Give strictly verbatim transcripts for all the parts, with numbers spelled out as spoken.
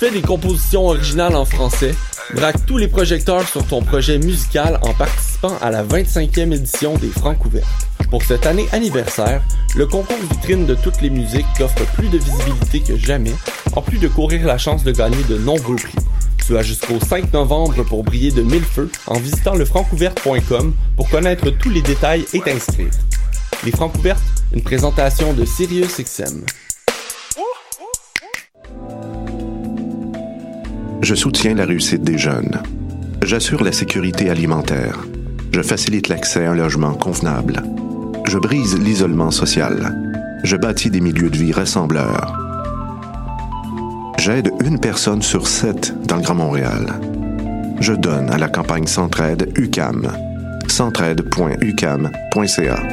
fais des compositions originales en français? Braque tous les projecteurs sur ton projet musical en participant à la vingt-cinquième édition des Francs ouvertes. Pour cette année anniversaire, le concours vitrine de toutes les musiques t'offre plus de visibilité que jamais, en plus de courir la chance de gagner de nombreux prix. Tu as jusqu'au cinq novembre pour briller de mille feux en visitant le francouverte point com pour connaître tous les détails et t'inscrire. Les Francs ouvertes, une présentation de Sirius X M. Je soutiens la réussite des jeunes. J'assure la sécurité alimentaire. Je facilite l'accès à un logement convenable. Je brise l'isolement social. Je bâtis des milieux de vie rassembleurs. J'aide une personne sur sept dans le Grand Montréal. Je donne à la campagne Centraide U Q A M. centraide point u q a m point c a.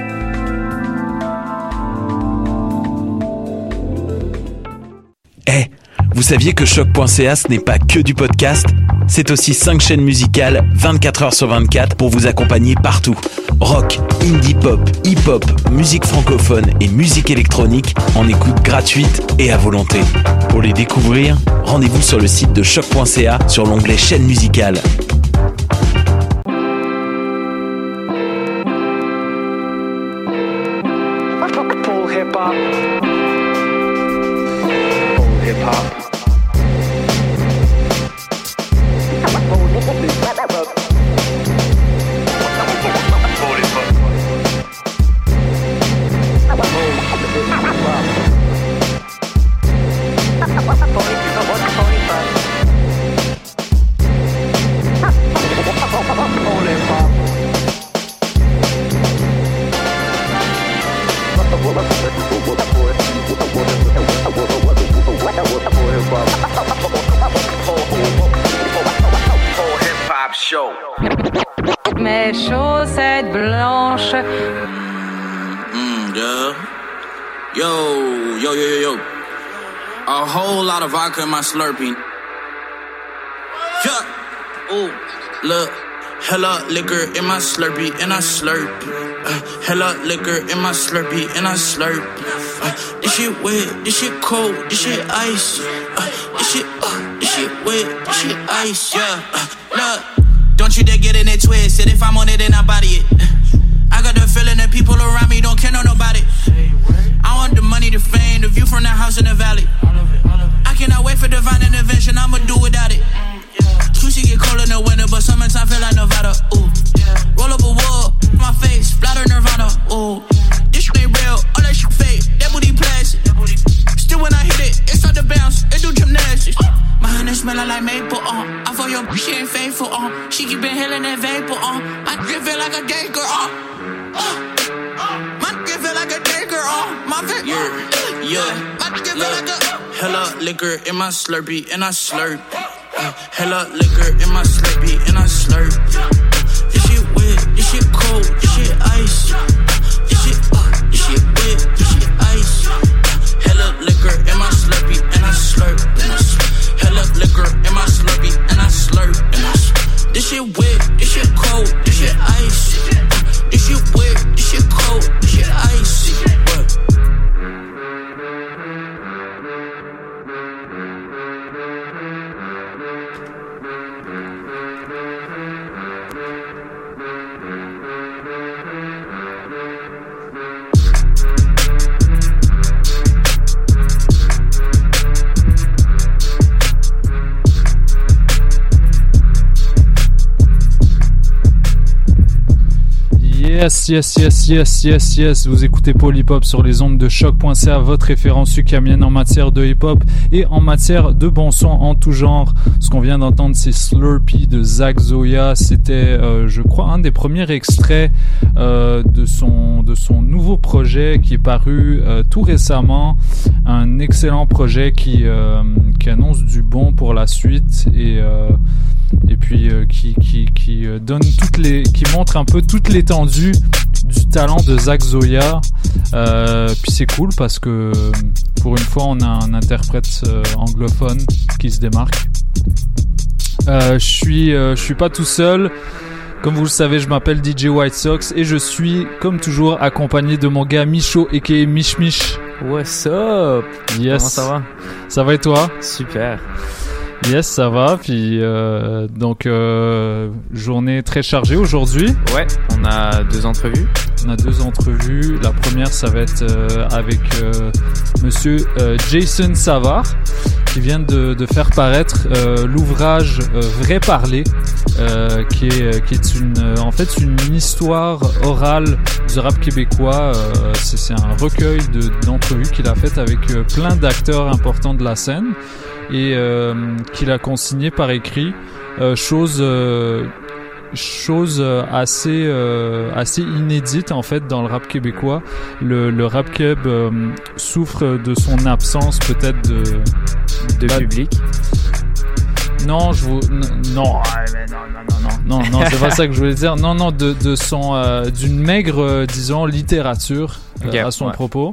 Eh, hey, vous saviez que choc point c a ce n'est pas que du podcast? C'est aussi cinq chaînes musicales vingt-quatre heures sur vingt-quatre pour vous accompagner partout. Rock, indie pop, hip-hop, musique francophone et musique électronique en écoute gratuite et à volonté. Pour les découvrir, rendez-vous sur le site de choc point c a sur l'onglet chaîne musicale. Full hip-hop. Full hip-hop. Mes chaussettes blanches. Mm, yeah. Yo, yo, yo, yo, yo. A whole lot of vodka in my Slurpee. Yeah. Ooh, look. Hella liquor in my Slurpee and I slurp. Uh, hella liquor in my Slurpee and I slurp. Uh, this shit wet, this shit cold, this shit ice. Uh, this shit, uh, this shit wet, this shit ice. Yeah. Uh, look. Don't you dare get in it twisted. If I'm on it, then I body it. I got the feeling that people around me don't care no nobody. I want the money, the fame, the view from the house in the valley. I cannot wait for divine intervention. I'ma do without it. Sushi get cold in the winter, but summertime feel like Nevada. Ooh, roll up a wall, my face, splatter Nirvana. Ooh, this shit ain't real, all that shit fake. That booty plastic. Still when I hit it, it start to bounce, it do gymnastics. My honey smelling like maple, uh. I for your she ain't faithful, uh. She keep inhaling that vapor, uh. My drip feel like a day girl, uh. My drip feel like a day girl, uh. My drip, yeah, yeah. My drip feel like a hella liquor in my Slurpee and I slurp. Uh, hella liquor in my Slurpee and I slurp. Uh, this shit wet, this shit cold, this shit ice. Uh, this shit, uh, this shit wet, this shit ice. Uh, hella liquor in my Slurpee and I slurp. And I slurp. Hella liquor in my Slurpee and I slurp. And I slurp. This shit wet, this shit cold, this shit ice. Uh, this shit wet, this shit cold, this shit ice. What? Yes, yes, yes, yes, yes, yes. Vous écoutez Paul Hip Hop sur les ondes de choc point c a, votre référence ukamienne en matière de hip hop et en matière de bon son en tout genre. Ce qu'on vient d'entendre, c'est Slurpee de Zach Zoya. C'était, euh, je crois, un des premiers extraits euh, de son de son nouveau projet qui est paru euh, tout récemment. Un excellent projet qui euh, qui annonce du bon pour la suite et euh, et puis euh, qui qui qui euh, donne toutes les qui montre un peu toute l'étendue du talent de Zach Zoya. Euh, puis c'est cool parce que pour une fois on a un interprète euh, anglophone qui se démarque. Euh, je suis euh, je suis pas tout seul. Comme vous le savez, je m'appelle D J White Sox et je suis comme toujours accompagné de mon gars Micho aka Mich Mich. What's up? Yes. Comment ça va? Ça va et toi? Super. Yes, ça va. Puis euh, donc euh, journée très chargée aujourd'hui. Ouais, on a deux entrevues. On a deux entrevues. La première, ça va être euh, avec euh, Monsieur euh, Jason Savard, qui vient de, de faire paraître euh, l'ouvrage euh, Vrai Parler, euh, qui est qui est une euh, en fait une histoire orale du rap québécois. Euh, c'est, c'est un recueil de d'entrevues qu'il a faites avec euh, plein d'acteurs importants de la scène et euh, qu'il a consigné par écrit. Euh, chose euh, chose assez euh, assez inédite en fait dans le rap québécois. Le, le rap québécois euh, souffre de son absence peut-être de de bah, public. Non, je vous n- non, mais non non non non non non c'est pas ça que je voulais dire. Non non de de son euh, d'une maigre euh, disons littérature euh, okay, à son ouais. propos.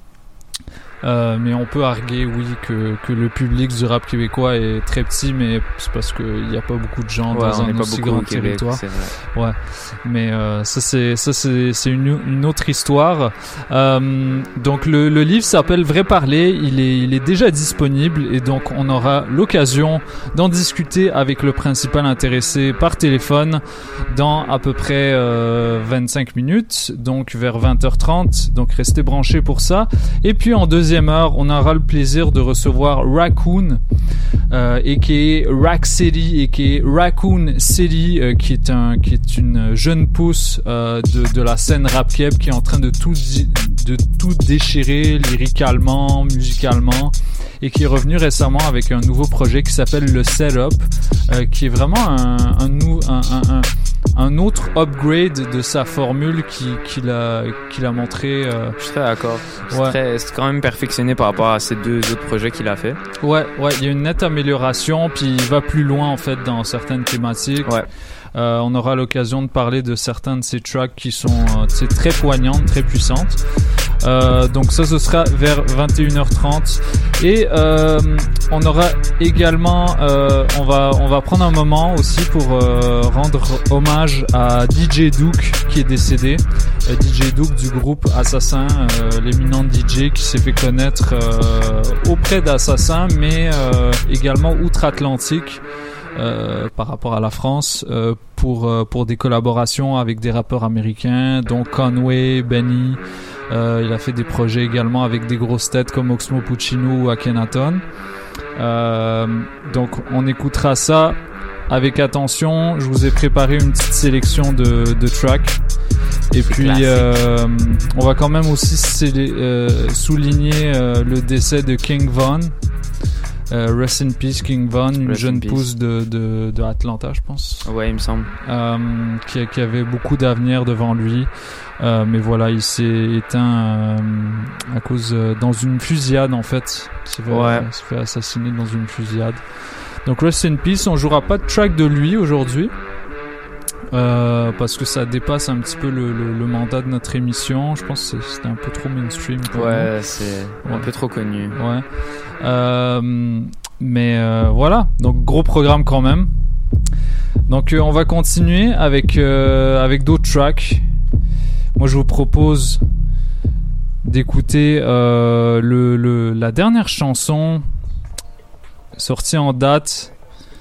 Euh, mais on peut arguer, oui, que, que le public du rap québécois est très petit, mais c'est parce qu'il n'y a pas beaucoup de gens ouais, dans un pas aussi grand Québec, territoire. c'est vrai. Ouais, mais euh, ça c'est ça c'est c'est une une autre histoire. Euh, donc le le livre s'appelle Vrai Parler. Il est il est déjà disponible et donc on aura l'occasion d'en discuter avec le principal intéressé par téléphone dans à peu près euh, vingt-cinq minutes, donc vers vingt heures trente. Donc restez branchés pour ça. Et puis en deuxième heure, on aura le plaisir de recevoir Raccoon, euh, et qui est Rack City, et qui est Raccoon City, euh, qui est un, qui est une jeune pousse euh, de de la scène rap keb qui est en train de tout di- de tout déchirer lyricalement, musicalement, et qui est revenu récemment avec un nouveau projet qui s'appelle le Setup, euh, qui est vraiment un un, nou- un, un, un un autre upgrade de sa formule qui qu'il a qu'il a montré. Euh, Je suis très d'accord. C'est, ouais. très, c'est quand même perfectionné par rapport à ces deux autres projets qu'il a fait. Ouais, ouais, il y a une nette amélioration, puis il va plus loin en fait dans certaines thématiques. Ouais. Euh, on aura l'occasion de parler de certains de ces tracks qui sont euh, c'est très poignantes, très puissantes. Euh, donc ça, ce sera vers vingt et une heures trente. Et euh, on aura également, euh, on va on va prendre un moment aussi pour euh, rendre hommage à D J Duke qui est décédé. Euh, D J Duke du groupe Assassin, euh, l'éminent D J qui s'est fait connaître euh, auprès d'Assassin, mais euh, également outre-Atlantique. Euh, par rapport à la France, euh, pour euh, pour des collaborations avec des rappeurs américains, dont Conway, Benny. Euh, il a fait des projets également avec des grosses têtes comme Oxmo Puccino ou Akhenaton. Euh, donc on écoutera ça avec attention. Je vous ai préparé une petite sélection de, de tracks. Et C'est puis euh, on va quand même aussi célé- euh, souligner euh, le décès de King Von. Euh, Rest in Peace King Von, une Rest jeune pousse de, de, de Atlanta, je pense. Ouais, il me semble. Euh, qui, qui avait beaucoup d'avenir devant lui. Euh, mais voilà, il s'est éteint euh, à cause euh, dans une fusillade en fait. Il s'est fait, ouais. il s'est fait assassiner dans une fusillade. Donc Rest in Peace, on jouera pas de track de lui aujourd'hui. Euh, parce que ça dépasse un petit peu le, le, le mandat de notre émission. Je pense que c'était un peu trop mainstream pour ouais, nous. c'est Ouais. un peu trop connu. Ouais. Euh, mais euh, voilà, donc gros programme quand même. Donc euh, on va continuer avec euh, avec d'autres tracks. Moi je vous propose d'écouter euh, le, le la dernière chanson sortie en date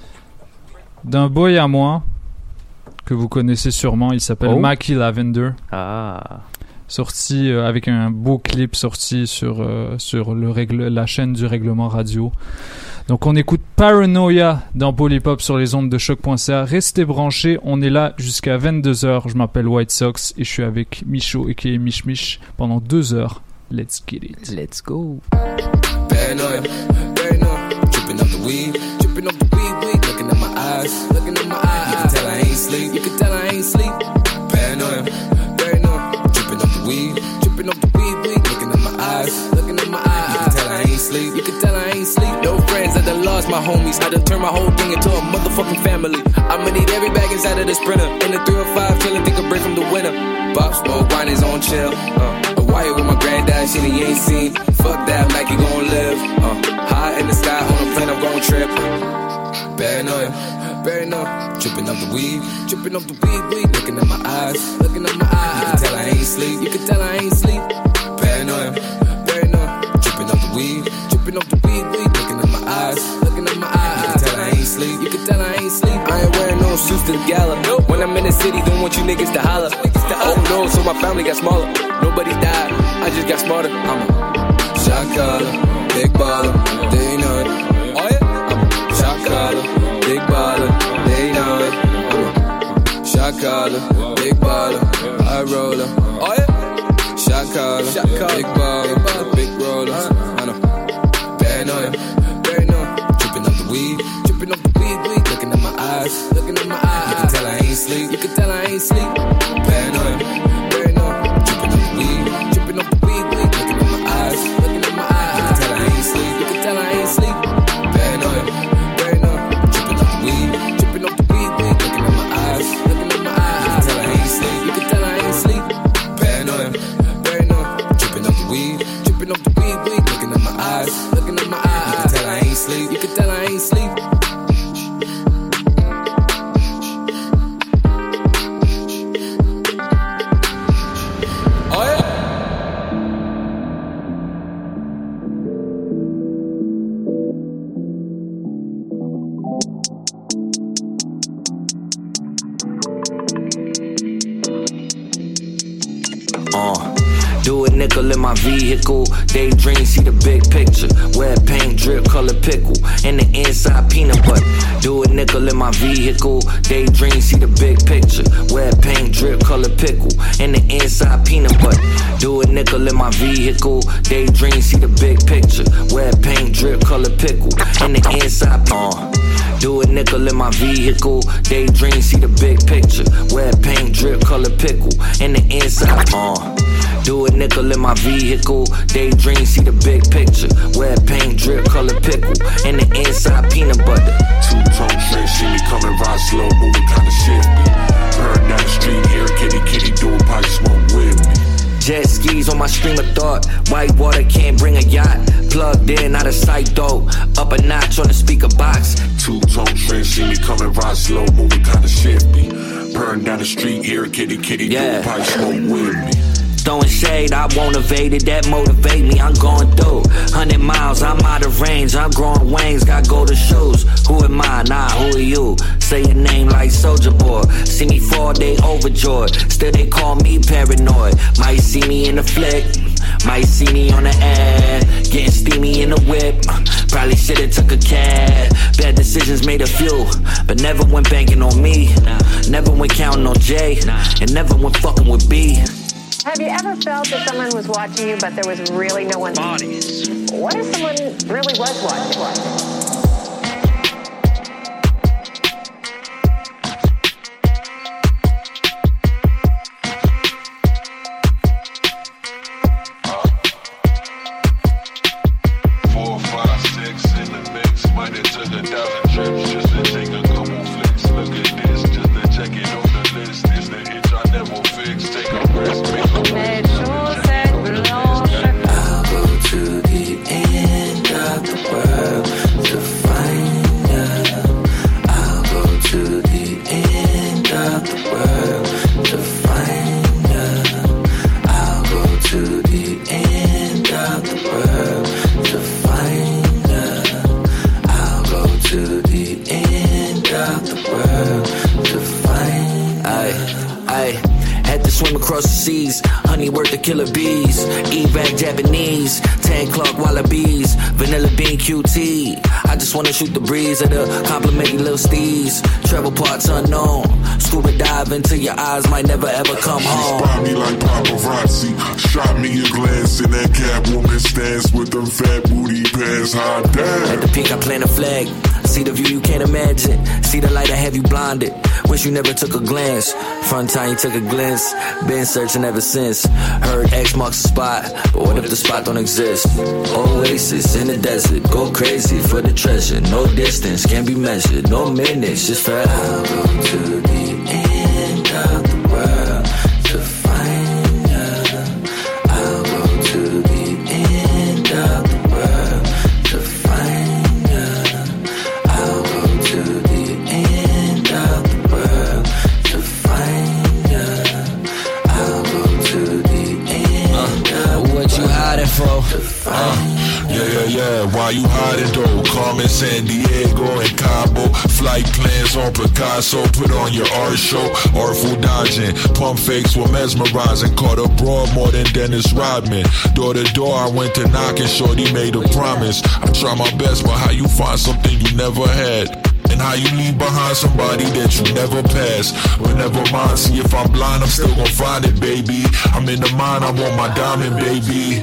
d'un boy à moi que vous connaissez sûrement. Il s'appelle oh. Mackie Lavender. Ah. Sorti euh, avec un beau clip sorti sur euh, sur le règle, la chaîne du Règlement Radio. Donc on écoute Paranoia dans Polypop sur les ondes de choc point c a. Restez branchés, on est là jusqu'à vingt-deux heures. Je m'appelle White Sox et je suis avec Micho aka Mich Mich pendant deux heures. Let's get it. Let's go. Paranoia, paranoia, dripping off the weed, dripping off the weed, weed, looking at my eyes, looking at my eyes. You can tell I ain't sleep, you can tell I ain't sleep. Paranoia, paranoia, dripping off the weed, dripping off the weed, weed, looking at my eyes, looking at my eyes. You can tell I ain't sleep, you can tell I ain't sleep. No friends, I done lost my homies, I done turned my whole thing into a motherfucking family. I'ma need every bag inside of the Sprinter, in the three oh five, chillin', take a break from the winter. Pop smoke, wine is on chill. Uh, a wire with my granddad, shit he ain't seen. Fuck that, like he gon' live. Uh, high in the sky, on a plane, I'm gon' trip. Paranoia, paranoia, dripping off the weed, dripping off the weed, weed, looking at my eyes, looking at my eyes. You can tell I ain't sleep, you can tell I ain't sleep. Paranoia, paranoia, dripping off the weed, dripping off the weed, weed, looking at my eyes, looking at my eyes. You can tell I suits to the gala. When I'm in the city, don't want you niggas to holler. Oh no, so my family got smaller. Nobody died, I just got smarter. I'm a shot caller, big baller, they know it. Oh yeah, I'm a shot caller, big baller, they know it. I'm a shot caller, big baller, high roller. Oh yeah, shot caller, big baller, big rollers. I know, paranoia, paranoia. Tripping up the weed, tripping up the weed, weed. Looking at my eyes, looking at my eyes. You can tell I ain't sleep, you can tell I ain't sleep. Paranoia, paranoia. Tripping up the weed, tripping up the weed, weed. Looking at my eyes, looking at my eyes. You can tell I ain't sleep, you can tell I ain't sleep. Paranoia, paranoia. Tripping up the weed, tripping up the weed, weed. Looking at my eyes, looking at my eyes. You can tell I ain't sleep, you can tell I ain't sleep. Paranoia, paranoia. Tripping up the weed, tripping up the weed, weed. Looking at my eyes, looking at my eyes. You can tell I ain't sleep, you can tell I ain't sleep. Do a nickel in my vehicle, daydream, see the big picture. Wet paint, drip, color pickle, and the inside peanut butter. Do a nickel in my vehicle, daydream, see the big picture. Wet paint, drip, color pickle, and the inside peanut butter. Do a nickel in my vehicle, daydream, see the big picture. Wet paint, drip, color pickle, and the inside uh. Do a nickel in my vehicle, daydream, see the big picture. Wet paint, drip, color pickle, and the inside uh. Do a nickel in my vehicle, daydream, see the big picture. Wet paint, drip, color pickle, and the inside peanut butter. Two-tone trench, see me coming ride slow, moving kinda shifty. Burn down the street, hear kitty kitty do a pipe smoke with me. Jet skis on my stream of thought. White water can't bring a yacht. Plugged in, out of sight though. Up a notch on the speaker box. Two-tone trench, see me coming ride slow, moving kinda shifty. Burn down the street, hear kitty kitty yeah. do a pipe smoke with me. Throwing shade, I won't evade it, that motivate me, I'm going through. Hundred miles, I'm out of range, I'm growing wings, got golden shoes. Who am I? Nah, who are you? Say your name like Soulja Boy. See me fall, they overjoyed. Still they call me paranoid. Might see me in the flick, might see me on the ad. Getting steamy in the whip, probably should've took a cab. Bad decisions made a few, but never went banking on me. Never went counting on Jay, and never went fucking with B. Have you ever felt that someone was watching you, but there was really no one? Bodies. What if someone really was watching? watching? Killer bees, evac Japanese, tan clock wallabies, vanilla bean Q T. I just wanna shoot the breeze of the complimenting little steez. Travel parts unknown, scuba dive into your eyes, might never ever come home. Spot me like paparazzi, shot me a glance in that Catwoman stance with them fat booty pants, hot damn. At the peak I plant a flag, see the view you can't imagine, see the light I have you blinded. Wish you never took a glance. Front time you took a glance. Been searching ever since. Heard X marks the spot, but what if the spot don't exist? Oasis in the desert, go crazy for the treasure. No distance can be measured, no minutes, just forever. I'll go to the end of the world to find you. I'll go to the end of the world to find you. I'll go to the end of the world to find you. I'll go to the end uh, of what you hiding for? Uh, yeah, yeah, yeah, why you hiding though? Carmen, San Diego, and Cabo. Flight plans on Picasso, put on your art show. Artful dodging, pump fakes were mesmerizing. Caught a broad more than Dennis Rodman. Door to door, I went to knock and shorty made a promise. I try my best, but how you find something you never had? And how you leave behind somebody that you never passed. But never mind, see if I'm blind, I'm still gon' find it, baby. I'm in the mind, I want my diamond, baby.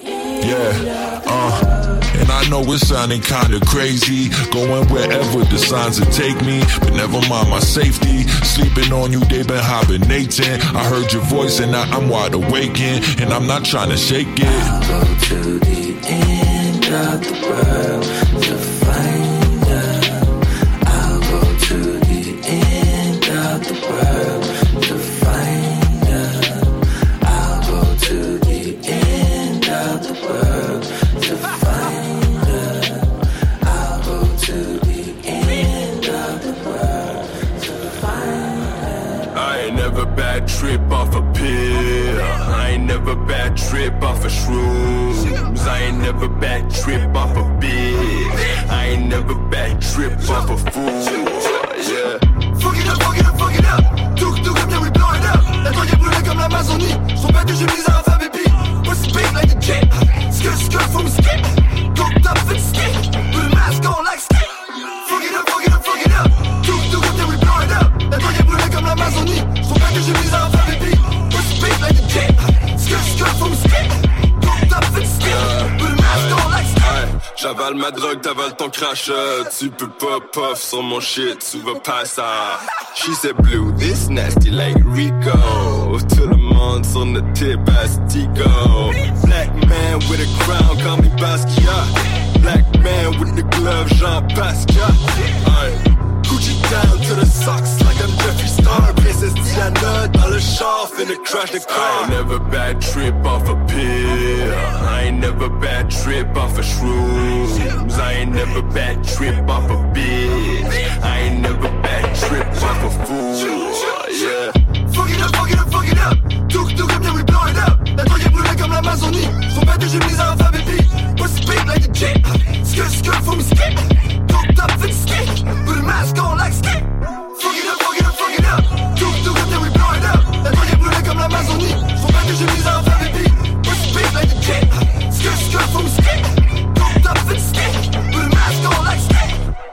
Yeah, uh and I know it's sounding kinda crazy, going wherever the signs will take me. But never mind my safety, sleeping on you, they been hibernating. I heard your voice and now I'm wide awakened, and I'm not trying to shake it. I'll go to the end of the world to find her. I'll go to the end of the world to find her. I'll go to the end of the world to find her. I'll go to the end of the world to find her. I ain't never bad trip off a pill. I ain't never bad trip off a shrooms. I ain't never bad trip off a bitch. I ain't never bad trip off a fool. Yeah. Fuck it up, fuck it up, fuck it up. Tout, tout comme bien, we blow it up. La drogue est brûlée comme l'Amazonie. Son père que j'ai mis à alphabet P. Pussy big like a jet. Skirt, skirt from skip. Coked up and skip. Put a mask on like skip. Fuck it up, fuck it up, fuck it up. Tout, tout comme bien, we blow it up. La drogue est brûlée comme l'Amazonie. Son père que j'ai mis à alphabet P. Pussy big like a jet. Skirt, skirt from skip. Coked up and skip. Put a mask on like skip. J'avale ma drogue, t'avales ton crash. Tu peux pas puff sur mon shit, tu vas pas ça. She said blue, this nasty like Rico. Tout le monde sur notre tip astico. Black man with a crown, call me Basquiat. Black man with the glove, Jean Pascal. Gucci down to the socks like I'm Jeffree Star. Princess Diana dans le char, finna crash the car. I ain't never bad trip off a pill. I ain't never bad trip off a shrooms. I ain't never bad trip off a bitch. I ain't never bad trip off a fool. Yeah. Fuck it up, fuck it up, fuck it up. Tout, tout comme bien, we blow it up. La drogue est brûlée comme l'Amazonie. Son père que j'ai mis à alphabet P. Pussy big like a jet. Skirt, skirt from skip. Coked up and skip. Put a mask on like skip. Fuck it up, fuck it up, fuck it up. Tout, tout comme bien, we blow it up. La drogue est brûlée comme l'Amazonie. Son père que j'ai mis à alphabet P. Pussy big like a jet. Skirt, skirt from skip. Coked up and skip. Put a mask on like skip.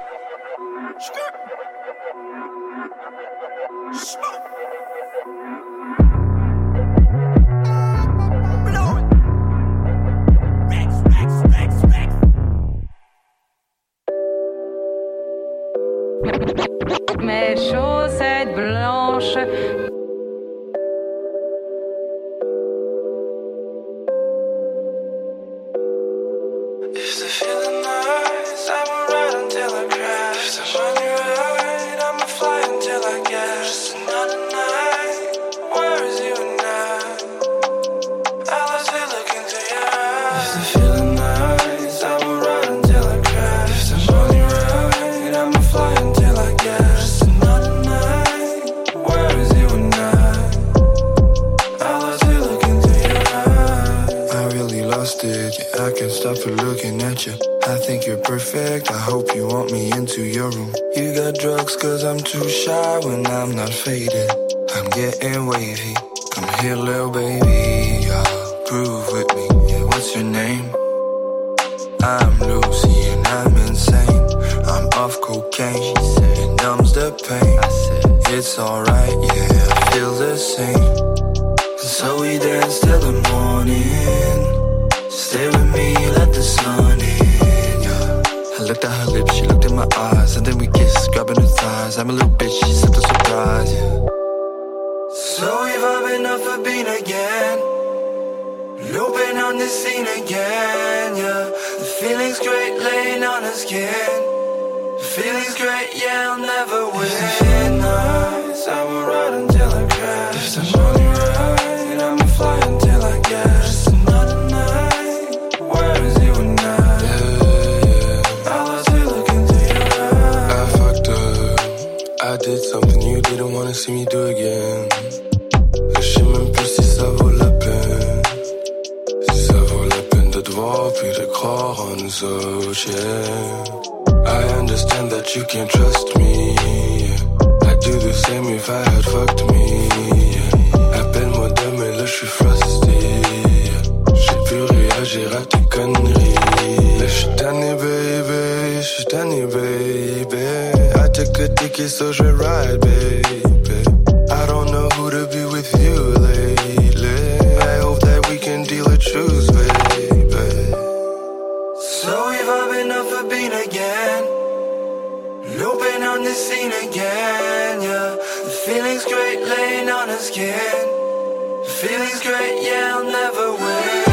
Mes chaussettes blanches. If the feeling nice, I will ride until I crash. If the money right, I'ma fly until I get. Just another night, where is you and I? I lost it looking to your eyes. If the feeling nice, I will ride until I crash. If the money right, I'ma fly until I get. Just another night, where is you and I? I lost it looking to your eyes. I really lost it, yeah, I can't stop for looking at you. I think you're perfect, I hope you want me into your room. You got drugs cause I'm too shy when I'm not faded. I'm getting wavy, come here little baby, yeah, groove with me, yeah, what's your name? I'm Lucy and I'm insane, I'm off cocaine, it numbs the pain. I said, it's alright, yeah, I feel the same. So we dance till the morning, stay with me, let the sun in, yeah. I looked at her lips, she looked in my eyes, and then we kissed, grabbing her thighs. I'm a little bitch, she said the surprise, yeah. So we've all been up for being again, looping on the scene again, yeah. The feeling's great, laying on her skin. The feeling's great, yeah, I'll never win. If the feeling nice, I will ride until I crash. If the money right, I'ma fly until I get. Just another night, where is you and I? Yeah, yeah. I lost it looking to your eyes. I fucked up, I did something you didn't wanna see me do again. Je sais même plus si ça vaut la peine, si ça vaut la peine de te voir puis de croire mort en nous autres, yeah. I understand that you can't trust me, yeah. I'd do the same if I had fucked me, yeah. Appelle-moi demain, là j'suis frosty, yeah. J'sais plus réagir à tes conneries. Là j'suis tanné, baby, j'suis tanné, baby. I took a ticket, so je ride, baby. I don't know who to be with you lately. I hope that we can deal with truth, baby. So we've all been up for being again, looping on the scene again, yeah. The feeling's great laying on the skin. The feeling's great, yeah, I'll never win.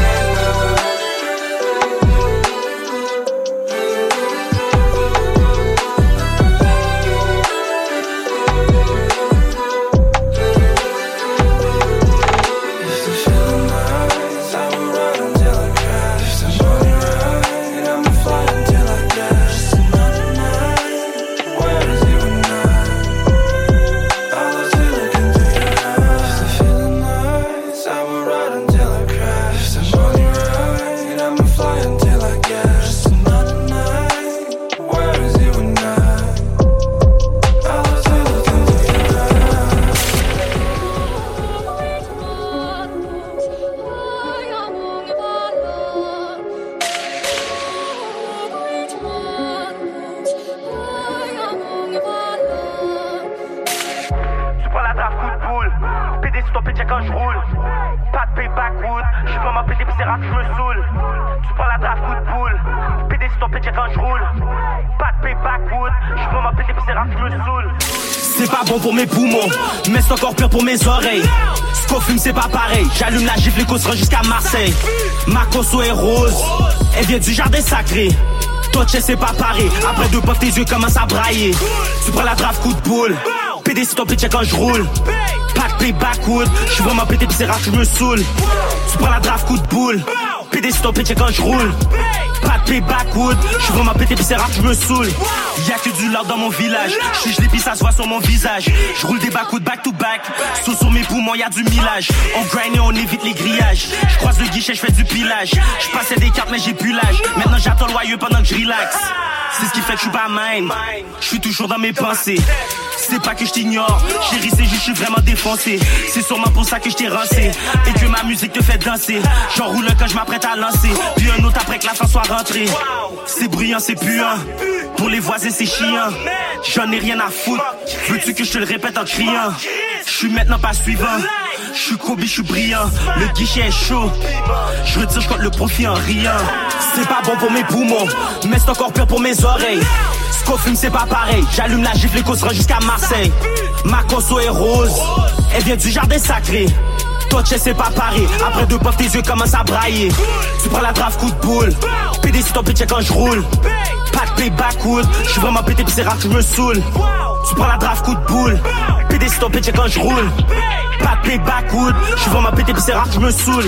C'est pas bon pour mes poumons, mais c'est encore pire pour mes oreilles. Ce qu'on fume c'est pas pareil, j'allume la gifle et qu'on sera jusqu'à Marseille. Ma conso est rose, elle vient du jardin sacré. Toi tu sais c'est pas pareil, après deux puffs tes yeux commencent à brailler. Tu prends la draft coup de boule, P D C ton pitch quand je roule. Pack pay backwood, j'suis vraiment pété pis c'est rare que je me saoule. Tu prends la draft coup de boule, P D C ton pitch quand je roule. Pas de pay backwood, j'suis vraiment pété pis c'est rare que je me saoule. Y'a que du lard dans mon village, j'suis gelé pis ça se voit sur mon visage. J'roule des backwoods back to back, sous sur mes poumons y'a du millage. On grind et on évite les grillages, j'croise le guichet, j'fais du pilage. J'passais des cartes mais j'ai plus l'âge, maintenant j'attends le loyeux pendant que j'relaxe. C'est ce qui fait que j'suis pas mine, j'suis toujours dans mes pensées. C'est pas que je t'ignore, chérie c'est juste je suis vraiment défoncé. C'est sûrement pour ça que je t'ai rincé et que ma musique te fait danser. J'enroule quand je m'apprête à lancer, puis un autre après que la fin soit rentrée. C'est bruyant, c'est puant, pour les voisins c'est chiant. J'en ai rien à foutre, veux-tu que je te le répète en criant? Je suis maintenant pas suivant, je suis Kobe, je suis brillant. Le guichet est chaud, je retire, je compte le profit en riant. C'est pas bon pour mes poumons, mais c'est encore pire pour mes oreilles. Ce qu'on fume c'est pas pareil, j'allume la gifle et qu'on sera jusqu'à Marseille. Ma conso est rose, elle vient du jardin sacré. Toi tu sais c'est pas pareil, après deux puffs tes yeux commencent à brailler. Tu prends la draft coup de boule, P D C ton pitch quand je roule. Pas de pay backwood, j'suis vraiment pété pis c'est rare que je me saoule. Tu prends la draft coup de boule, P D C ton pitch quand je roule. Pas de pay backwood, j'suis vraiment pété pis c'est rare que je me saoule.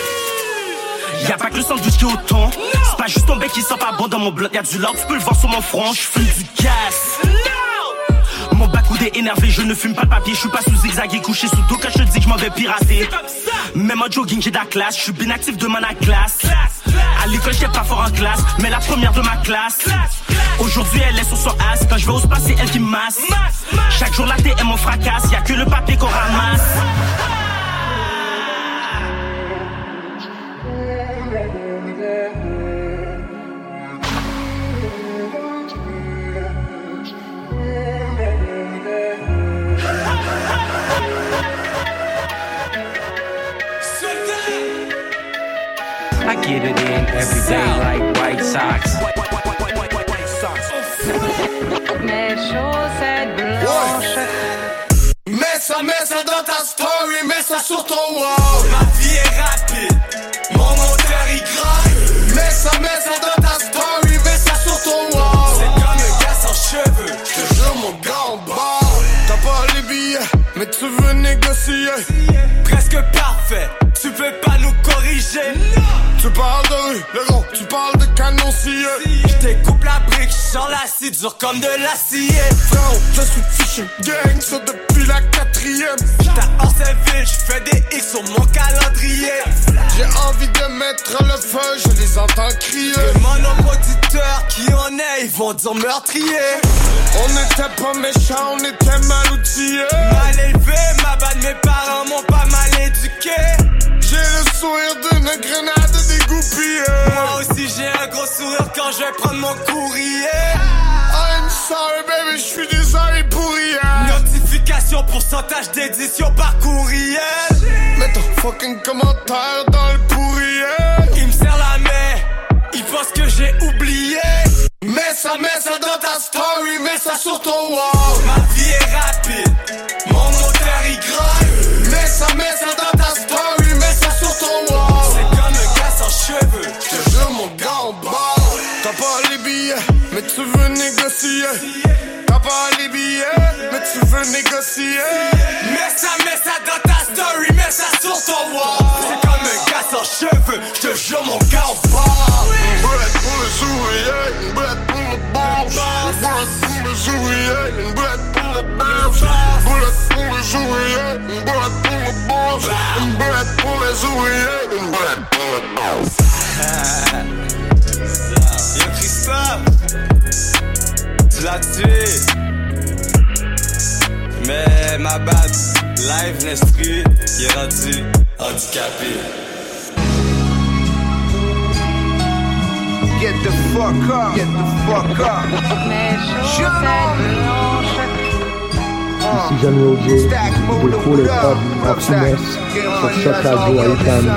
Y'a pas que le sandwich qui est au thon, c'est pas juste ton bec qui sent pas bon dans mon bloc. Y'a du lard, tu peux le voir sur mon front, j'fume du gaz. Mon backwood est énervé, je ne fume pas de papier, je suis pas sous zigzag et couché sous dos quand je te dis que je m'en vais pirater. Même en jogging j'ai de la classe, je suis bien actif de ma classe. À l'école j'étais pas fort en classe, mais la première de ma classe. Aujourd'hui elle est sur son ass, quand je vais au spa c'est elle qui me masse. Chaque jour la T M on fracasse, y'a que le papier qu'on ramasse. I get it in every day like White Sox. Mes chaussettes blanches. Mets ça, mets ça dans ta story, mets ça sur ton wall. Ma vie est rapide, mon moteur il grind. Mets ça, mets ça dans ta story, mets ça sur ton wall. C'est comme un gars sans cheveux, j'te jure mon gars en bas. T'as pas les billets, mais tu veux négocier. Presque parfait, tu peux pas nous corriger. Tu parles de rue, le gros, tu parles de canne. mon scieux. Je découpe la brique, j'en l'acide, dur comme de l'acier. Frérot, je suis fiché gang, ça depuis la quatrième. Ta horse est vide, j'fais des X sur mon calendrier. J'ai envie de mettre le feu, je les entends crier. Les monoproducteurs qui en est, ils vont dire meurtrier. On n'était pas méchants, on était mal outillés. Mal élevé, ma bad, mes parents m'ont pas mal éduqué. J'ai le sourire d'une grenade dégoupillée. Moi aussi j'ai un gros sourire quand je vais prendre mon courrier. I'm sorry baby, je suis désolé pour hier. Notification, pourcentage d'édition par courriel. Mets ton fucking commentaire dans le pourriel. Il me serre la main, il pense que j'ai oublié. Mets ça, mets ça dans ta story, mets ça sur ton wall. Ma vie est rapide, mon moteur il gronne. Mets ça, mets ça dans ta story, mets ça sur ton wall. C'est comme un gars sans cheveux, je te jure mon gars en bas. T'as pas les billets, mais tu veux négocier. T'as pas les billets, mais tu veux négocier. Mets ça, mets ça dans ta story, mets ça sur ton wall. C'est comme un gars sans cheveux, je te jure mon gars en bas. Une boulette pour les ouvriers, une boulette pour le bourge. Une boulette pour les ouvriers, une boulette pour le bourge. Une boulette pour les ouvriers, une boulette pour le bourge. Une boulette pour les ouvriers, une boulette pour le bourge. Yo Christophe, tu l'as tué. Mais ma bad, live l'instru, qui est rendu handicapé. Get the fuck up, get the fuck up. Mes chaussettes blanches. Ici Jamie O J, de Cool et Pop, Happiness, sur Choc Radio à Ethan.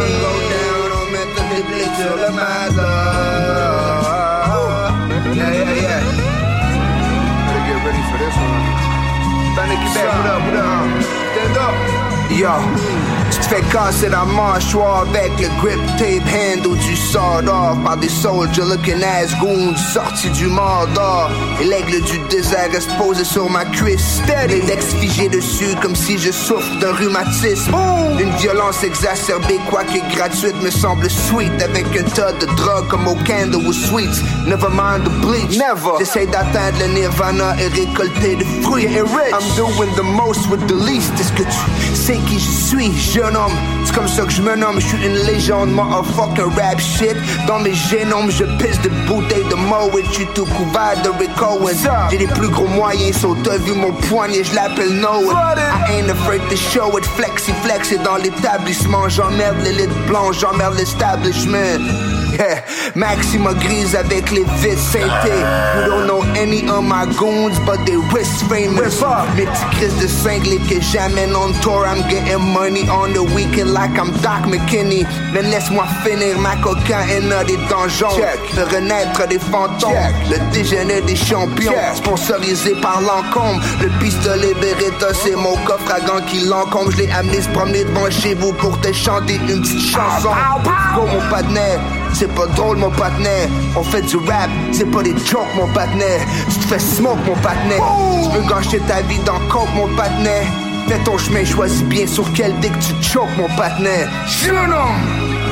Yeah, yeah, yeah. Better get ready for this one. Panic back, what up, what up? Stand up. Yo, tu te fais casser la mâchoire avec le grip tape handle du sawed off par des soldiers looking ass goons sortis du Mordor. Et l'aigle du désert reste posé sur ma cuisse, l'index figé dessus comme si je souffre d'un rhumatisme. Boom. Une violence exacerbée, quoique gratuite, me semble sweet avec un tas de drogue comme au candle ou sweets. Never mind the bleach, never. J'essaie d'atteindre le nirvana et récolter des fruits. I'm doing the most with the least. Est-ce que tu sais qui je suis, jeune homme? C'est comme ça que je me nomme, je suis une légende, motherfucking rap shit. Dans mes génomes, je pisse de bouteilles de Moet, je suis tout couvert de Rick Owens. J'ai les plus gros moyens, so t'as vu mon poignet, je l'appelle Noah. I ain't afraid to show it, flexi flex et dans l'établissement, j'emmerde l'élite blanche, j'emmerde l'establishment. Yeah. Maxima grise avec les vis ceintées. You don't know any of my goons, but they wrist famous. Mes petits crises de cinglés que j'amène on tour. I'm getting money on the weekend like I'm Doc McKinney. Mais laisse-moi finir ma cocaïne des donjons. Check. Le renaître des fantômes. Check. Le déjeuner des champions. Check. Sponsorisé par Lancôme. Le pistolet Beretta, c'est mon coffre à gants qui l'encombre. Je l'ai amené se promener devant chez vous pour te chanter une petite chanson. Go mon partenaire. C'est pas drôle mon partenaire. On fait du rap, c'est pas des jokes mon partenaire. Tu te fais smoke mon partenaire. Tu veux gâcher ta vie dans coke mon partenaire. Fais ton chemin, choisis bien sur quel dick tu choques mon partenaire. Jeune homme.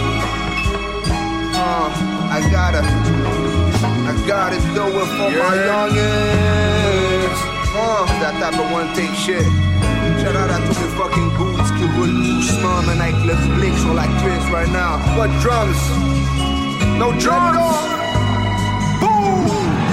uh, I gotta I gotta do it for yeah. my youngins. uh, That type of one take shit. Shout out à tous les fucking goods qui roulent doucement, man, avec le blick sur la cuisse right now. What drums? No drums! Boom!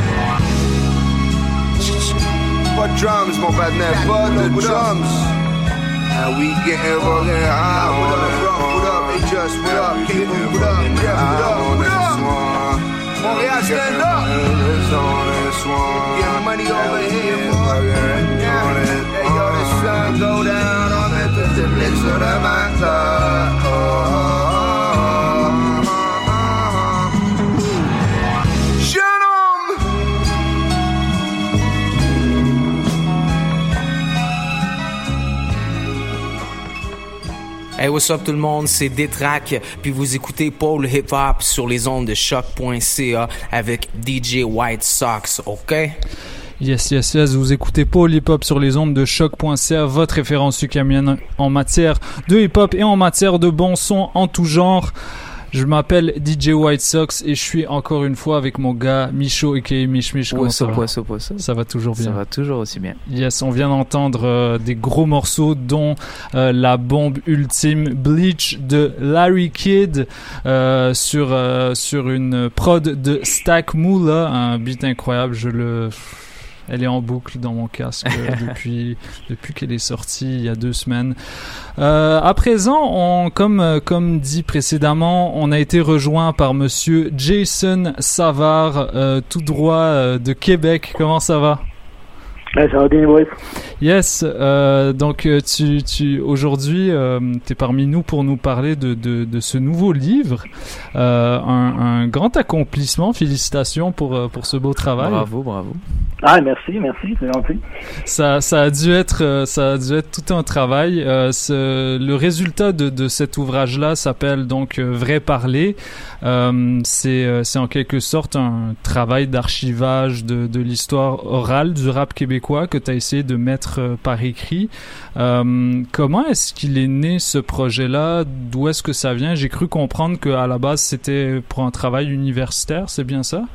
What drums, mon partenaire? Pas de drums! And we getting fucking high on it. What up? Hey, just what up? Cable, what up? Yeah, what up? What up? Montreal, stand up! Getting money over here, boy. Yeah. Hey, yo, the sun go down on it. The blick sur le matin. Oh. Hey, what's up tout le monde, c'est Détrac, puis vous écoutez Paul Hip Hop sur les ondes de choc point c a avec D J White Sox, ok? Yes, yes, yes, vous écoutez Paul Hip Hop sur les ondes de choc point c a, votre référence ukamienne en matière de hip hop et en matière de bon son en tout genre. Je m'appelle D J White Sox et je suis encore une fois avec mon gars Micho aka Mich Mich. Comment ça va? Poisson, poisson. Ça va toujours bien. Ça va toujours aussi bien. Yes, on vient d'entendre euh, des gros morceaux dont euh, la bombe ultime Bleach de Larry Kidd euh, sur euh, sur une prod de Stack Moolah, un beat incroyable. Je le Elle est en boucle dans mon casque depuis depuis qu'elle est sortie il y a deux semaines. Euh, à présent, on, comme comme dit précédemment, on a été rejoint par Monsieur Jason Savard, euh, tout droit euh, de Québec. Comment ça va? Ouais, ça va bien, ouais. Yes, euh, donc tu, tu aujourd'hui, euh, tu es parmi nous pour nous parler de, de, de ce nouveau livre, euh, un, un grand accomplissement. Félicitations pour pour ce beau travail. Bravo, bravo. Ah, merci, merci, c'est gentil. Ça, ça a dû être, ça a dû être tout un travail. Euh, ce, le résultat de, de cet ouvrage-là s'appelle donc euh, Vrai Parler. Euh, c'est, c'est en quelque sorte un travail d'archivage de, de l'histoire orale du rap québécois que tu as essayé de mettre euh, par écrit. Euh, comment est-ce qu'il est né ce projet-là? D'où est-ce que ça vient? J'ai cru comprendre qu'à la base c'était pour un travail universitaire, c'est bien ça?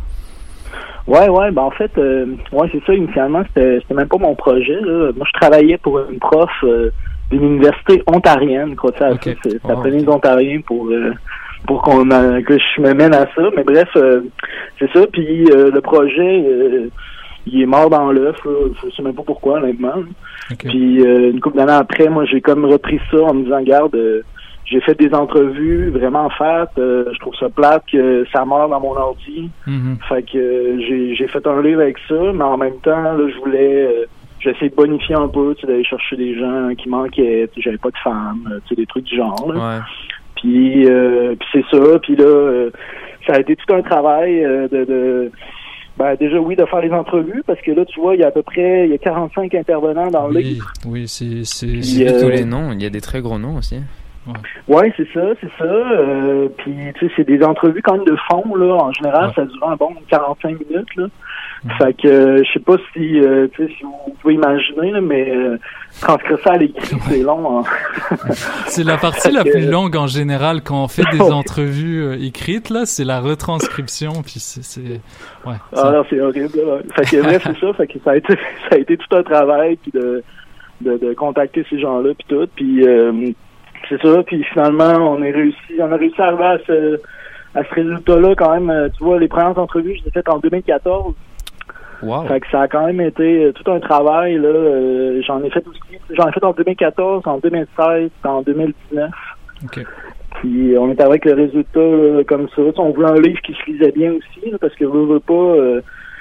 Ouais, ouais, ben en fait, euh, ouais, c'est ça, initialement, c'était, c'était même pas mon projet, là. Moi, je travaillais pour une prof euh, d'une université ontarienne, quoi, ça, okay. ça, ça appelait les Ontariens pour euh, pour qu'on euh, que je me mène à ça, mais bref, euh, c'est ça, puis euh, le projet, euh, il est mort dans l'œuf, là. Je sais même pas pourquoi, honnêtement. Okay. Puis euh, une couple d'années après, moi, j'ai comme repris ça en me disant, garde, euh, j'ai fait des entrevues vraiment fat, euh, je trouve ça plate que ça meurt dans mon ordi. Mm-hmm. Fait que euh, j'ai j'ai fait un livre avec ça, mais en même temps, là, je voulais euh, j'essaie de bonifier un peu, tu sais, d'aller chercher des gens qui manquaient, tu sais, j'avais pas de femmes, tu sais, des trucs du genre. Là. Ouais. Puis euh, puis c'est ça, puis là euh, ça a été tout un travail euh, de, de ben déjà oui de faire les entrevues parce que là tu vois il y a à peu près il y a quarante-cinq intervenants dans le oui, livre. Oui, c'est c'est j'ai vu tous les noms, il y a des très gros noms aussi. Ouais, ouais c'est ça, c'est ça. Euh, puis tu sais, c'est des entrevues quand même de fond là. En général, ouais. Ça dure un bon quarante-cinq minutes là. Mmh. Fait que euh, je sais pas si euh, tu sais si vous pouvez imaginer là, mais euh, transcrire ça à l'écrit, ouais. C'est long. Hein. C'est la partie la plus longue en général quand on fait des entrevues euh, écrites là, c'est la retranscription puis c'est, c'est... ouais. Ah non, c'est horrible. Là. Fait que bref, c'est ça. Fait que ça a été ça a été tout un travail puis de, de de contacter ces gens-là puis tout puis. Euh, C'est ça, puis finalement, on est réussi, on a réussi à arriver à ce, à ce résultat-là quand même. Tu vois, les premières entrevues, je les ai faites en deux mille quatorze. Wow. Fait que ça a quand même été tout un travail, là. Euh, j'en ai fait aussi, j'en ai fait en deux mille quatorze, en deux mille seize, en deux mille dix-neuf. OK. Puis on est avec le résultat là, comme ça. On voulait un livre qui se lisait bien aussi, là, parce que je veux pas... Euh,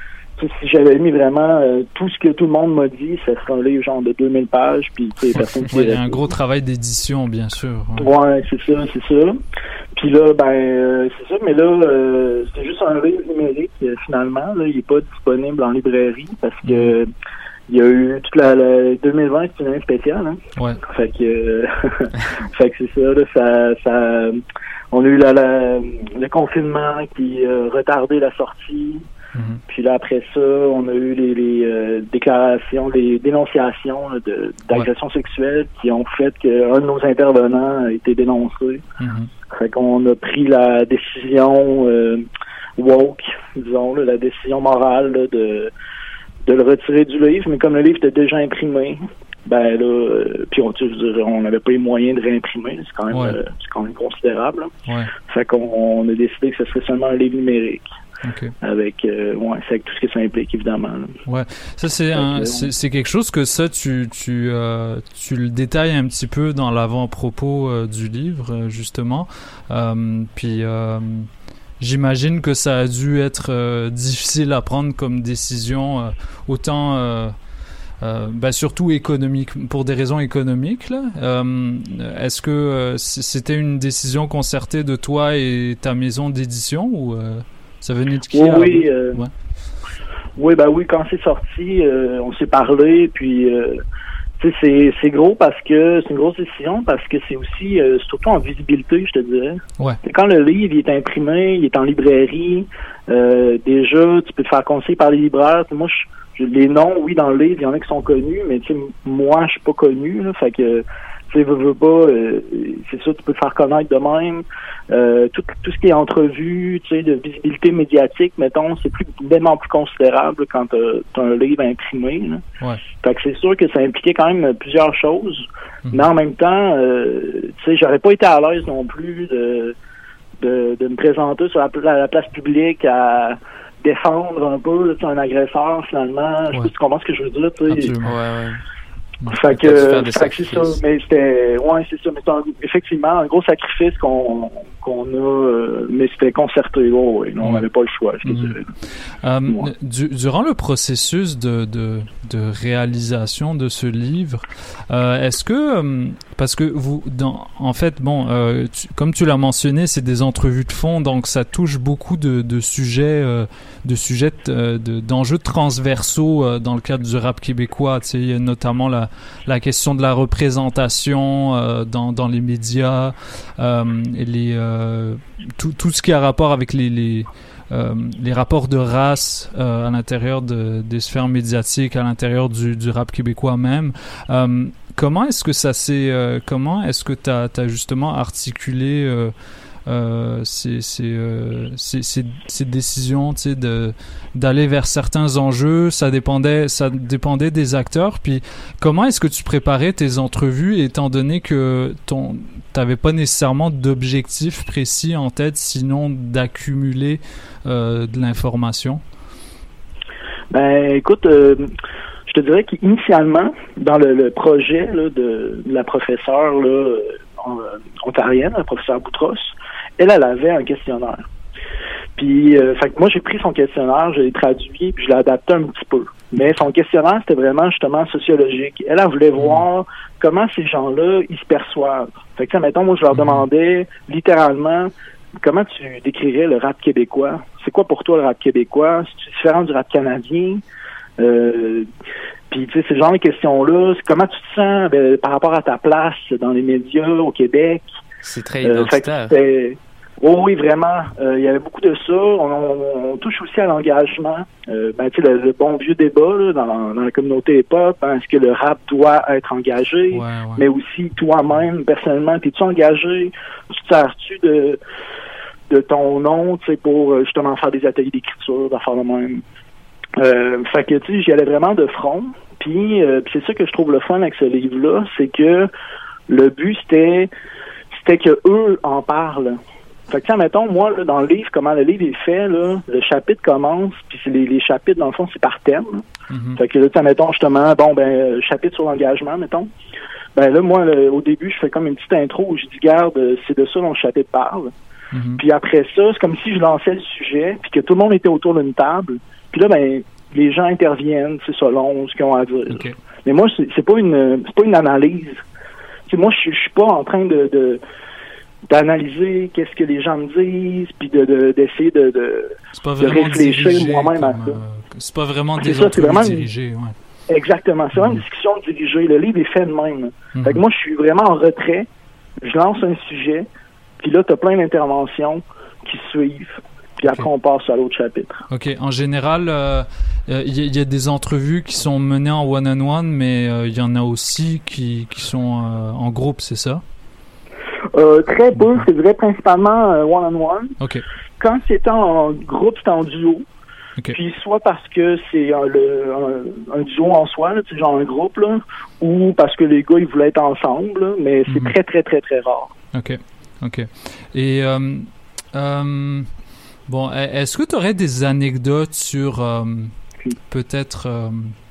si j'avais mis vraiment euh, tout ce que tout le monde m'a dit, ça serait un livre genre de deux mille pages, puis tu sais, personne qui... Ouais, il y a un gros travail d'édition, bien sûr. Ouais, ouais c'est ça, c'est ça. Puis là, ben, euh, c'est ça, mais là, euh, c'est juste un livre numérique, euh, finalement, là, il est pas disponible en librairie, parce que il y a eu toute la, la deux mille vingt, c'est une année spéciale, hein. Ouais. Fait que, euh, fait que c'est ça, là, ça, ça, on a eu la, la, le confinement qui a euh, retardé la sortie. Mm-hmm. Puis là, après ça, on a eu les, les euh, déclarations, les dénonciations là, de, d'agressions ouais. sexuelles qui ont fait qu'un de nos intervenants a été dénoncé. Mm-hmm. Fait qu'on a pris la décision euh, woke, disons, là, la décision morale là, de, de le retirer du livre. Mais comme le livre était déjà imprimé, ben là, euh, puis on, tu sais, on n'avait pas les moyens de réimprimer. C'est quand même, ouais. euh, c'est quand même considérable. Ouais. Fait qu'on on a décidé que ce serait seulement un livre numérique. Okay. Avec, euh, ouais, c'est avec tout ce que ça implique, évidemment. Là. Ouais, ça c'est, un, que, c'est, c'est quelque chose que ça, tu, tu, euh, tu le détailles un petit peu dans l'avant-propos euh, du livre, euh, justement. Euh, puis, euh, j'imagine que ça a dû être euh, difficile à prendre comme décision, euh, autant... Euh, Euh, ben surtout économique, pour des raisons économiques là. Euh, est-ce que euh, c'était une décision concertée de toi et ta maison d'édition ou euh, ça venait de qui? Oui, oui, euh, ouais. oui, ben oui, quand c'est sorti, euh, on s'est parlé, puis euh, tu sais, c'est c'est gros parce que c'est une grosse décision parce que c'est aussi euh, surtout en visibilité, je te dirais. Ouais. Quand le livre il est imprimé, il est en librairie, euh, déjà tu peux te faire conseiller par les libraires. Moi, je Les noms, oui, dans le livre, il y en a qui sont connus, mais tu sais, moi, je suis pas connu, là, fait que Tu sais, veux, veux pas, euh, c'est ça, tu peux te faire connaître de même. Euh, tout, tout ce qui est entrevue, tu sais, de visibilité médiatique, mettons, c'est plus vraiment plus considérable quand t'as, t'as un livre imprimé. Là. Ouais. Fait que c'est sûr que ça impliquait quand même plusieurs choses. Mm-hmm. Mais en même temps, euh, tu sais, j'aurais pas été à l'aise non plus de, de, de me présenter sur la, la, la place publique à défendre un peu là, un agresseur, finalement. Je sais pas si tu comprends ce que je veux dire, tu sais. Absolument. Ouais, ouais. Fait que, fait que c'est ça, mais c'était, ouais, c'est ça, mais c'est un, effectivement un gros sacrifice qu'on, qu'on a, euh, mais c'était concerté, oh, ouais, non, on n'avait pas le choix, je te mmh. dirais. Euh, du, durant le processus de, de, de réalisation de ce livre, euh, est-ce que, euh, parce que vous, dans, en fait, bon, euh, tu, comme tu l'as mentionné, c'est des entrevues de fond, donc ça touche beaucoup de, de sujets, euh, de sujets, de, de, d'enjeux transversaux euh, dans le cadre du rap québécois, tu sais, notamment la la question de la représentation euh, dans dans les médias, euh, et les euh, tout tout ce qui a rapport avec les les euh, les rapports de race euh, à l'intérieur de des sphères médiatiques, à l'intérieur du du rap québécois même. Euh, comment est-ce que ça s'est euh, comment est-ce que t'as t'as justement articulé euh, Euh, ces, ces, euh, ces, ces, ces décisions, tu sais, de, d'aller vers certains enjeux, ça dépendait, ça dépendait des acteurs. Puis, comment est-ce que tu préparais tes entrevues, étant donné que ton, t'avais pas nécessairement d'objectif précis en tête, sinon d'accumuler euh, de l'information? Ben, écoute, euh, je te dirais qu'initialement, dans le, le projet là, de, de la professeure là, ontarienne, la professeure Boutros, elle, elle avait un questionnaire. Puis, euh, fait que moi, j'ai pris son questionnaire, je l'ai traduit, puis je l'ai adapté un petit peu. Mais son questionnaire, c'était vraiment, justement, sociologique. Elle, elle voulait voir comment ces gens-là, ils se perçoivent. Fait que, mettons, moi, je leur demandais, littéralement, comment tu décrirais le rap québécois? C'est quoi pour toi, le rap québécois? C'est différent du rap canadien? Euh, puis, tu sais, ce genre de questions-là, c'est comment tu te sens ben, par rapport à ta place dans les médias au Québec? C'est très identitaire. Euh, oh, oui, vraiment. Euh, il y avait beaucoup de ça. On, on, on touche aussi à l'engagement. Euh, ben, tu sais, le, le bon vieux débat là, dans, dans la communauté hip-hop, hein, est-ce que le rap doit être engagé? Ouais, ouais. Mais aussi, toi-même, personnellement, es-tu engagé? Tu te sers-tu de, de ton nom, tu sais, pour justement faire des ateliers d'écriture, d'en faire le même? Euh, fait que, tu sais, j'y allais vraiment de front. Puis, euh, c'est ça que je trouve le fun avec ce livre-là, c'est que le but, c'était c'était que eux en parlent. Fait que, tiens, mettons, moi, là, dans le livre, comment le livre est fait, là, le chapitre commence, puis c'est les, les chapitres, dans le fond, c'est par thème. Mm-hmm. Fait que là, tiens, mettons, justement, bon, ben, chapitre sur l'engagement, mettons. Ben là, moi, là, au début, je fais comme une petite intro où je dis, garde, c'est de ça dont le chapitre parle. Mm-hmm. Puis après ça, c'est comme si je lançais le sujet, puis que tout le monde était autour d'une table. Puis là, ben, les gens interviennent, c'est selon ce qu'ils ont à dire. Okay. Mais moi, c'est, c'est pas une, c'est pas une analyse. T'sais, moi, je, je suis pas en train de, de d'analyser qu'est-ce que les gens me disent, puis de, de d'essayer de, de, c'est pas de réfléchir dirigé, moi-même comme, à ça. Euh, c'est pas vraiment c'est des ça, entrevues c'est vraiment dirigées, une... ouais. Exactement, c'est vraiment une discussion dirigée. Le livre est fait de même. Mm-hmm. Fait que moi, je suis vraiment en retrait. Je lance un sujet, puis là, t'as plein d'interventions qui suivent. Puis après, okay. on passe à l'autre chapitre. OK. En général, il euh, euh, y, y a des entrevues qui sont menées en one-on-one, mais il euh, y en a aussi qui, qui sont euh, en groupe, c'est ça? Euh, très peu. Je dirais principalement euh, one-on-one. OK. Quand c'était en groupe, c'était en duo. Okay. Puis soit parce que c'est un, le, un, un duo en soi, là, genre un groupe, là, ou parce que les gars, ils voulaient être ensemble, là, mais c'est mm-hmm. très, très, très, très rare. OK. OK. Et... Euh, euh... Bon, est-ce que tu aurais des anecdotes sur euh, peut-être euh,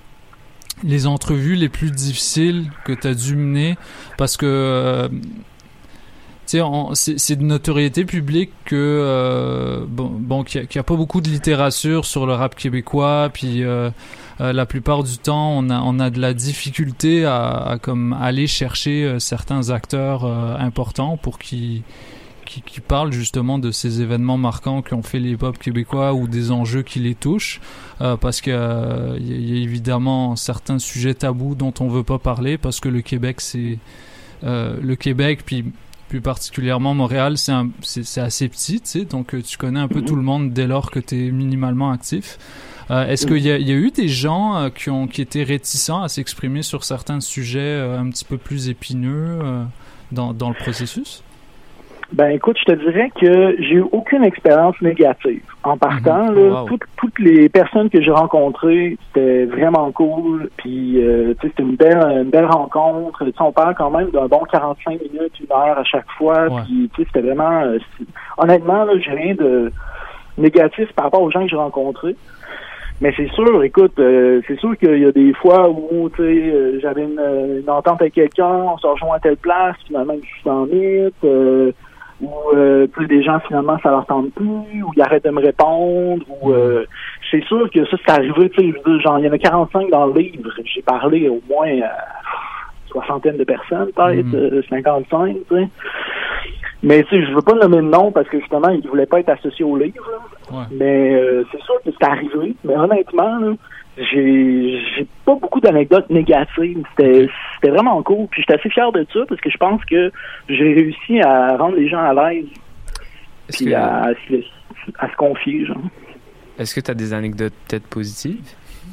les entrevues les plus difficiles que tu as dû mener? Parce que, euh, tu sais, c'est, c'est de notoriété publique que, euh, bon, bon qu'il n'y a, a pas beaucoup de littérature sur le rap québécois, puis euh, euh, la plupart du temps, on a, on a de la difficulté à, à comme aller chercher euh, certains acteurs euh, importants pour qu'ils Qui, qui parlent justement de ces événements marquants qui ont fait les hip-hop québécois ou des enjeux qui les touchent, euh, parce qu'il euh, y, y a évidemment certains sujets tabous dont on veut pas parler, parce que le Québec, c'est euh, le Québec, puis plus particulièrement Montréal, c'est, un, c'est, c'est assez petit, tu sais, donc tu connais un peu tout le monde dès lors que tu es minimalement actif. Euh, est-ce qu'il y a, il y a eu des gens euh, qui ont qui étaient réticents à s'exprimer sur certains sujets euh, un petit peu plus épineux euh, dans, dans le processus? Ben écoute, je te dirais que j'ai eu aucune expérience négative. En partant, Mm-hmm. là, Wow. toutes, toutes les personnes que j'ai rencontrées, c'était vraiment cool. Puis, euh, tu sais, c'était une belle, une belle rencontre. Tu sais, on parle quand même d'un bon quarante-cinq minutes, une heure à chaque fois. Ouais. Puis, tu sais, c'était vraiment... euh, c'est- honnêtement, là, j'ai rien de négatif par rapport aux gens que j'ai rencontrés. Mais c'est sûr, écoute, euh, c'est sûr qu'il y a des fois où, tu sais, euh, j'avais une, une entente avec quelqu'un, on se rejoint à telle place, finalement, je suis en mythe, euh, ou euh, tu sais, des gens, finalement, ça leur tente plus, ou ils arrêtent de me répondre, ou euh, c'est sûr que ça, c'est arrivé, tu sais, je veux dire, genre, il y en a quarante-cinq dans le livre, j'ai parlé au moins à soixantaine de personnes, peut-être, Mm. euh, cinquante-cinq, tu sais. Mais tu sais, je veux pas nommer de nom parce que justement, il voulait pas être associé au livre. là. Ouais. Mais euh, c'est sûr que c'est arrivé. Mais honnêtement, là, j'ai j'ai pas beaucoup d'anecdotes négatives. C'était c'était vraiment cool. Puis j'étais assez fier de ça parce que je pense que j'ai réussi à rendre les gens à l'aise. Est-ce Puis que- à, à se, à se confier, genre. Est-ce que tu as des anecdotes peut-être positives?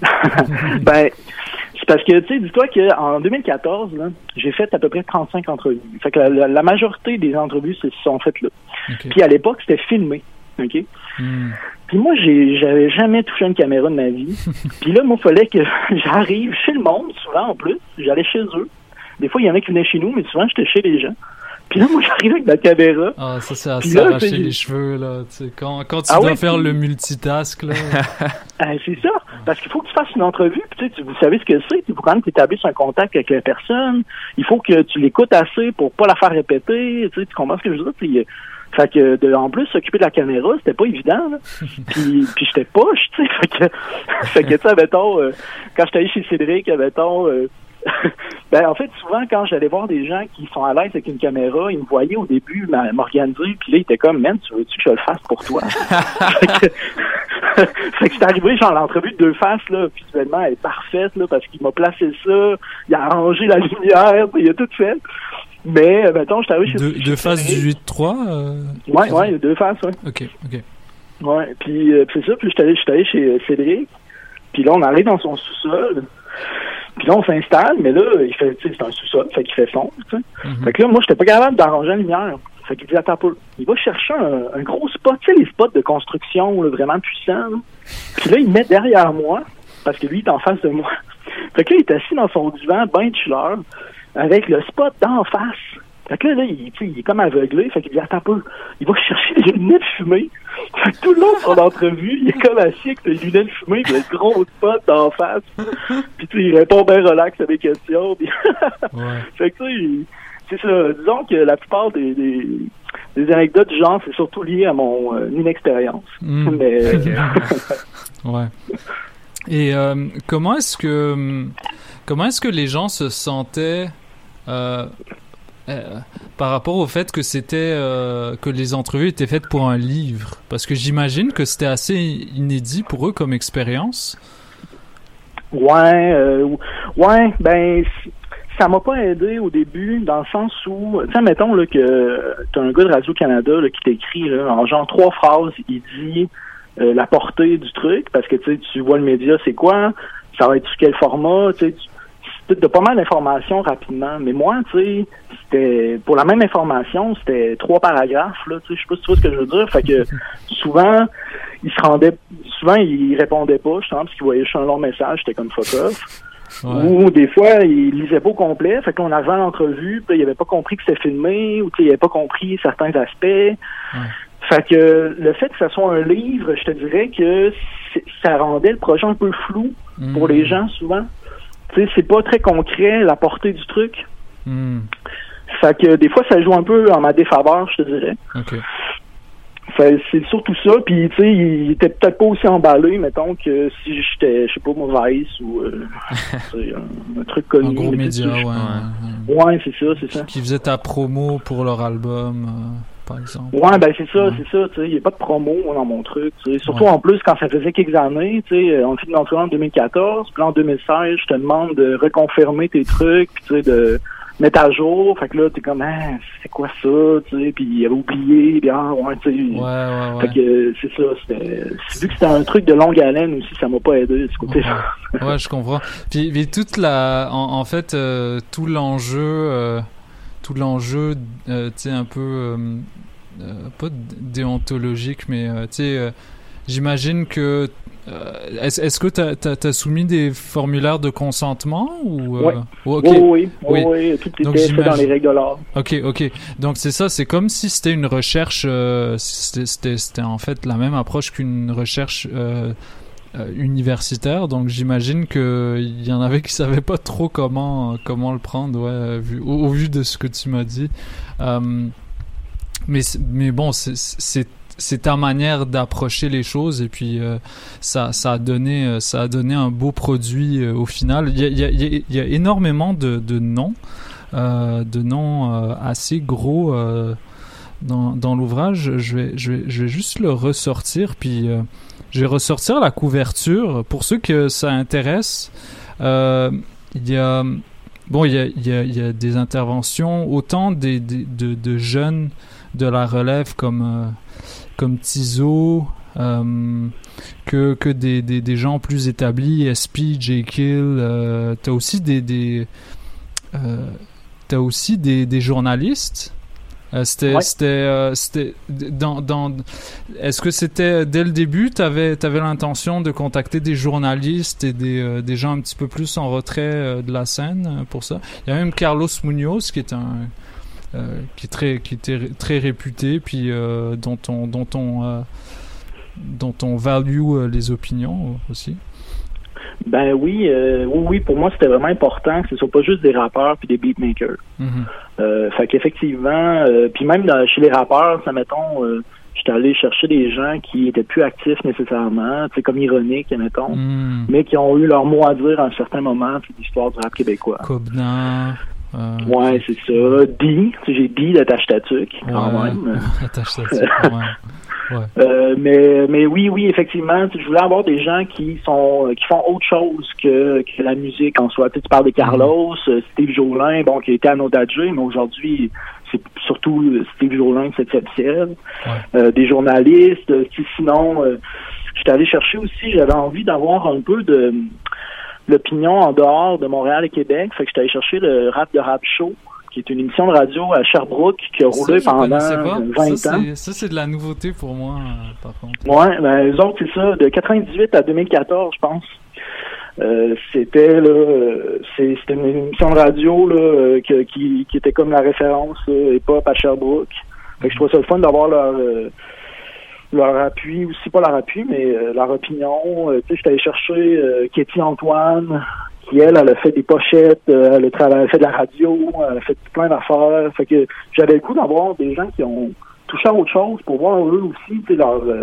Ben, c'est parce que, tu sais, dis-toi qu'en deux mille quatorze, là, j'ai fait à peu près trente-cinq entrevues. Fait que la, la, la majorité des entrevues se sont faites là. Ok. Puis à l'époque, c'était filmé, OK? Hmm. Puis moi, j'ai, j'avais jamais touché une caméra de ma vie. Puis là, moi, il fallait que j'arrive chez le monde, souvent en plus. J'allais chez eux. Des fois, il y en a qui venaient chez nous, mais souvent, j'étais chez les gens. Puis là, moi, j'arrivais avec ma caméra. Ah, ça, c'est à Puis là, s'arracher c'est- les cheveux, là. Tu sais, quand, quand tu Ah dois ouais, faire puis- le multitask, là. Ah, c'est ça. Parce qu'il faut que tu fasses une entrevue, puis tu sais, tu- vous savez ce que c'est. Il faut quand même que tu établisses un contact avec la personne. Il faut que tu l'écoutes assez pour pas la faire répéter. Tu sais, tu comprends ce que je veux dire? Puis, euh, fait que, de, en plus, s'occuper de la caméra, c'était pas évident, là. Puis, puis j'étais poche, tu sais. Fait que, fait que, tu sais, mettons, euh, quand j'étais allé chez Cédric, mettons, euh, ben, en fait, souvent, quand j'allais voir des gens qui sont à l'aise avec une caméra, ils me voyaient au début m'a- m'organiser, puis là, ils étaient comme, man, tu veux-tu que je le fasse pour toi? fait que, fait que c'est arrivé, genre, l'entrevue de deux faces, là, visuellement, elle est parfaite, là, parce qu'il m'a placé ça, il a arrangé la lumière, il a tout fait. Mais, euh, mettons, j'étais arrivé chez Deux, chez deux faces du Cédric. huit trois? Euh... Ouais, ouais, il y a deux faces, ouais. Ok, ok. Ouais, puis euh, c'est ça, puis j'étais allé, j'étais allé chez euh, Cédric, puis là, on arrive dans son sous-sol, puis là, on s'installe, mais là, il fait, tu sais, c'est un sous-sol, fait qu'il fait sombre, tu sais. Mhm. Fait que là, moi, j'étais pas capable d'arranger la lumière. Fait qu'il dit, attends pas, il va chercher un, un gros spot, tu sais, les spots de construction, là, vraiment puissants, là. Puis là, il met derrière moi, parce que lui, il est en face de moi. Fait que là, il est assis dans son divan, ben de chilleur, avec le spot d'en face. Fait que là, là il, tu sais, il est comme aveuglé, fait qu'il dit, attends pas, il va chercher des lunettes fumées. Fait que tout le long de son entrevue, il est comme assis avec des lunettes fumées, puis le gros spot d'en face. Puis tu sais, il répond bien relax à des questions. Puis Ouais. fait que tu sais, il- c'est ça. Disons que la plupart des, des, des anecdotes du genre, c'est surtout lié à mon euh, inexpérience. Mm. Mais Ouais. Et euh, comment est-ce que hum, comment est-ce que les gens se sentaient euh, euh, par rapport au fait que c'était euh, que les entrevues étaient faites pour un livre? Parce que j'imagine que c'était assez inédit pour eux comme expérience. ouais, euh, ouais, ben c- ça m'a pas aidé au début dans le sens où, tu sais, mettons là que t'as un gars de Radio-Canada là, qui t'écrit là, en genre trois phrases, il dit euh, la portée du truc, parce que tu sais, tu vois le média, c'est quoi, ça va être sur quel format, tu sais, tu t'as pas mal d'informations rapidement. Mais moi, tu sais, c'était pour la même information, c'était trois paragraphes, là, tu sais, je sais pas si tu vois ce que je veux dire. Fait que souvent, il se rendait souvent il répondait pas, justement, parce qu'il voyait juste un long message, j'étais comme fuck off. Ouais. Ou des fois, il lisait pas au complet, fait qu'on arrivait à l'entrevue, puis il avait pas compris que c'était filmé, ou tu sais, il avait pas compris certains aspects. Fait que le fait que ça soit un livre, je te dirais que c'est- ça rendait le projet un peu flou pour les gens souvent. Tu sais, c'est pas très concret la portée du truc. Hmm. Fait que des fois, ça joue un peu en ma défaveur, je te dirais. Ok. Fait, c'est surtout ça. Puis, tu sais, il était peut-être pas aussi emballé, mettons, que si j'étais, je sais pas, mauvaise ou euh, tu sais, un, un truc connu. Un gros Mais média, tu sais, ouais. je- Ouais, c'est ça, c'est ça. Qui faisait ta promo pour leur album, euh, par exemple. Ouais, ben c'est ça, c'est ça, tu sais, il n'y a pas de promo moi, dans mon truc, tu sais. Surtout Ouais. en plus quand ça faisait quelques années, tu sais, on fait une entrevue en deux mille quatorze, puis là, en deux mille seize, je te demande de reconfirmer tes trucs, puis tu sais, de, mettre à jour. Fait que là, t'es comme, ah, c'est quoi ça, tu sais, puis il avait oublié, puis ah, ouais, tu sais. Ouais, ouais, ouais. Fait que c'est ça, c'était, vu que c'était un truc de longue haleine aussi, ça m'a pas aidé de ce côté-là. Ouais, ouais, je comprends. Puis, puis toute la, en, en fait, euh, tout l'enjeu, euh, tout l'enjeu, euh, tu sais, un peu, euh, euh, pas déontologique, mais, euh, tu sais, euh, j'imagine que Euh, est-ce, est-ce que tu as soumis des formulaires de consentement ou euh... ouais. oh, okay. oui, oui, oui, oui, tout était Donc, fait dans les règles de l'art. Ok, ok. Donc c'est ça, c'est comme si c'était une recherche, euh, c'était, c'était, c'était en fait la même approche qu'une recherche euh, euh, universitaire. Donc j'imagine que il y en avait qui savaient pas trop comment comment le prendre, ouais, vu, au, au vu de ce que tu m'as dit. Euh, mais mais bon, c'est, c'est c'est ta manière d'approcher les choses et puis euh, ça ça a donné ça a donné un beau produit euh, au final. Il y a il y a il y a énormément de de noms euh, de noms euh, assez gros euh, dans dans l'ouvrage. Je vais je vais je vais juste le ressortir puis euh, je vais ressortir la couverture pour ceux que ça intéresse. Euh, il y a bon il y a il y a il y a des interventions autant des, des de de jeunes de la relève comme euh, comme Tizo, euh, que, que des, des, des gens plus établis, S P, J. Kill. Euh, t'as aussi des, des, euh, t'as aussi des, des journalistes. Euh, c'était, ouais. c'était, euh, c'était dans, dans, est-ce que c'était dès le début, t'avais, t'avais l'intention de contacter des journalistes et des, euh, des gens un petit peu plus en retrait euh, de la scène euh, pour ça? Il y a même Carlos Munoz qui est un Euh, qui est très qui était très réputé puis euh, dont on dont on euh, dont on value euh, les opinions aussi. Ben oui, euh, oui, oui, pour moi c'était vraiment important que ce soit pas juste des rappeurs puis des beatmakers. Mm-hmm. Euh, fait qu'effectivement, euh, puis même dans, chez les rappeurs, ça mettons, euh, j'étais allé chercher des gens qui étaient plus actifs nécessairement, tu sais comme Ironique, mettons, mm. mais qui ont eu leur mot à dire à un certain moment de l'histoire du rap québécois. Kobna. Euh, ouais, c'est ça. D, tu sais, j'ai D d'Attache Tatuc, quand ouais, même. Attache Tatuc, ouais. Ouais. Euh, mais mais oui, oui, effectivement, je voulais avoir des gens qui sont qui font autre chose que, que la musique en soi. Tu sais, tu parles de Carlos, mm. Steve Jolin, bon, qui était à Nodadjé, mais aujourd'hui, c'est surtout Steve Jolin, c'est officiel. Ouais. Euh, des journalistes, qui sinon, euh, j'étais allé chercher aussi, j'avais envie d'avoir un peu de l'opinion en dehors de Montréal et Québec. Fait que j'étais allé chercher le Rap de Rap Show, qui est une émission de radio à Sherbrooke qui a roulé ça, pendant vingt ça, ans. C'est, ça, c'est de la nouveauté pour moi, euh, par contre. Ouais, ben, eux autres, c'est ça, de quatre-vingt-dix-huit à deux mille quatorze, je pense. Euh, c'était, là, euh, c'est, c'était une émission de radio, là, euh, que, qui, qui était comme la référence, euh, hip-hop à Sherbrooke. Fait que je trouvais ça le fun d'avoir leur, euh, leur appui, aussi pas leur appui, mais euh, leur opinion. Euh, tu sais, j'étais allé chercher euh, Katie Antoine, qui, elle, elle a fait des pochettes, euh, elle, a tra- elle a fait de la radio, elle a fait plein d'affaires. Fait que j'avais le goût d'avoir des gens qui ont touché à autre chose pour voir eux aussi, tu sais, leur, euh,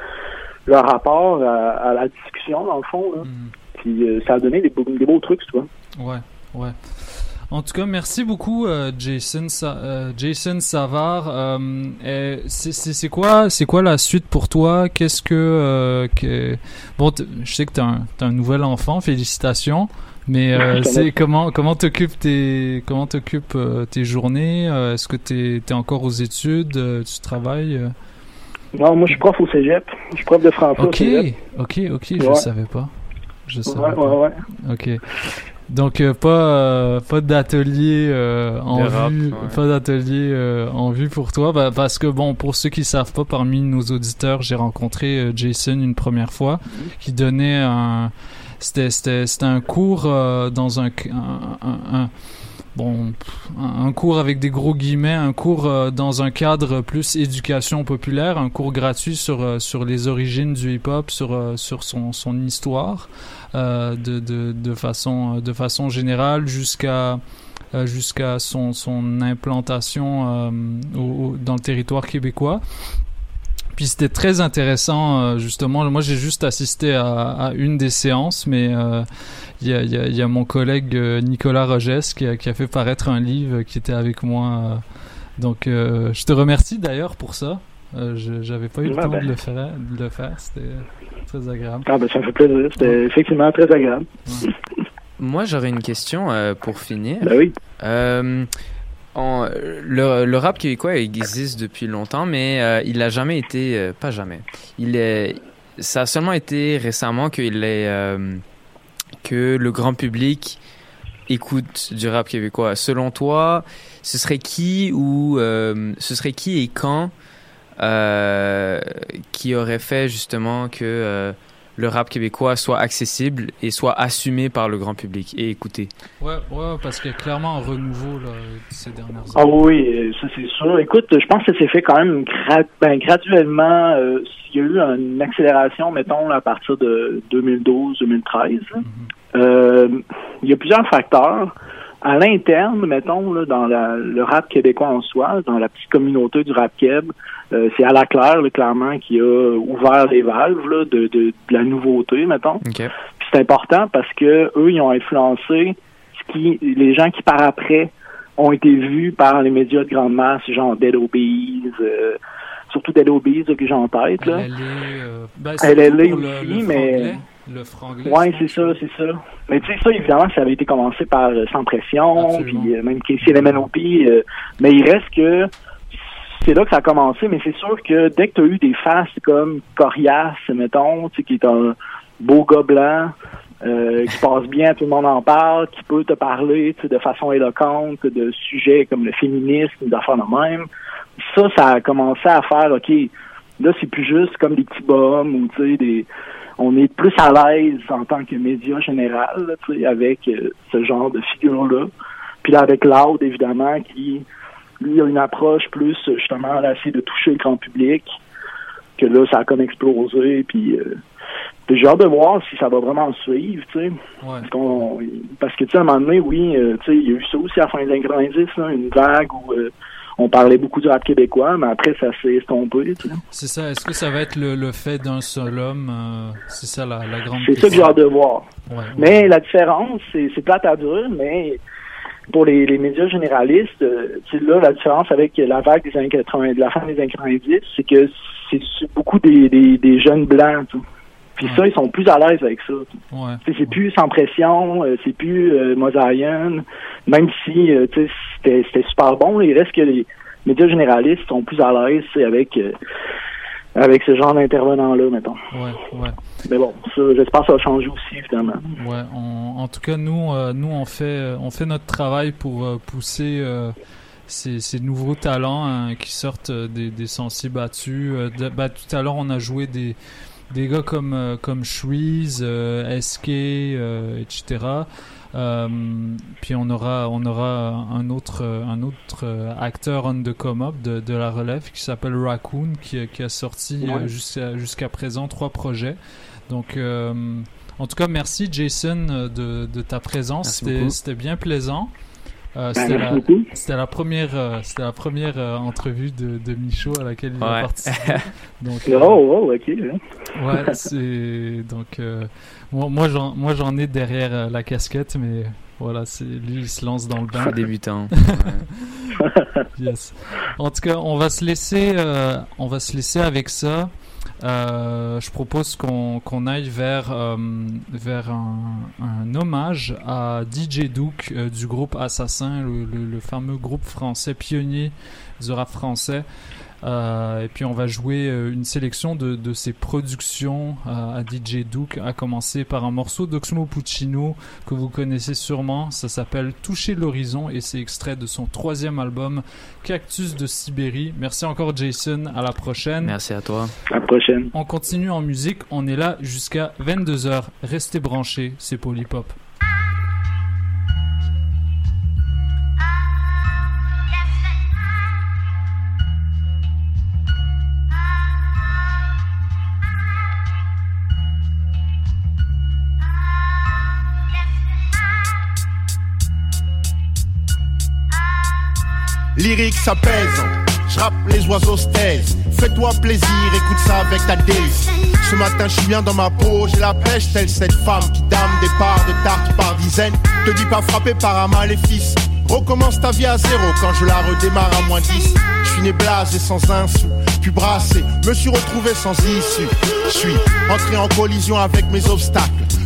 leur rapport à, à la discussion, dans le fond, là. Mm. Puis euh, ça a donné des, beaux, des beaux trucs, tu vois. Ouais, ouais. En tout cas, merci beaucoup, euh, Jason, Sa- euh, Jason Savard. Euh, c'est, c'est, c'est quoi, c'est quoi la suite pour toi? Qu'est-ce que, euh, que... bon, t- je sais que t'as un, t'as un nouvel enfant, félicitations. Mais euh, c'est comment, comment t'occupes tes, comment t'occupes euh, tes journées? Euh, est-ce que t'es, t'es encore aux études? Euh, tu travailles? Euh... Non, moi je suis prof au cégep. Je suis prof de français okay, au cégep. Ok, ok, je ouais. savais pas. Je savais ouais, pas. ouais, ouais. Ok. Donc euh, pas euh, pas d'atelier euh, en rap, vue, ouais. pas d'atelier euh, en vue pour toi, bah, parce que bon, pour ceux qui savent pas, parmi nos auditeurs, j'ai rencontré euh, Jason une première fois, mm-hmm. qui donnait un, c'était c'était c'était un cours euh, dans un, un, un, un bon un cours avec des gros guillemets, un cours euh, dans un cadre plus éducation populaire, un cours gratuit sur euh, sur les origines du hip-hop, sur euh, sur son son histoire. Euh, de, de, de façon de façon générale jusqu'à euh, jusqu'à son son implantation euh, au, dans le territoire québécois. Puis c'était très intéressant, euh, justement. Moi, j'ai juste assisté à, à une des séances, mais il euh, y, a, y, a, y a mon collègue euh, Nicolas Rogès qui a, qui a fait paraître un livre qui était avec moi. Euh, donc, euh, je te remercie d'ailleurs pour ça. Euh, je, j'avais pas eu le ouais, temps ben. de le faire, de le faire. C'était très agréable. Ah ben ça me fait plaisir. C'était ouais. effectivement très agréable. Ouais. moi, j'aurais une question euh, pour finir. Ben oui. Euh, en, le, le rap québécois existe depuis longtemps, mais euh, il n'a jamais été... Euh, pas jamais. Il est, ça a seulement été récemment qu'il est, euh, que le grand public écoute du rap québécois. Selon toi, ce serait qui ou euh, ce serait qui et quand euh, qui aurait fait justement que euh, le rap québécois soit accessible et soit assumé par le grand public et écouté? Ouais, ouais, parce qu'il y a clairement un renouveau là, ces dernières années. Ah oui, ça c'est sûr. Écoute, je pense que ça s'est fait quand même gra- ben, graduellement. Euh, il y a eu une accélération, mettons, là, à partir de deux mille douze deux mille treize. Mm-hmm. Euh, il y a plusieurs facteurs. À l'interne, mettons, là, dans la, le rap québécois en soi, dans la petite communauté du rap québécois, euh, c'est à la Claire, là, clairement, qui a ouvert les valves là, de, de, de la nouveauté, mettons. Okay. Puis c'est important parce que eux, ils ont influencé ce qui, les gens qui par après ont été vus par les médias de grande masse, genre Dead Obies, euh, surtout Dead Obies que j'ai en tête. Là. L L A, euh, ben, L L A aussi, le, le mais... Le franglais. Oui, c'est ça, c'est ça. Mais tu sais, ça, évidemment, ça avait été commencé par euh, Sans Pression, puis euh, même Casey L M N O P. Euh, mais il reste que c'est là que ça a commencé, mais c'est sûr que dès que tu as eu des faces comme Corias, mettons, tu sais, qui est un beau gars blanc, euh, qui passe bien, tout le monde en parle, qui peut te parler, tu sais, de façon éloquente de sujets comme le féminisme, des affaires de même, ça, ça a commencé à faire, OK, là, c'est plus juste comme des petits bums ou, tu sais, des... On est plus à l'aise en tant que média général, là, tu sais, avec euh, ce genre de figure-là. Puis là, avec Loud, évidemment, qui, lui, a une approche plus, justement, là, essayer de toucher le grand public, que là, ça a comme explosé, puis... Euh, puis j'ai hâte de voir si ça va vraiment suivre, tu sais. Ouais. Parce, qu'on, parce que, tu sais, à un moment donné, oui, euh, tu sais, il y a eu ça aussi à la fin des années quatre-vingt-dix, là, une vague où... Euh, on parlait beaucoup du rap québécois, mais après, ça s'est estompé. Tu sais. C'est ça. Est-ce que ça va être le, le fait d'un seul homme? Euh, c'est ça la, la grande C'est question. ça que j'ai hâte de voir. Ouais, ouais. Mais la différence, c'est, c'est plate à dire, mais pour les, les médias généralistes, euh, tu sais, là, la différence avec la vague des années quatre-vingts, de la fin des années quatre-vingt-dix, c'est que c'est beaucoup des, des, des jeunes blancs, tu sais. Puis ouais. ça, ils sont plus à l'aise avec ça. Ouais. C'est, c'est plus Sans Pression, euh, c'est plus euh, Mosaïen, même si euh, tu sais, c'était, c'était super bon, il reste que les médias généralistes sont plus à l'aise avec euh, avec ce genre d'intervenants-là, mettons. Ouais, ouais. Mais bon, ça, j'espère que ça va changer aussi, évidemment. Ouais, on, en tout cas, nous, euh, nous, on fait, on fait notre travail pour euh, pousser euh, ces, ces nouveaux talents hein, qui sortent euh, des, des sentiers battus. Euh, de, bah, tout à l'heure, on a joué des des gars comme euh, comme Shreeze, euh, S K, euh, et cetera. Euh, puis on aura on aura un autre un autre acteur on the come up de, de la relève qui s'appelle Raccoon qui, qui a sorti ouais. euh, jusqu'à jusqu'à présent trois projets. Donc euh, en tout cas merci Jason de, de ta présence. C'était, c'était bien plaisant. Euh, c'était, la, c'était la première euh, c'était la première euh, entrevue de, de Michaud à laquelle il ouais. a participé. Donc euh, oh, oh ok. Ouais, c'est donc euh, moi moi j'en moi j'en ai derrière euh, la casquette, mais voilà, c'est lui il se lance dans le bain. Débutant. Ouais. Yes. En tout cas, on va se laisser euh, on va se laisser avec ça. Euh, je propose qu'on, qu'on aille vers, euh, vers un, un hommage à D J Duke euh, du groupe Assassin, le, le, le fameux groupe français pionnier du rap français. Euh, et puis on va jouer euh, une sélection de, de ses productions euh, à D J Duke, à commencer par un morceau d'Oxmo Puccino que vous connaissez sûrement. Ça s'appelle Toucher l'horizon et c'est extrait de son troisième album Cactus de Sibérie. Merci encore Jason, à la prochaine. Merci à toi. À la prochaine. On continue en musique, on est là jusqu'à vingt-deux heures. Restez branchés, c'est Polypop. Lyrique ça pèse, j'rappe les oiseaux se taisent. Fais-toi plaisir, écoute ça avec ta délice. Ce matin je suis bien dans ma peau, j'ai la pêche telle cette femme qui dame des parts de tarte par dizaines. Te dis pas frappé par un maléfice. Recommence ta vie à zéro quand je la redémarre à moins dix. Je suis né blasé sans un sou, puis brassé, me suis retrouvé sans issue. Je suis entré en collision avec mes obstacles.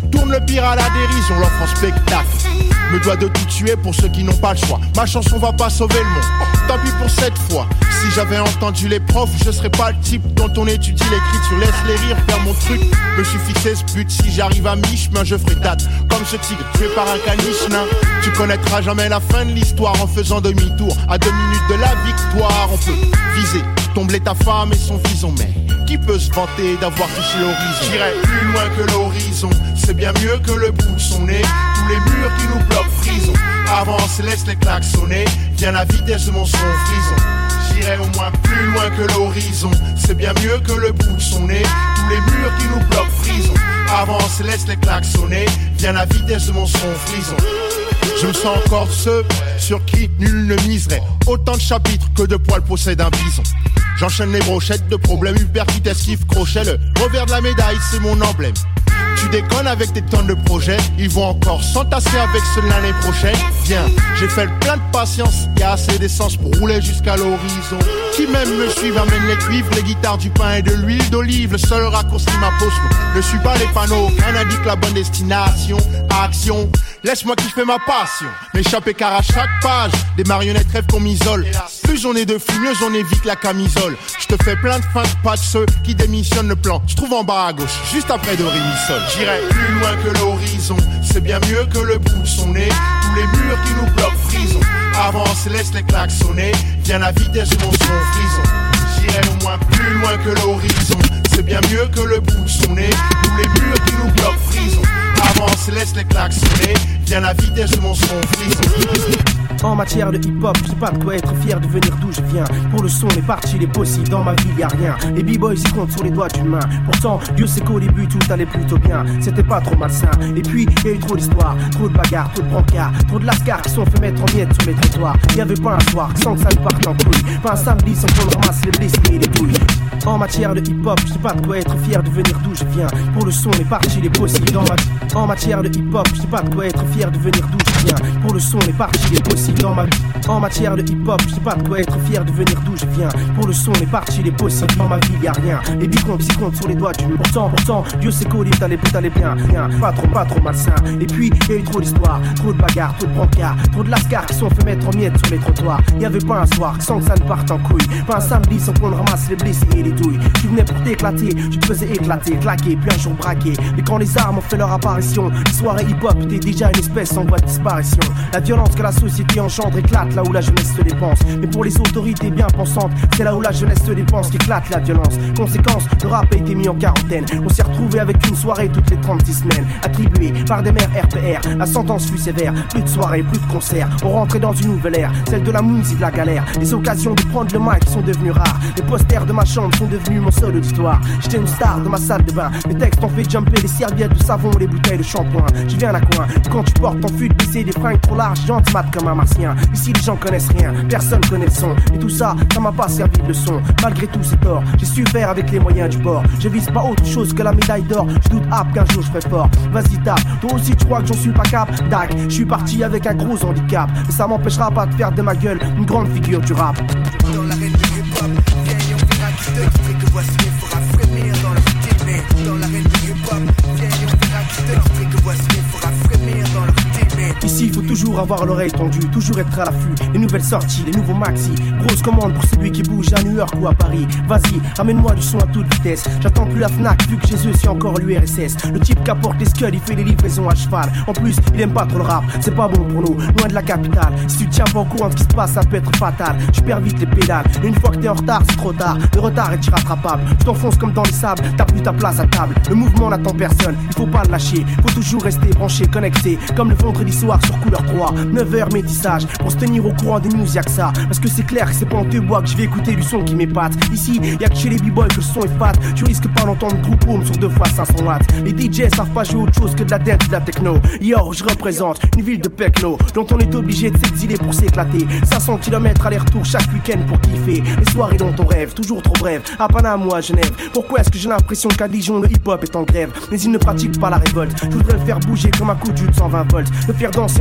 Tourne le pire à la dérision, l'offre en spectacle. Me dois de tout tuer pour ceux qui n'ont pas le choix. Ma chanson va pas sauver le monde, tant pis pour cette fois. Si j'avais entendu les profs, je serais pas le type dont on étudie l'écriture. Laisse les rires faire mon truc, me suis fixé ce but. Si j'arrive à mi-chemin, je ferai date comme ce tigre tué par un caniche nain. Tu connaîtras jamais la fin de l'histoire en faisant demi-tour. À deux minutes de la victoire, on peut viser, tomber ta femme et son vison. Mais qui peut se vanter d'avoir touché l'horizon? J'irai plus loin que l'horizon, c'est bien mieux que le bout de son nez. Tous les murs qui nous bloquent frison. Avance, laisse les claques sonner, viens la vitesse de mon son frison. J'irai au moins plus loin que l'horizon, c'est bien mieux que le bout de son nez. Tous les murs qui nous bloquent frison. Avance, laisse les claques sonner, viens la vitesse de mon son frison. Je me sens encore ceux sur qui nul ne miserait. Autant de chapitres que de poils possède un bison. J'enchaîne les brochettes de problèmes, hypercute, esquive, crochet. Le revers de la médaille, c'est mon emblème. Tu déconnes avec tes tonnes de projets, ils vont encore s'entasser avec ceux de l'année prochaine. Viens, j'ai fait le plein de patience, y a assez d'essence pour rouler jusqu'à l'horizon. Qui même me suivent amène les cuivres, les guitares, du pain et de l'huile d'olive. Le seul raccourci m'impose, ne suis pas les panneaux, rien indique la bonne destination. Action, laisse-moi kiffer ma passion, m'échapper car à chaque page, des marionnettes rêvent qu'on m'isole. Plus on est de flux, mieux on évite la camisole. Je te fais plein de fins de pas de ceux qui démissionnent le plan. Je trouve en bas à gauche, juste après de ré mi sol. J'irai plus loin que l'horizon, c'est bien mieux que le bout de son nez. Tous les murs qui nous bloquent frison. Avance, laisse les claques sonner, viens la vitesse de mon son frison. J'irai au moins plus loin que l'horizon, c'est bien mieux que le bout de son nez. Tous les murs qui nous bloquent frison. Avance, laisse les claques sonner, viens la vitesse de mon son frison. En matière de hip-hop, j'ai pas de quoi être fier de venir d'où je viens. Pour le son, les parties, les possibles, dans ma vie y'a rien. Les b-boys ils comptent sur les doigts d'une main. Pourtant, Dieu sait qu'au début tout allait plutôt bien. C'était pas trop malsain. Et puis, y'a eu trop d'histoires, trop de bagarres, trop de brancards, trop de lascars qui sont fait mettre en miettes sur les trottoirs. Y'avait pas un soir sans que ça ne parte en couille. Pas un samedi sans qu'on ramasse les blessés et les douilles. En matière de hip-hop, j'ai pas de quoi être fier de venir d'où je viens. Pour le son, les parties, les possibles, dans ma vie. En matière de hip-hop, j'ai pas de quoi être fier de venir d'où je viens. Pour le son, les parties, les possibles, dans ma vie. En matière de hip-hop, j'ai pas de quoi être fier de venir d'où je viens. Pour le son, les parties, les possibles, dans ma vie y'a rien. Les bicomptes s'y comptent sur les doigts du mur. Pourtant, pourtant, Dieu sait qu'au livre t'allais t'allais bien, rien. Pas trop, pas trop malsain. Et puis, y'a eu trop d'histoires, trop de bagarres, trop de brancards, trop de lascars qui sont fait mettre en miettes sur les trottoirs. Y'avait pas un soir sans que ça ne parte en couille. Pas un samedi sans qu'on ramasse les blessés et les douilles. Tu venais pour t'éclater, tu te faisais éclater, claquer, puis un jour braquer. Mais quand les armes ont fait leur apparition, les soirées hip-hop étaient déjà une espèce en voie de disparition. La violence que la société engendre éclate là où la jeunesse se dépense. Mais pour les autorités bien pensantes, c'est là où la jeunesse se dépense qu'éclate la violence. Conséquence, le rap a été mis en quarantaine. On s'est retrouvé avec une soirée toutes les trente-six semaines, attribuée par des maires R P R. La sentence fut sévère, plus de soirées, plus de concerts. On rentrait dans une nouvelle ère, celle de la mouise et de la galère. Les occasions de prendre le mic sont devenues rares. Les posters de ma chambre sont devenus mon seul auditoire. J'étais une star de ma salle de bain. Les textes ont fait jumper les serviettes de savon, les bouteilles de shampoing. J'y viens à la coin, quand tu portes ton fut de baisser des fringues trop larges, gentil mat comme un martien. Ici les gens connaissent rien, personne connaît le son. Et tout ça, ça m'a pas servi de leçon. Malgré tous ces torts, j'ai su faire avec les moyens du bord. Je vise pas autre chose que la médaille d'or. Je doute ap qu'un jour je ferai fort. Vas-y tape, toi aussi tu crois que j'en suis pas cap. Dac, je suis parti avec un gros handicap. Mais ça m'empêchera pas de faire de ma gueule une grande figure du rap. Dans l'arène du hip-hop, viens on verra qui te dit que voici les fera frémir dans leur teamé. Dans l'arène du hip-hop, viens on verra qui te dit que voici les fera frémir dans leur teamé. Ici il faut toujours avoir l'oreille tendue, toujours être à l'affût. Les nouvelles sorties, les nouveaux maxi. Grosse commande pour celui qui bouge à New York ou à Paris. Vas-y, amène-moi du son à toute vitesse. J'attends plus la Fnac vu que chez eux c'est encore l'U R S S. Le type qui apporte les scuds, il fait les livraisons à cheval. En plus, il aime pas trop le rap, c'est pas bon pour nous, loin de la capitale. Si tu tiens pas au courant de ce qui se passe, ça peut être fatal. Je perds vite les pédales, et une fois que t'es en retard, c'est trop tard. Le retard est irrattrapable, tu t'enfonces comme dans les sables. T'as plus ta place à table, le mouvement n'attend personne. Il faut pas le lâcher, faut toujours rester branché, connecté. Comme le vendredi soir sur Couleur trois, neuf heures métissage. Pour se tenir au courant des news, y'a que ça. Parce que c'est clair que c'est pas en te bois que je vais écouter du son qui m'épate. Ici, y'a que chez les b-boys que le son est fat. Tu risques pas d'entendre groupe home sur deux fois cinq cents watts. Les D Js savent pas jouer autre chose que de la dance et de la techno. Yo, je représente une ville de Pecno, dont on est obligé de s'exiler pour s'éclater. cinq cents kilomètres aller-retour chaque week-end pour kiffer. Les soirées dont on rêve, toujours trop brèves. À Panama ou à Genève. Pourquoi est-ce que j'ai l'impression qu'à Dijon le hip-hop est en grève? Mais ils ne pratiquent pas la révolte. Je voudrais le faire bouger comme un coup de jus de cent vingt volts. Le faire danser en lui tirant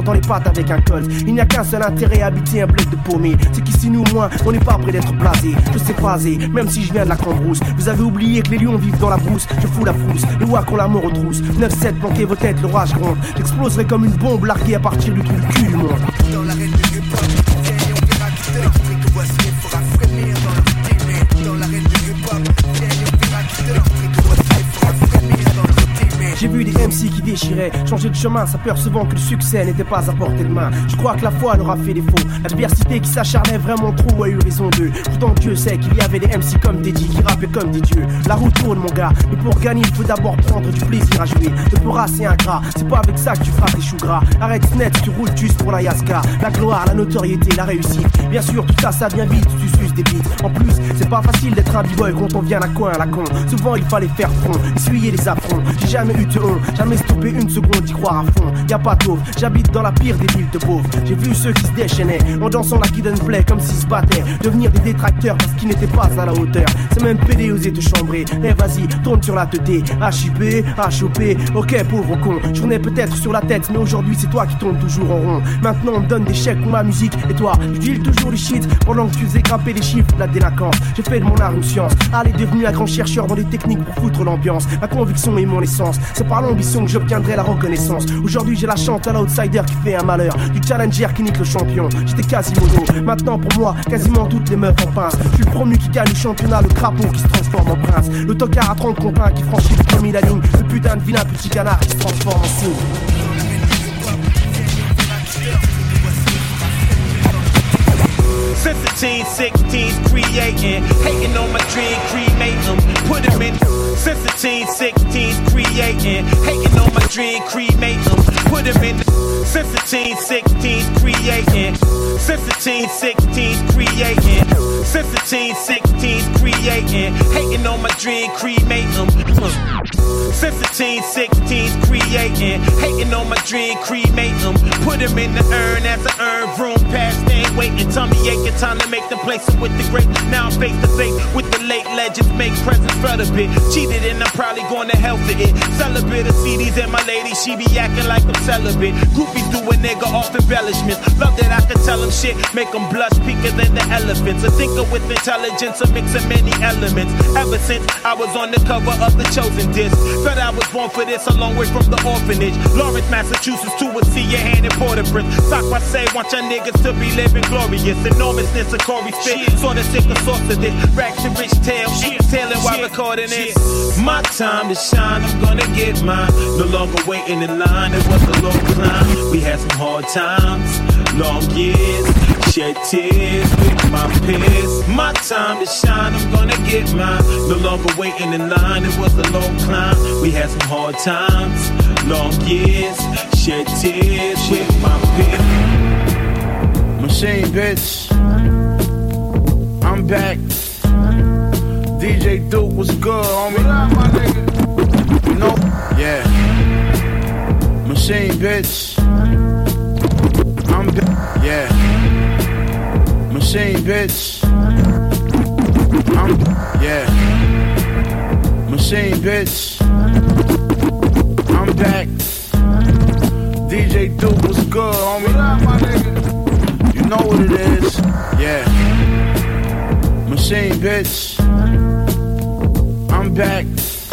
vent dans les pattes avec un colt. Il n'y a qu'un seul intérêt à habiter un bloc de paumé. C'est qu'ici nous au moins, on n'est pas près d'être blasé. Je sais phaser, même si je viens de la Cambrousse. Vous avez oublié que les lions vivent dans la brousse. Je fous la frousse, les ouacs ont la mort aux trousses. neuf sept, planquez vos têtes, l'orage gronde. J'exploserai comme une bombe larguée à partir du trou du cul du monde. Dans l'arène de hip-hop, viens et on verra qui t'électrique. Voici il fera frémir dans leur teammate. Dans l'arène de hip-hop, viens et on verra qui t'électrique. Voici il fera frémir dans leur teammate. J'ai vu des M C qui déchiraient, changer de chemin, s'apercevant que le succès n'était pas à portée de main. Je crois que la foi leur a fait défaut. L'adversité qui s'acharnait vraiment trop a eu raison d'eux. Pourtant Dieu sait qu'il y avait des M C comme Teddy qui rappaient comme des dieux. La route tourne mon gars, mais pour gagner il faut d'abord prendre du plaisir à jouer. Le pora c'est ingrat, c'est pas avec ça que tu feras tes choux gras. Arrête net, tu roules juste pour la Yaska. La gloire, la notoriété, la réussite. Bien sûr tout ça ça vient vite, tu suces des bites. En plus c'est pas facile d'être un b-boy quand on vient à coin à la con. Souvent il fallait faire front, essuyer les affronts. J'ai jamais eu de honte, jamais stoppé une seconde d'y croire à fond. Y'a pas d'offre, j'habite dans la pire des villes de pauvres. J'ai vu ceux qui se déchaînaient en dansant la Kid and Play comme s'ils se battaient. Devenir des détracteurs parce qu'ils n'étaient pas à la hauteur. C'est même pédé oser te chambrer. Eh vas-y, tourne sur la teuté. H I P, H O P, ok pauvre con. Je tournais peut-être sur la tête, mais aujourd'hui c'est toi qui tournes toujours en rond. Maintenant on me donne des chèques pour ma musique. Et toi, je deal toujours du shit pendant que tu faisais grimper les chiffres de la délinquance. J'ai fait de mon art une science. Allez, devenu un grand chercheur dans les techniques pour foutre l'ambiance. Ma conviction est mon essence. C'est par l'ambition que j'obtiendrai la reconnaissance. Aujourd'hui j'ai la chante à l'outsider qui fait un malheur, du challenger qui nique le champion. J'étais Quasimodo, maintenant pour moi quasiment toutes les meufs en pince. Je suis le premier qui gagne le championnat, le crapaud qui se transforme en prince. Le tocard à trente contre un qui franchit le premier la ligne. Le putain de vilain petit canard qui se transforme en signe. Since the teen, sixteens, creating, hating on my dream, cremate them, put them in. Since the teen, sixteens, creating, hating on my dream, cremate them, put them in. Since the teen, sixteens, creating, since the teen, sixteens, creating, since the teen, sixteens, creating, hating on my dream, cremate them. Since the teen, sixteens, creating, hating on my dream, cremate them, put them in the urn as I earn room, past ain't waiting, tummy aching, time to make the place with the great. Now I'm face to face with the late legends, make presents for the bit. Cheated and I'm probably going to hell for it. Celibate of C Ds and my lady, she be acting like I'm celibate. Groupies do a nigga off embellishments. Love that I can tell them shit, make them blush, peaker than the elephants. A thinker with intelligence, a mix of many elements. Ever since I was on the cover of the Chosen disc, thought I was born for this, a long way from the orphanage. Lawrence, Massachusetts, to a see your hand in Port-au-Prince. Sock I say, want your niggas to be living glorious. Enormousness of Corey spit, sort of sick of source of this. Rack to rich tail, tailing while recording this. My time to shine, I'm gonna get mine. No longer waiting in line, it was a long climb. We had some hard times, long years, shed tears with my peers. My time to shine, I'm gonna get mine. No longer waiting in line, it was a long climb. We had some hard times, long years, shed tears with my peers. Machine, bitch. I'm back. D J Duke was good, homie. What up, my nigga? You know? Yeah. Machine, bitch. I'm back. Yeah. Machine, bitch. I'm yeah. Machine, bitch. I'm back. D J Duke was good, homie. What up, my nigga? You know what it is. Yeah. Machine, bitch. I'm back.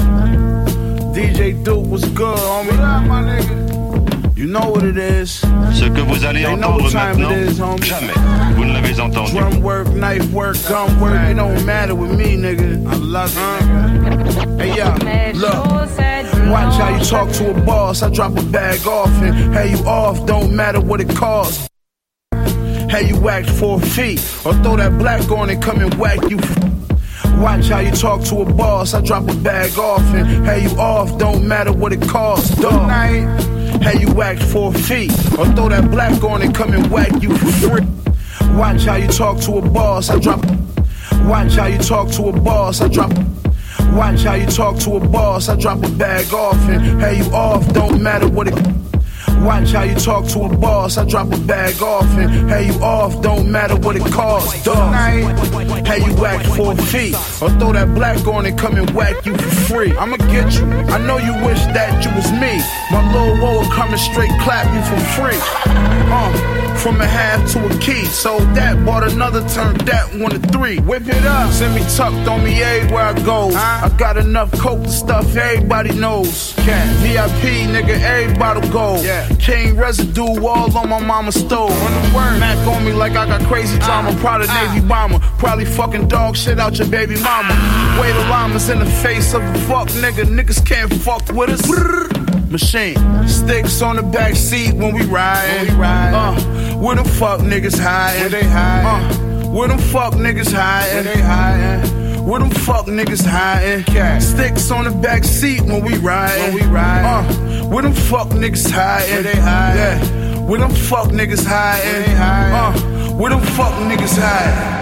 D J Duke was good, homie. What up, my nigga? You know what it is. Ce que vous allez entendre maintenant, jamais vous ne l'avez entendu. Drum work, knife work, gun work, it don't matter with me, nigga. I love it, nigga. Hey, yo, look. Watch how you talk to a boss. I drop a bag off and hey you off, don't matter what it costs. Hey you act four feet or throw that black on and come and whack you. Watch how you talk to a boss. I drop a bag off and hey you off, don't matter what it costs. Dog. Hey you act four feet or throw that black on and come and whack you for free. Watch how you talk to a boss. I drop. Watch how you talk to a boss. I drop. Watch how you talk to a boss. I drop a bag off and hey you off, don't matter what it. Watch how you talk to a boss. I drop a bag off and hey you off, don't matter what it costs. Dog. Hey, you whack for a fee. Or throw that black on and come and whack you for free. I'ma get you. I know you wish that you was me. My little woe will come and straight clap you for free. Uh, from a half to a key. Sold that, bought another, turned that one to three. Whip it up, send me tucked on me everywhere I go. I got enough coke to stuff everybody knows. V I P, nigga, everybody go. King residue all on my mama's stove. On the word, Mac on me like I got crazy drama. Proud of Navy bomber. Probably fucking dog shit out your baby mama. Way the llamas in the face of a fuck nigga. Niggas can't fuck with us. Machine. Sticks on the back seat when we ride. When we ride. Uh, where the fuck niggas hiding? Where they hiding? Uh, where them fuck niggas hiding? Where they hiding? Where them fuck niggas hiding? Cat. Sticks on the back seat when we ride. When we ride. Uh, where them fuck niggas hiding? Where they hiding? Yeah. Where them fuck niggas hiding? Where they hiding? Uh, where them fuck niggas hiding?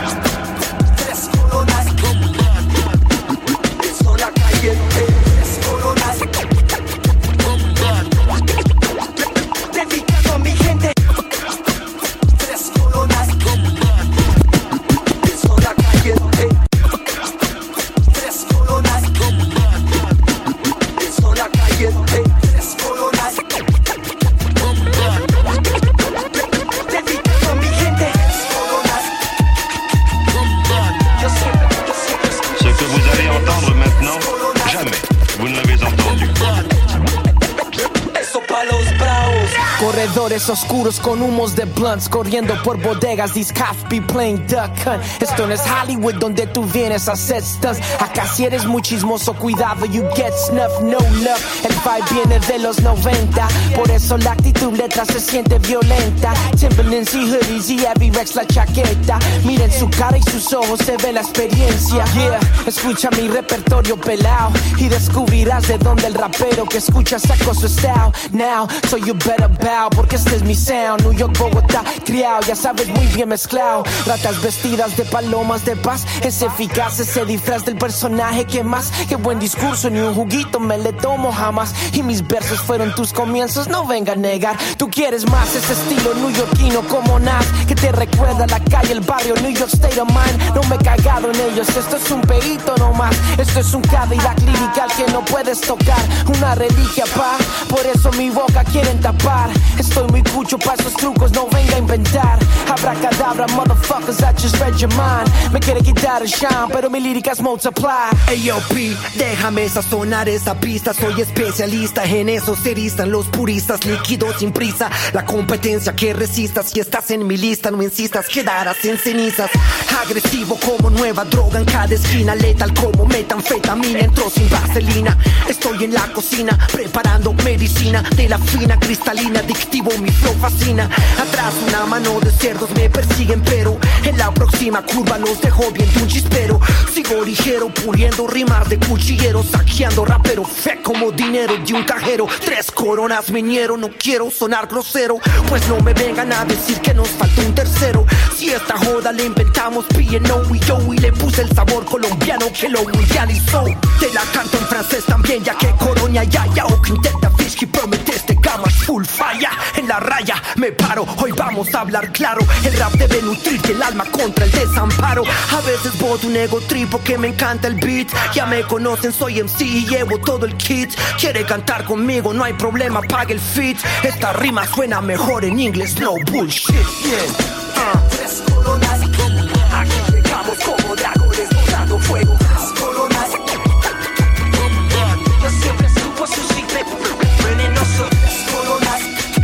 Corredores oscuros con humos de blunts corriendo por bodegas. These cops be playing duck hunt. Esto no es Hollywood donde tú vienes a hacer stunts. Acá si eres muy chismoso, cuidado, you get snuff, no love. El vibe viene de los noventa, por eso la actitud letra se siente violenta. Timberlands y hoodies y heavy Rex la chaqueta. Miren su cara y sus ojos, se ve la experiencia. Yeah, escucha mi repertorio pelao y descubrirás de dónde el rapero que escucha sacó su style. Now, so you better bow, porque este es mi sound. New York, Bogotá, criado, ya sabes, muy bien mezclado. Ratas vestidas de palomas de paz, es eficaz ese disfraz del personaje que más. Qué buen discurso, ni un juguito me le tomo jamás. Y mis versos fueron tus comienzos, no venga a negar. Tú quieres más ese estilo newyorkino como Nas, que te recuerda la calle, el barrio, New York State of Mind. No me he cagado en ellos, esto es un perito nomás. Esto es un Cadillac lirical que no puedes tocar. Una reliquia, pa, por eso mi boca quieren tapar. Estoy muy cucho pa' esos trucos, no venga a inventar. Abracadabra, motherfuckers, I just read your mind. Me quiere quitar el shine, pero mi lírica es multiply. Ayo P, déjame sazonar esa pista. Soy especialista en eso, se erizan los puristas. Líquido sin prisa, la competencia que resistas. Si estás en mi lista, no insistas, quedarás en cenizas. Agresivo como nueva droga en cada esquina. Letal como metanfetamina, entró sin vaselina. Estoy en la cocina, preparando medicina de la fina cristalina. Adictivo, mi flow fascina. Atrás una mano de cerdos me persiguen, pero en la próxima curva los dejo bien de un chispero. Sigo ligero, puliendo rimas de cuchillero, saqueando rapero, fe como dinero de un cajero. Tres coronas meñero, no quiero sonar grosero, pues no me vengan a decir que nos falta un tercero. Si esta joda le inventamos P and O y yo, y le puse el sabor colombiano que lo mundializó. Te la canto en francés también, ya que coronia ya, ya o quinteta fish que prometeste gamas full falla. En la raya me paro, hoy vamos a hablar claro. El rap debe nutrirte el alma contra el desamparo. A veces boto un ego trip porque me encanta el beat. Ya me conocen, soy M C y llevo todo el kit. Quiere cantar conmigo, no hay problema, pague el feat. Esta rima suena mejor en inglés, no bullshit, yeah. uh. Tres coronas, aquí llegamos como dragones botando fuego. Tres coronas, yo siempre escupo su secreto venenoso. Tres coronas,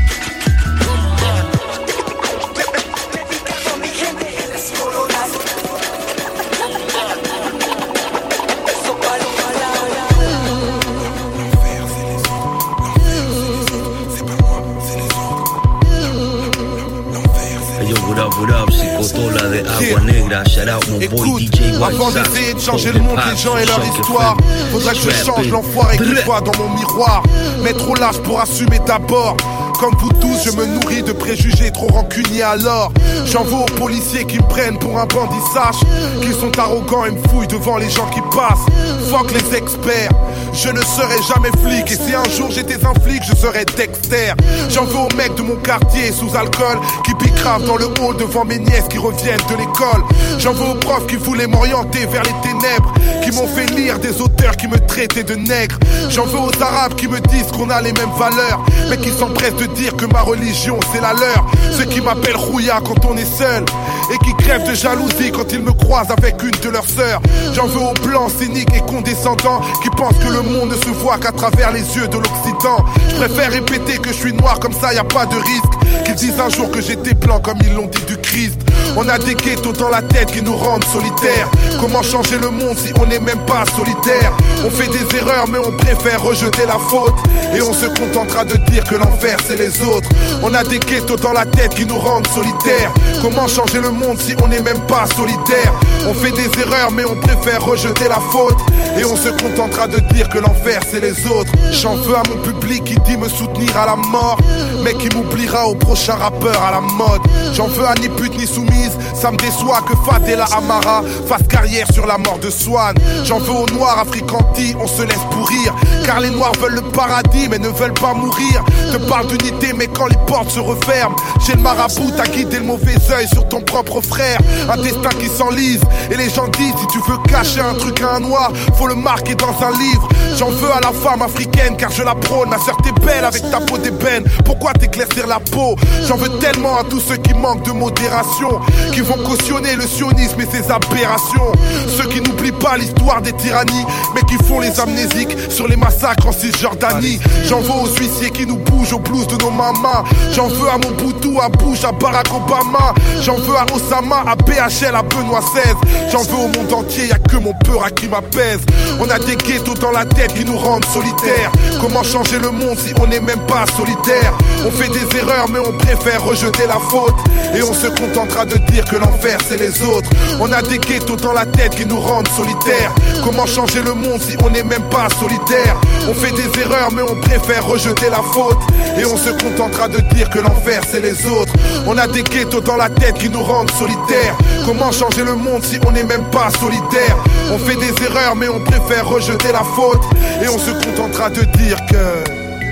dedicado a mi gente. Tres coronas, eso para lo Hey yo, what up, what up, c'est Cotola de Agua Negra. Shout out mon boy D J White. Avant d'essayer de changer le monde, les gens et leur histoire, faudra que je change l'enfoiré qui voit dans mon miroir. Mais trop lâche pour assumer d'abord. Comme vous tous, je me nourris de préjugés trop rancuniers alors. J'en veux aux policiers qui me prennent pour un bandit, sache qu'ils sont arrogants et me fouillent devant les gens qui passent. Fuck les experts, je ne serai jamais flic. Et si un jour j'étais un flic, je serais Dexter. J'en veux aux mecs de mon quartier sous alcool qui bicravent dans le hall devant mes nièces qui reviennent de l'école. J'en veux aux profs qui voulaient m'orienter vers les ténèbres, qui m'ont fait lire des auteurs qui me traitaient de nègre. J'en veux aux arabes qui me disent qu'on a les mêmes valeurs, mais qui s'empressent de dire que ma religion c'est la leur. Ceux qui m'appellent Rouya quand on est seul et qui crèvent de jalousie quand ils me croisent avec une de leurs sœurs. J'en veux aux blancs cyniques et condescendants qui pensent que le monde ne se voit qu'à travers les yeux de l'Occident. Je préfère répéter que je suis noir, comme ça y a pas de risque qu'ils disent un jour que j'étais blanc comme ils l'ont dit du Christ. On a des ghettos dans la tête qui nous rendent solitaires. Comment changer le monde si on n'est même pas solitaire? On fait des erreurs mais on préfère rejeter la faute, et on se contentera de dire que l'enfer c'est les autres. On a des ghettos dans la tête qui nous rendent solitaires. Comment changer le monde si on n'est même pas solitaire? On fait des erreurs mais on préfère rejeter la faute, et on se contentera de dire que l'enfer c'est les autres. J'en veux à mon public qui dit me soutenir à la mort, mais qui m'oubliera au prochain rappeur à la mode. J'en veux à ni pute ni soumise, ça me déçoit que Fadela Amara fasse carrière sur la mort de Swan. J'en veux aux noirs africantis, on se laisse pourrir, car les noirs veulent le paradis mais ne veulent pas mourir. Te parle d'unité mais quand les portes se referment, j'ai le marabout à guider le mauvais œil sur ton propre frère. Un destin qui s'enlise, et les gens disent si tu veux cacher un truc à un noir, faut le marquer dans un livre. J'en veux à la femme africaine car je la prône. Ma soeur t'es belle avec ta peau d'ébène, pourquoi t'éclaircir la peau? J'en veux tellement à tous ceux qui manquent de modération, qui vont cautionner le sionisme et ses aberrations. Ceux qui n'oublient pas l'histoire des tyrannies, mais qui font les amnésiques sur les massacres en Cisjordanie. J'en veux aux huissiers qui nous bougent au blues de nos mamas. J'en veux à Mobutu, à Bush, à Barack Obama. J'en veux à Osama, à B H L, à Benoît seize. J'en veux au monde entier, y'a que mon peur à qui m'apaise. On a des ghettos dans la tête qui nous rendent solitaires. Comment changer le monde si on n'est même pas solitaire? On fait des erreurs mais on préfère rejeter la faute, et on se contentera de dire que l'enfer c'est les autres. On a des ghettos dans la tête qui nous rendent solitaires. Comment changer le monde si on n'est même pas solitaire? On fait des erreurs mais on préfère rejeter la faute, et on se contentera de dire que l'enfer c'est les autres. On a des ghettos dans la tête qui nous rendent solitaires. Comment changer le monde si on n'est même pas solitaire? On fait des erreurs mais on préfère rejeter la faute, et on se contentera de dire que...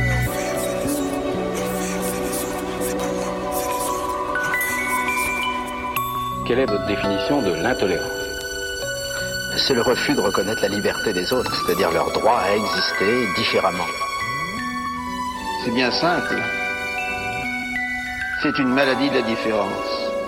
Quelle est votre définition de l'intolérance? C'est le refus de reconnaître la liberté des autres, c'est-à-dire leur droit à exister différemment. C'est bien simple. C'est une maladie de la différence.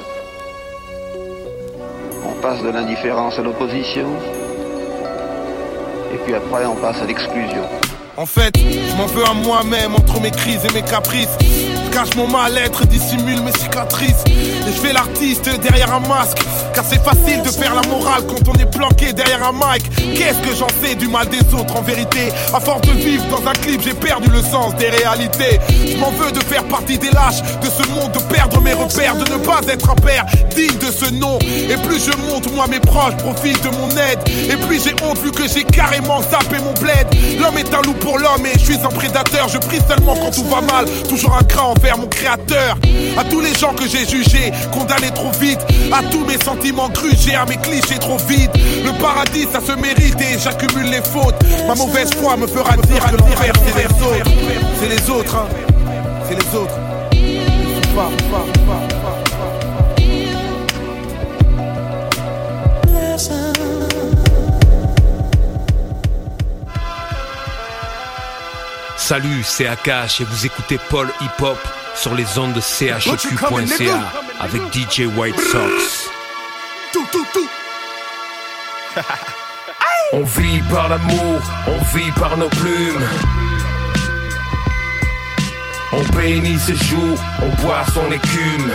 On passe de l'indifférence à l'opposition, et puis après on passe à l'exclusion. En fait, je m'en veux à moi-même entre mes crises et mes caprices. Je cache mon mal-être, dissimule mes cicatrices, et je fais l'artiste derrière un masque, car c'est facile de faire la morale quand on est planqué derrière un mic. Qu'est-ce que j'en sais du mal des autres en vérité? À force de vivre dans un clip, j'ai perdu le sens des réalités. Je m'en veux de faire partie des lâches de ce monde, de perdre mes repères, de ne pas être un père digne de ce nom. Et plus je monte, moi mes proches profitent de mon aide, et puis j'ai honte vu que j'ai carrément zappé mon bled. L'homme est un loup pour l'homme et je suis un prédateur. Je prie seulement quand tout va mal, toujours un cran envers mon créateur. À tous les gens que j'ai jugés, condamnés trop vite, à tous mes sentiments grugés, à mes clichés trop vides. Le paradis ça se mérite et j'accumule les fautes. Ma mauvaise foi me fera dire que l'enfer c'est les autres. C'est les autres, hein. C'est les autres. Pas, pas, pas, pas. Salut, c'est Akash et vous écoutez Paul Hip Hop sur les ondes de C H E Q point C A avec D J White Sox. Tout, tout, tout. On vit par l'amour, on vit par nos plumes. On bénit ce jour, on boit son écume.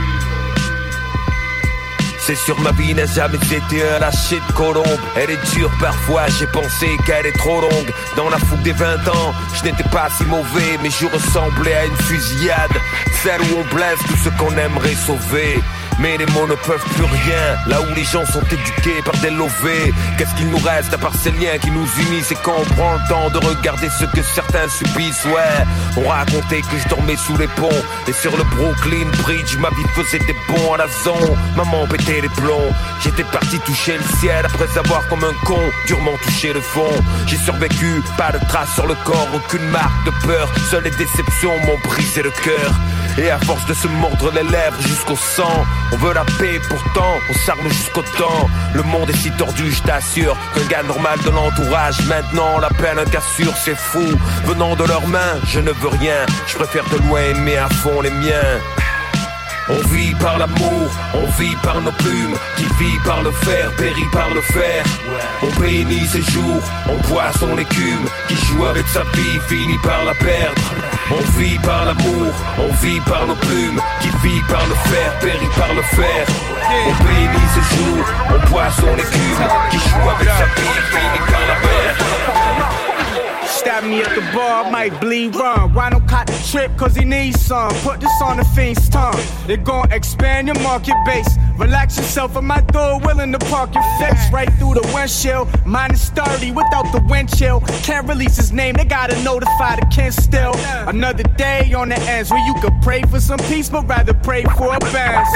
C'est sûr ma vie n'a jamais été un lâcher de colombe. Elle est dure parfois, j'ai pensé qu'elle est trop longue. Dans la fougue des vingt ans, je n'étais pas si mauvais, mais je ressemblais à une fusillade, celle où on blesse tout ce qu'on aimerait sauver. mais les mots ne peuvent plus rien. Là où les gens sont éduqués par des lovés, qu'est-ce qu'il nous reste à part ces liens qui nous unissent? Et quand on prend le temps de regarder ce que certains subissent, ouais, on racontait que je dormais sous les ponts et sur le Brooklyn Bridge, ma vie faisait des bons à la zone. Maman pétait les plombs, j'étais parti toucher le ciel après avoir comme un con durement touché le fond. J'ai survécu, pas de traces sur le corps, aucune marque de peur, seules les déceptions m'ont brisé le cœur. Et à force de se mordre les lèvres jusqu'au sang, on veut la paix pourtant, on s'arme jusqu'au temps. Le monde est si tordu, je t'assure, qu'un gars normal de l'entourage maintenant l'appelle un gars sûr, c'est fou. Venant de leurs mains, je ne veux rien, je préfère de loin aimer à fond les miens. On vit par l'amour, on vit par nos plumes, qui vit par le fer, périt par le fer. On bénit ses jours, on boit son écume, qui joue avec sa vie, finit par la perdre. On vit par l'amour, on vit par nos plumes, qui vit par le fer, périt par le fer. On bénit ses jours, on boit son écume, qui joue avec sa vie, finit par la perdre. Stab me at the bar, might bleed run. Rhino caught the trip cause he needs some. Put this on the fiend's tongue. They gon' expand your market base. Relax yourself at my door, willing to park your face right through the windshield. Minus thirty without the wind chill. Can't release his name, they gotta notify the kin still. Another day on the ends where you could pray for some peace, but rather pray for a bounce.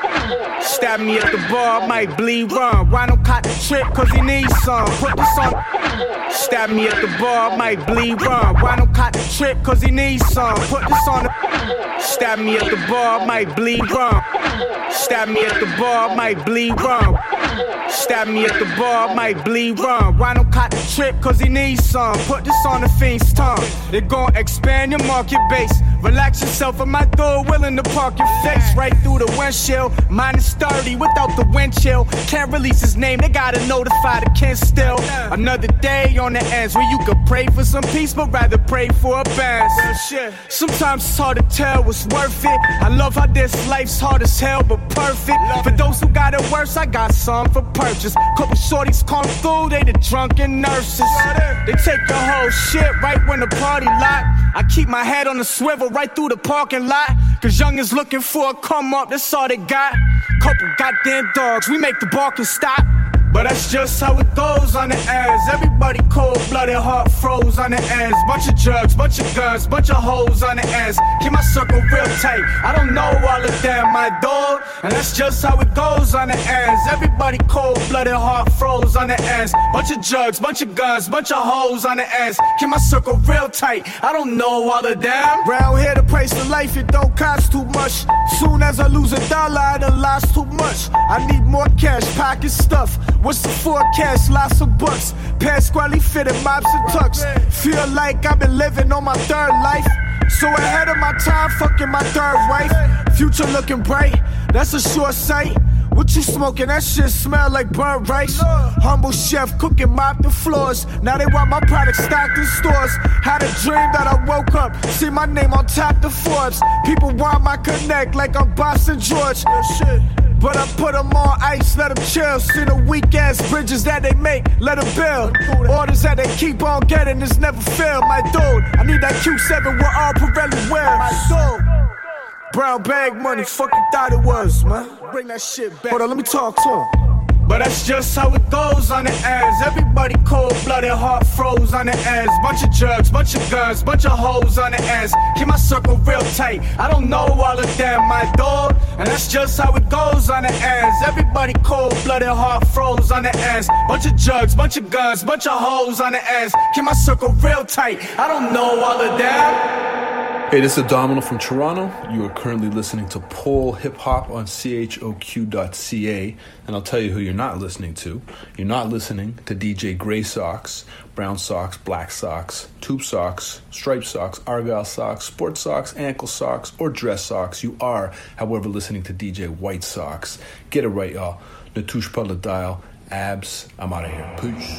Stab me at the bar, might bleed run. Rhino caught the trip cause he needs some. Put this on. Stab me at the bar, might bleed run. Rhino caught the trip cause he needs some. Put this on the. Stab me at the bar, might bleed run. Stab me at the bar, might bleed run. Stab me at the bar, might bleed run. Rhino caught the trip cause he needs some. Put this on the fiend's tongue. They gon' expand your market base. Relax yourself at my door, willing to park your face right through the windshield. Minus thirty without the wind chill. Can't release his name, they gotta notify the kin still. Another day on the ends where you could pray for some peace, but rather pray for a bounce. Sometimes it's hard to tell what's worth it. I love how this life's hard as hell, but perfect. For those who got it worse, I got some for purchase. Couple shorties come through, they the drunken nurses. They take the whole shit right when the party locked. I keep my head on the swivel right through the parking lot. Cause young is looking for a come up, that's all they got. Couple goddamn dogs, we make the barking stop. But that's just how it goes on the ends. Everybody cold-blooded, heart froze on the ends. Bunch of drugs, bunch of guns, bunch of hoes on the ends. Keep my circle real tight, I don't know all of them, my dog. And that's just how it goes on the ends. Everybody cold-blooded, heart froze on the ends. Bunch of drugs, bunch of guns, bunch of hoes on the ends. Keep my circle real tight, I don't know all of them. Round here the price of life, it don't cost too much. Soon as I lose a dollar, I done lost too much. I need more cash, pocket stuff. What's the forecast? Lots of bucks. Pasquale fitted mops and tucks. Feel like I've been living on my third life. So ahead of my time, fucking my third wife. Future looking bright, that's a sure sight. What you smoking? That shit smell like burnt rice. Humble chef cooking, mop the floors. Now they want my product stocked in stores. Had a dream that I woke up, see my name on top the Forbes. People want my connect like I'm Boston George. Shit. But I put them on ice, let them chill. See the weak ass bridges that they make, let them build. Orders that they keep on getting, this never fail. My dude, I need that Q seven with all Pirelli wear. My dude, brown bag money, fuck you thought it was, man. Bring that shit back. Hold on, let me talk to him. But that's just how it goes on the ends. Everybody cold-blooded, heart froze on the ends. Bunch of drugs, bunch of guns, bunch of hoes on the ends. Keep my circle real tight, I don't know all of them, my dog. And that's just how it goes on the ends. Everybody cold-blooded, heart froze on the ends. Bunch of drugs, bunch of guns, bunch of hoes on the ends. Keep my circle real tight, I don't know all of them. Hey, this is Abdominal from Toronto. You are currently listening to Pole Hip Hop on C H O Q dot C A. And I'll tell you who you're not listening to. You're not listening to D J Gray Socks, Brown Socks, Black Socks, Tube Socks, Striped Socks, Argyle Socks, Sport Socks, Ankle Socks, or Dress Socks. You are, however, listening to D J White Socks. Get it right, y'all. Ne touche pas le dial. Abs, I'm out of here. Peace.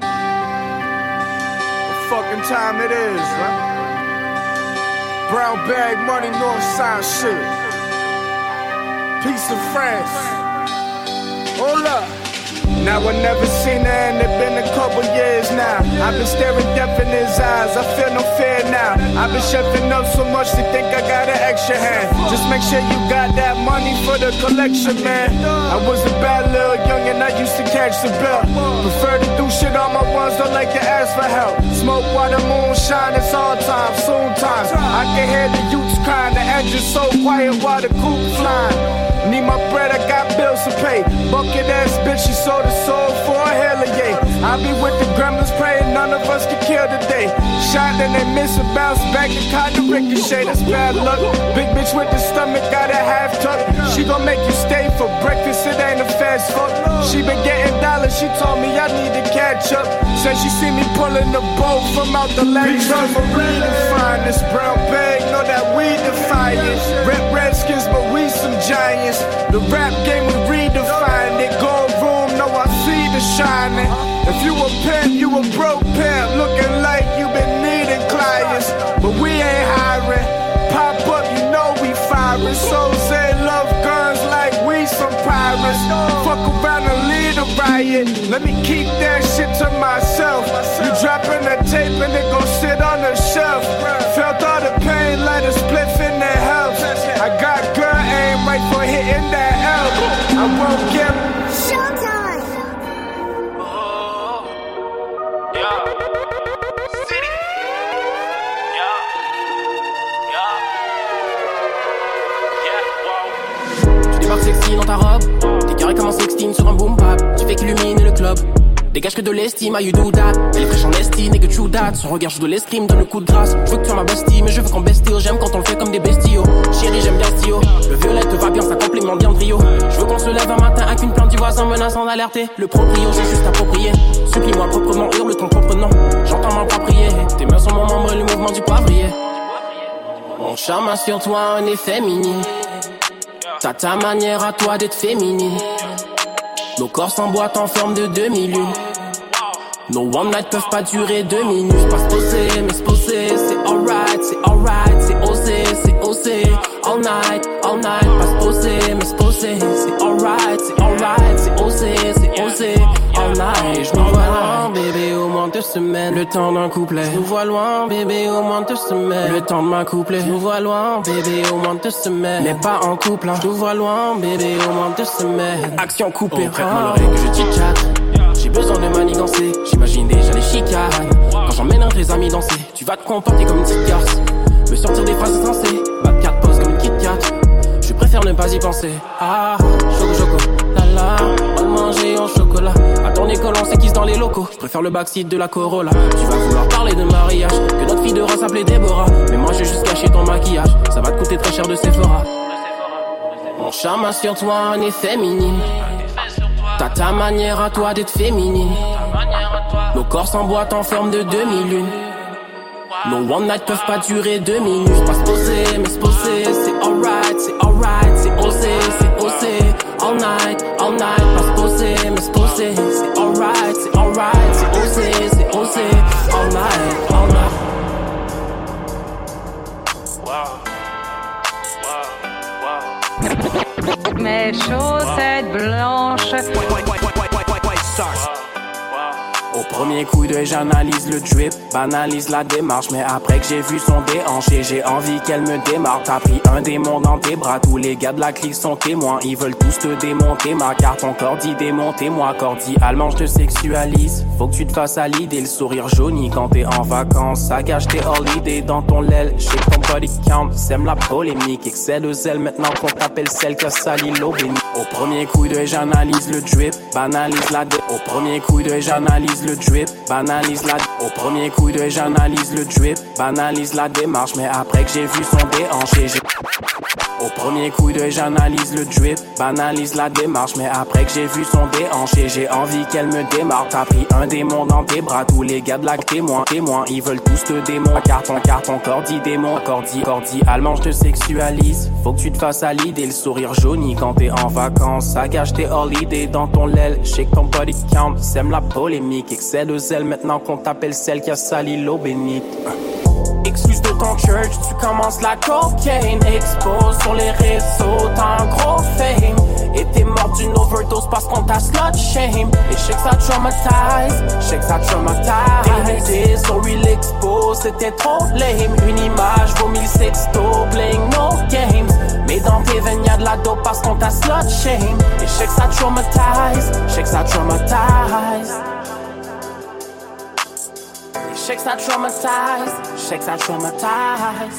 What fucking time it is, right? Brown bag money, north side shit. Peace of France. Hold up. Now I never seen her and it been a couple years now. I've been staring death in his eyes, I feel no fear now. I've been chefing up so much they think I got an extra hand. Just make sure you got that money for the collection, man. I was a bad little young and I used to catch the bill. Prefer to do shit on my ones, don't like to ask for help. Smoke while the moon shine, it's all time, soon times. I can hear the youths crying, the edges so quiet while the coop flying. Need my bread, I got bills to pay. Bucket ass bitch, she sold her soul for a hella yay. I be with the gremlins praying none of us can kill today. Shot and they miss a bounce back and caught the ricochet. That's bad luck. Big bitch with the stomach got a half tuck. She gon' make you stay for breakfast, it ain't a fast fuck. She been getting dollars, she told me I need to catch up. Said she see me pulling the boat from out the lake. Bitch, I'm a redefine this brown bag, know that we defy it. Rep Redskins, but we some giants. The rap game, we redefine it. Gold room, know I see the shining. If you a pimp, you a broke pimp. Looking like you been needing clients. But we ain't hiring. Pop up, you know we firing. So say love guns like we some pirates. Fuck around and lead a riot. Let me keep that shit to myself. You dropping that tape and it gon' sit on the shelf. Felt all the pain like a spliff in the helps. I got girl aim right for hitting that elbow. I won't give showtime. Yeah. City. Yeah. Yeah. Yeah. Wow. Tu débarques sexy dans ta robe. T'es carré comme un sextine sur un boom bap. Tu fais qu'illuminer le club. Dégage que de l'estime, you do that. Elle est fraîche en estime et que true that. Son regard joue de l'escrime, donne le coup de grâce. Je veux que tu sois ma bestie, mais je veux qu'on bestio. J'aime quand on le fait comme des bestiaux. Chérie, j'aime bien ce tio. Le violet te va bien, ça complimente bien le trio. Je veux qu'on se lève un matin avec une plainte du voisin menaçant d'alerter. Le proprio, j'ai juste approprié. Supplie-moi proprement, hurle ton propre nom. J'entends ma prier. Tes mains sont mon membre et le mouvement du poivrier. Mon charme a sur toi un effet mini. T'as ta manière à toi d'être féminine. Nos corps s'emboîtent en forme de demi-lune. Nos one night peuvent pas durer deux minutes. Pas se poser, mais se poser, c'est alright, c'est alright, c'est osé, c'est osé. All night, all night, pas se poser, mais se poser, c'est alright, c'est alright, c'est osé, c'est osé. All night, je nous vois loin, bébé, au moins deux semaines. Le temps d'un couplet. Je nous vois loin, bébé, au moins deux semaines. Le temps de m'accoupler. Je nous vois loin, bébé, au moins deux semaines. Mais pas en couple, hein. Je nous vois loin, bébé, au moins deux semaines. Action coupée, oh, prête-moi l'oreille que je chit-chat. J'ai besoin de manigancer, j'imagine déjà les chicanes. Quand j'emmène un de tes amis danser, tu vas te comporter comme une petite garce. Me sortir des phrases insensées, battre quatre poses comme une Kit Kat. Je préfère ne pas y penser. Ah, choco choco, la la, on le manger en chocolat. À ton école on s'équise dans les locaux. Je préfère le backseat de la Corolla. Tu vas vouloir parler de mariage, que notre fille de race s'appelait Déborah. Mais moi j'ai juste caché ton maquillage, ça va te coûter très cher de Sephora. Mon charme a sur toi un effet minime. T'as ta manière à toi d'être féminine. Nos corps s'emboîtent en forme de demi-lune. Nos one night peuvent pas durer deux minutes. Pas se poser, mais se poser, c'est alright, c'est alright, c'est osé, c'est osé. All night, all night, pas se poser, mais se poser, c'est alright, c'est alright, c'est osé, c'est osé. All night, all night. Mes chaussettes blanches. Au premier coup d'œil, j'analyse le drip, banalise la démarche. Mais après que j'ai vu son déhanché, j'ai envie qu'elle me démarre. T'as pris un démon dans tes bras, tous les gars de la clique sont témoins. Ils veulent tous te démonter, ma carte, ton cordi démontez-moi. Cordi allemand, je te sexualise. Faut que tu te fasses à l'idée, le sourire jauni quand t'es en vacances. Ça gâche tes holidays dans ton l'aile. J'ai ton body count, sème la polémique. Excès de zèle maintenant qu'on t'appelle celle qui a sali l'eau bénie. Au premier coup d'œil, j'analyse le drip, banalise la dé. Au premier coup d'œil, j'analyse le drip, banalise la. Au premier coup d'œil, j'analyse le drip, banalise la démarche. Mais après que j'ai vu son déhanché, j'ai. Au premier coup d'œil, j'analyse le drip, banalise la démarche. Mais après que j'ai vu son déhanché, j'ai envie qu'elle me démarre. T'as pris un démon dans tes bras, tous les gars de la témoin, témoin. Ils veulent tous te démon, carton, carton, cordi, démon, cordi, cordi, allemand, je te sexualise. Faut que tu te fasses à l'idée, le sourire jauni quand t'es en vacances. Ça gâche tes holidays dans ton l'aile. Shake ton body count, sème la polémique. Excès de zèle maintenant qu'on t'appelle celle qui a sali l'eau bénite. Ik Excuse de ton church, tu commences la cocaine. Expose sur les réseaux, t'as un gros fame. Et t'es mort d'une overdose parce qu'on t'a slut shame. Et j'sais que ça traumatise, j'sais que ça traumatise. T'es sur Real Expo, c'était trop lame. Une image vaut mille sextos, playing no games. Mais dans tes veines y'a de la dope parce qu'on t'a slut shame. Et j'sais que ça traumatise, j'sais que ça traumatise. J'sais que ça traumatise, j'sais que ça traumatise.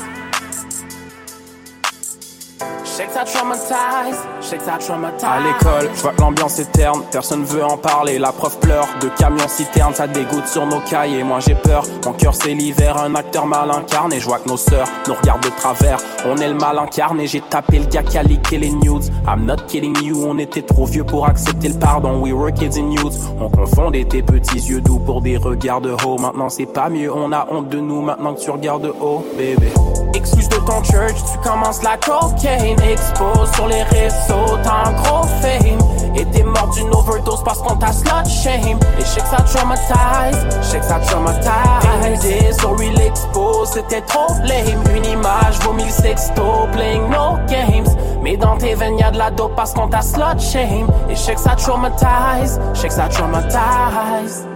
J'sais que ça traumatise, j'sais que ça traumatise. À l'école, j'vois que l'ambiance est terne, personne veut en parler. La prof pleure, de camions citernes, ça dégoûte sur nos cahiers. Moi j'ai peur, mon cœur c'est l'hiver, un acteur mal incarné. J'vois que nos sœurs nous regardent de travers, on est le mal incarné. J'ai tapé le gars qui a leaké les nudes. I'm not kidding you, on était trop vieux pour accepter le pardon. We were kids in youth. On confondait tes petits yeux doux pour des regards de haut. Maintenant c'est pas mieux, on a honte de nous maintenant que tu regardes de haut, bébé. Excuse de ton church, tu commences la cocaine. Expose sur les réseaux, t'as un gros fame. Et t'es mort d'une overdose parce qu'on t'a slut shame. Et j'sais que ça traumatise, j'sais que ça traumatise. T'es sur Real Expo, c'était trop lame. Une image vaut mille sextos, playing no games. Mais dans tes veines y'a de la dope parce qu'on t'a slut shame. Et j'sais que ça traumatise, j'sais que ça traumatise.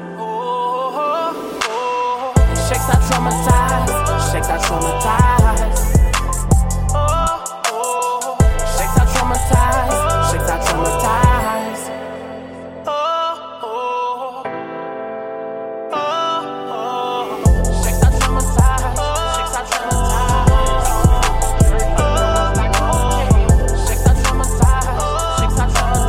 J'sais que ça traumatise, j'sais que ça traumatise. J'sais que ça traumatise. Oh, oh, oh, oh. J'sais que ça traumatise. J'sais que ça traumatise. J'sais que ça traumatise. J'sais que ça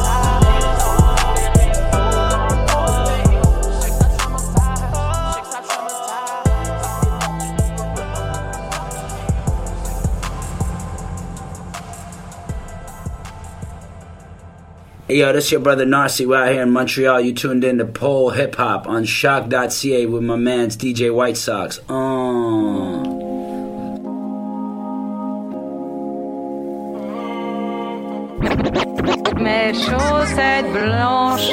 Hey yo, this your brother Narcy. We're out here in Montreal. You tuned in to Pole Hip Hop on shock dot c a with my man's D J White Sox. Uh. Mes chaussettes blanches.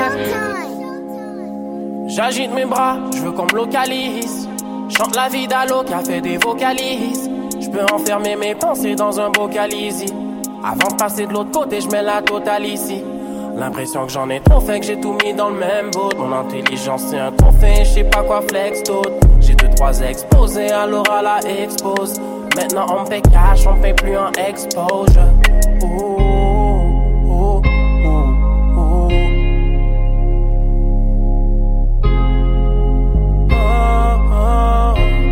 J'agite mes bras, je veux qu'on me localise. Chante la vie d'Allo qui a fait des vocalises. Je peux enfermer mes pensées dans un bocal easy. Avant de passer de l'autre côté, je mets la totale ici. L'impression que j'en ai trop fait, que j'ai tout mis dans le même boat. Mon intelligence c'est un trophée, je sais pas quoi flex d'autre. J'ai deux trois exposés, alors à la expose. Maintenant on me paie cash, on me paie plus en exposure. Ooh, ooh, ooh, ooh. Oh, oh.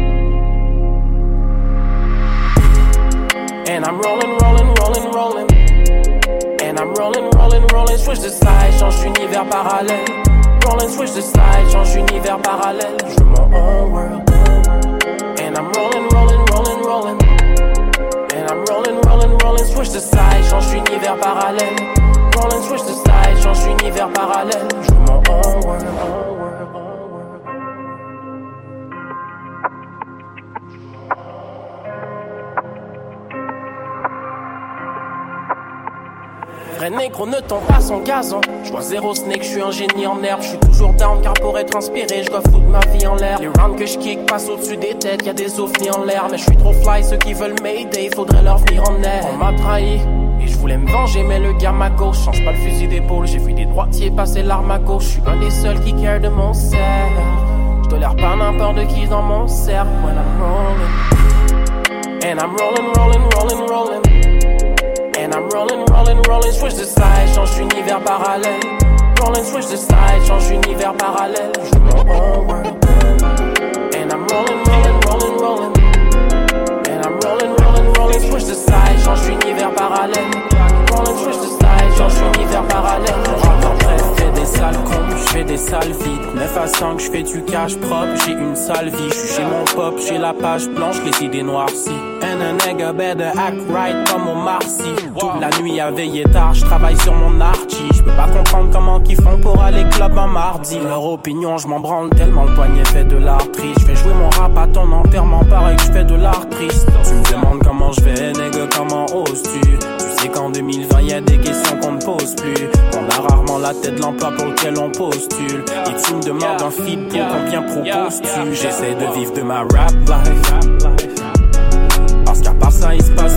And I'm rolling, rolling, rolling, rolling. And I'm rolling, rolling, rolling, switch the side, change d'univers parallèle. Rolling, switch the side, change d'univers parallèle. Je veux mon own world. And I'm rolling, rolling, rolling, rolling. And I'm rolling, rolling, rolling, switch the side, change d'univers parallèle. Rolling, switch the side, change d'univers parallèle. Je veux mon own world, own world. Vrai négro ne tombe pas son gazon. J'vois zéro snake, j'suis un génie en herbe. J'suis toujours down car pour être inspiré, j'dois foutre ma vie en l'air. Les rounds que j'kick passent au-dessus des têtes, y'a des ovnis en l'air. Mais j'suis trop fly, ceux qui veulent m'aider, faudrait leur venir en air. On m'a trahi et j'voulais me venger, mais le gars m'a gauche change pas le fusil d'épaule. J'ai vu des droitiers passer l'arme à gauche. J'suis un des seuls qui care de mon cercle. J'tolère pas n'importe qui dans mon cercle. When I'm rolling, and I'm rolling, rolling, rolling, rolling. And I'm rolling, rolling, rolling, switch the side, change d'univers parallèle. Rolling, switch the side, change d'univers parallèle. Je veux mon own world. And I'm rolling, rolling, rolling, rolling. And I'm rolling, rolling, rolling, switch the side, change d'univers parallèle. Rolling, switch the side, change d'univers parallèle. Je rentre en bref, fais des sales comptes, je fais des sales vides. neuf à cinq, je fais du cash propre, j'ai une sale vie. Je suis chez mon pop, j'ai la page blanche, les idées noircies. And a nigga better act right comme au Marcy. Toute la nuit à veiller tard, je travaille sur mon archi. Je peux pas comprendre comment qu'ils font pour aller club un mardi. Leur opinion, je m'en branle tellement le poignet fait de l'art triste. Je fais jouer mon rap à ton enterrement, pareil que je fais de l'art triste. Tu me demandes comment je vais, nigga, comment oses-tu? Tu sais qu'en deux mille vingt y'a des questions qu'on ne pose plus. On a rarement la tête de l'emploi pour lequel on postule. Et tu me demandes un feed pour combien proposes-tu? J'essaie de vivre de ma rap life.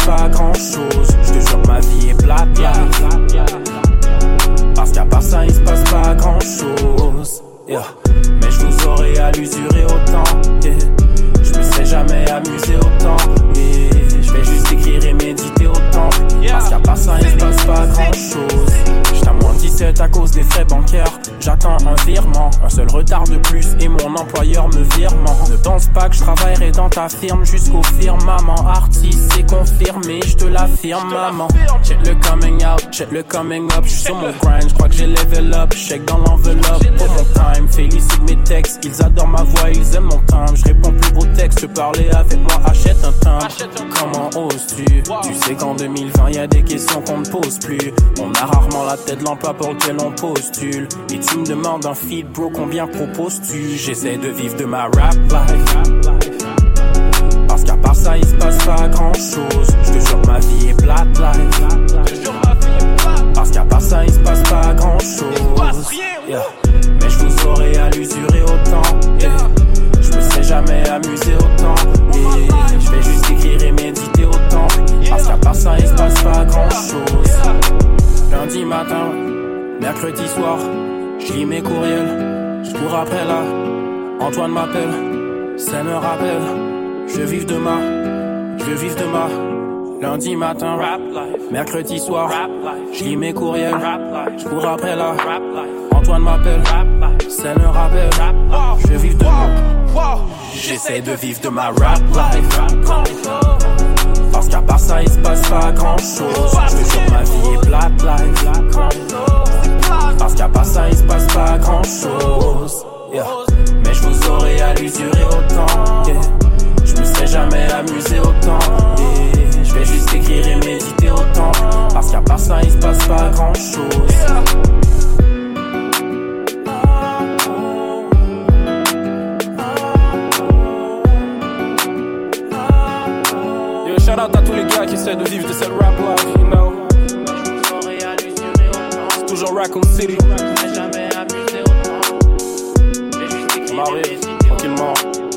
pas grand chose. Je te jure, ma vie est plate, plate. Parce qu'à part ça, il se passe pas grand chose. Yeah. Mais je vous aurais à l'usurer autant. Yeah. Je me serais jamais amusé autant. Yeah. Je vais juste écrire et méditer autant. Parce qu'à part ça, il se passe pas grand chose. J'étais à moins dix-sept à cause des frais bancaires. J'attends un virement, un seul retard de plus et mon employeur me virement. Ne pense pas que je travaillerai dans ta firme jusqu'au firmament. Artiste, c'est confirmé, je te l'affirme, maman. Check le coming out, check le coming up. J'suis sur mon grind, j'crois que j'ai level up. Check dans l'enveloppe pour mon time. Félicite mes textes, ils adorent ma voix, ils aiment mon timbre. J'réponds plus vos textes, parler avec moi, achète un timbre. Comment oses-tu? Tu sais qu'en deux mille vingt y'a des questions qu'on ne pose plus. On a rarement la tête de l'emploi pour lequel on postule. Et tu me demandes un feed, bro, combien proposes-tu? J'essaie de vivre de ma rap life. Parce qu'à part ça, il se passe pas grand chose. Je te jure, ma vie est plate life. Parce qu'à part ça, il se passe pas grand chose. Yeah. Mais je vous aurais à l'usurer autant. Yeah. Je me serais jamais amusé autant. Yeah. Je vais juste écrire et méditer autant. Parce qu'à part ça, il se passe pas grand chose. Lundi matin, mercredi soir, je lis mes courriels, je cours après là. Antoine m'appelle, c'est me rappelle. Je vive de ma, je vive de ma. Lundi matin, rap life. Mercredi soir, rap life. Je lis mes courriels, rap life. Je cours après là. Rap life. Antoine m'appelle, rap life. C'est me rappelle, rap life. Je vive de ma, j'essaie de vivre de ma rap life. Parce qu'à part ça, il se passe pas grand chose. Je te jure, ma vie est plate life. Parce qu'à part ça, il se passe pas grand chose. Yeah. Mais je vous aurais à l'usurer autant. Yeah. Je me serais jamais amusé autant. Yeah. Je vais juste écrire et méditer autant. Parce qu'à part ça, il se passe pas grand chose. Yo, shout out à tous les gars qui essaient de vivre de cette rap life, you know. C'est toujours Raccoon City. Jamais amusé autant. On arrive tranquillement.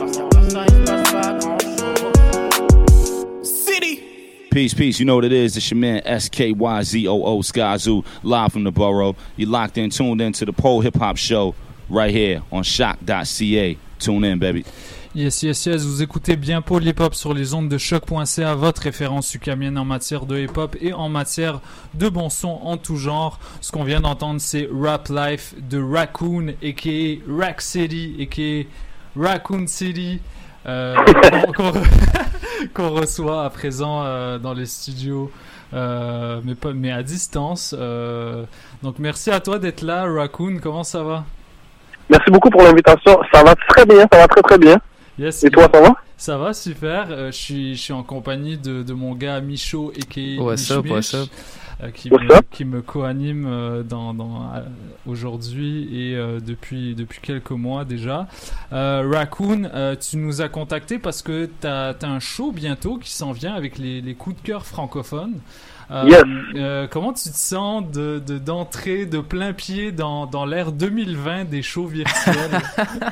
Peace, peace. You know what it is. It's your man S K Y Z O O Skyzoo, live from the borough. You locked in, tuned in to the Pole Hip Hop Show right here on shock dot c a. Tune in, baby. Yes, yes, yes, vous écoutez bien Pole Hip Hop sur les ondes de choc point c a, votre référence ukamienne en matière de hip hop et en matière de bon son en tout genre. Ce qu'on vient d'entendre, c'est Rap Life de Raccoon, aka Rack City, aka Raccoon City, euh, qu'on, qu'on, qu'on reçoit à présent euh, dans les studios, euh, mais, pas, mais à distance. Euh, donc merci à toi d'être là, Raccoon, comment ça va? Merci beaucoup pour l'invitation, ça va très bien, ça va très très bien. Yes, et toi, ça va? Ça va, super. Euh, je suis, je suis en compagnie de, de mon gars Michaud, aka What's up, what's up? Euh, qui, what's me, up? qui me co-anime euh, dans, dans, euh, aujourd'hui et euh, depuis, depuis quelques mois déjà. Euh, Raccoon, euh, tu nous as contacté parce que tu as un show bientôt qui s'en vient avec les, les coups de cœur francophones. Euh, yes. euh, comment tu te sens de, de, d'entrer de plein pied dans, dans l'ère deux mille vingt des shows virtuels?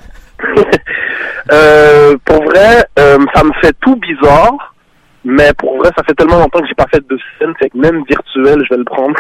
euh, pour vrai, euh, ça me fait tout bizarre, mais pour vrai, ça fait tellement longtemps que j'ai pas fait de scène, fait que même virtuel, je vais le prendre.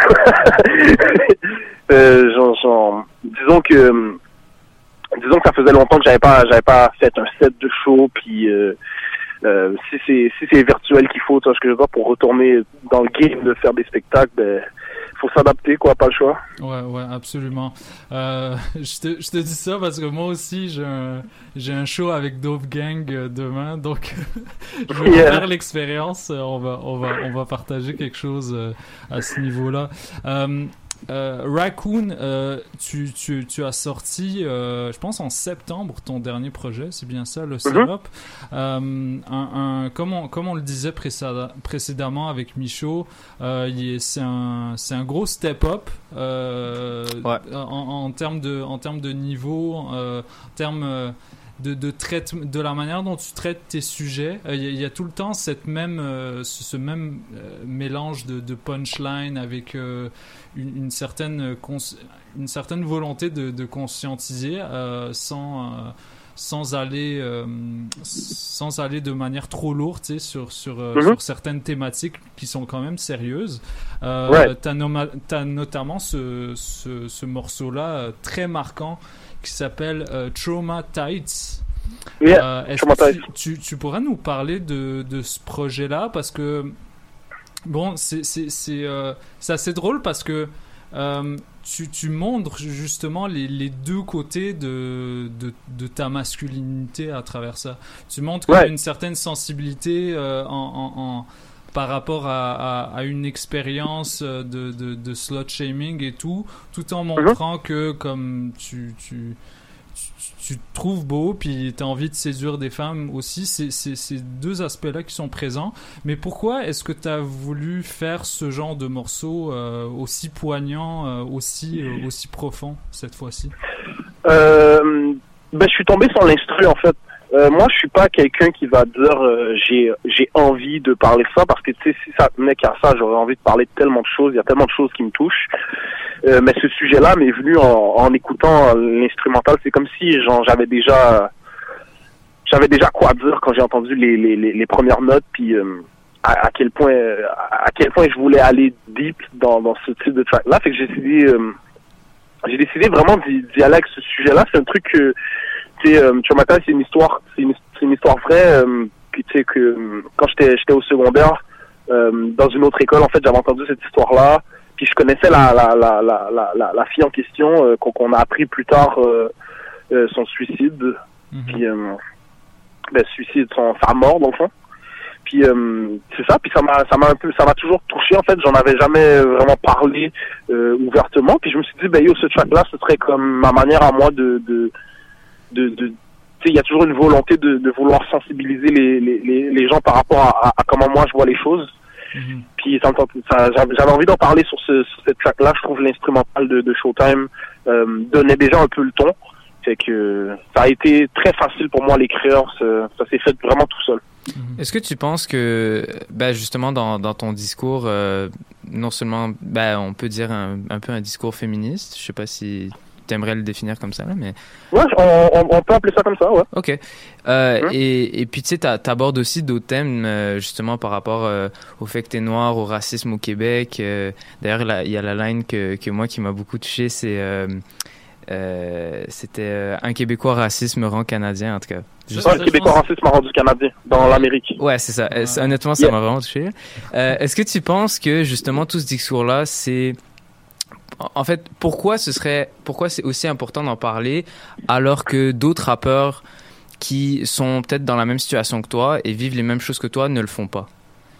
euh, genre, genre, disons que, disons que ça faisait longtemps que j'avais pas, j'avais pas fait un set de show, puis euh, euh, si c'est si c'est virtuel qu'il faut, tu vois ce que je veux dire, pour retourner dans le game de faire des spectacles, ben faut s'adapter, quoi, pas le choix. Ouais, ouais, absolument. Euh, je te, je te dis ça parce que moi aussi, j'ai un, j'ai un show avec Dope Gang euh, demain, donc je vais yeah. faire l'expérience. On va, on va, on va partager quelque chose euh, à ce niveau-là. Euh, euh, Raccoon, euh, tu, tu, tu as sorti, euh, je pense en septembre, ton dernier projet, c'est bien ça, le Syrup. Mm-hmm. Euh, un, un, comme, on, comme on le disait précéd- précédemment avec Michaud, euh, c'est un, c'est un gros step-up euh, ouais. en, en termes de, en termes de niveau, euh, en termes de, de, traite, de la manière dont tu traites tes sujets. Il euh, y, y a tout le temps cette même, euh, ce, ce même euh, mélange de, de punchline avec euh, une, une, certaine cons- une certaine volonté de, de conscientiser euh, sans, euh, sans aller euh, sans aller de manière trop lourde, tu sais, sur sur, euh, Mm-hmm. sur certaines thématiques qui sont quand même sérieuses. Euh, Ouais. t'as, noma- t'as notamment ce ce, ce morceau-là euh, très marquant qui s'appelle euh, Trauma Tides. Yeah, Euh, est-ce Trauma que Tides. tu, tu, tu pourrais nous parler de, de ce projet-là, parce que bon, c'est c'est c'est euh, c'est assez drôle parce que euh, tu tu montres justement les les deux côtés de de de ta masculinité à travers ça. Tu montres qu'il y a Ouais. une certaine sensibilité euh, en, en, en par rapport à, à, à une expérience de, de, de slut shaming et tout, tout en montrant mm-hmm. que comme tu, tu, tu, tu te trouves beau puis tu as envie de séduire des femmes aussi, c'est, c'est ces deux aspects-là qui sont présents. Mais pourquoi est-ce que tu as voulu faire ce genre de morceau euh, aussi poignant, euh, aussi, euh, aussi profond cette fois-ci? euh, ben, Je suis tombé sur l'instru en fait. Euh, moi, je suis pas quelqu'un qui va dire euh, j'ai j'ai envie de parler de ça, parce que tu sais, si ça tenait qu'à ça, j'aurais envie de parler de tellement de choses. Il y a tellement de choses qui me touchent. Euh, mais ce sujet-là m'est venu en, en écoutant l'instrumental. C'est comme si genre j'avais déjà j'avais déjà quoi dire quand j'ai entendu les les les, les premières notes, puis euh, à, à quel point à quel point je voulais aller deep dans dans ce type de track-là. Fait que j'ai décidé euh, j'ai décidé vraiment d'y, d'y aller avec ce sujet-là. C'est un truc que tu sais, euh, Trauma Tides, c'est une histoire, c'est une, c'est une histoire vraie. Euh, puis tu sais que euh, quand j'étais, j'étais au secondaire, euh, dans une autre école, en fait, j'avais entendu cette histoire-là. Puis je connaissais la la la la la, la, la fille en question, euh, qu'on, qu'on a appris plus tard euh, euh, son suicide. Mm-hmm. Puis euh, ben suicide, son sa mort dans le fond. Puis euh, c'est ça. Puis ça m'a ça m'a un peu ça m'a toujours touché en fait. J'en avais jamais vraiment parlé euh, ouvertement. Puis je me suis dit ben yo, ce track-là, ce serait comme ma manière à moi de de de, de tu sais, il y a toujours une volonté de, de vouloir sensibiliser les, les, les, les gens par rapport à, à comment moi je vois les choses. Mm-hmm. Puis ça, ça, j'avais envie d'en parler sur, ce, sur cette track-là. Je trouve l'instrumental de, de Showtime euh, donnait déjà un peu le ton. Fait que ça a été très facile pour moi à l'écrire. Ça, ça s'est fait vraiment tout seul. Est-ce que tu penses que, ben justement, dans, dans ton discours, euh, non seulement, ben on peut dire un, un peu un discours féministe, je sais pas si t'aimerais le définir comme ça, là, mais... Ouais, on, on, on peut appeler ça comme ça, ouais. OK. Euh, hum. et, et puis, tu sais, t'abordes aussi d'autres thèmes, euh, justement, par rapport euh, au fait que t'es noir, au racisme au Québec. Euh, d'ailleurs, il y a la line que, que moi, qui m'a beaucoup touché, c'est... Euh, euh, c'était euh, un Québécois raciste me rend canadien, en tout cas. Juste ouais, un Québécois raciste m'a rendu canadien, dans l'Amérique. Ouais, c'est ça. Ouais. Honnêtement, ça yeah. m'a vraiment touché. Euh, est-ce que tu penses que, justement, tout ce discours-là, c'est... En fait, pourquoi ce serait, pourquoi c'est aussi important d'en parler alors que d'autres rappeurs qui sont peut-être dans la même situation que toi et vivent les mêmes choses que toi ne le font pas?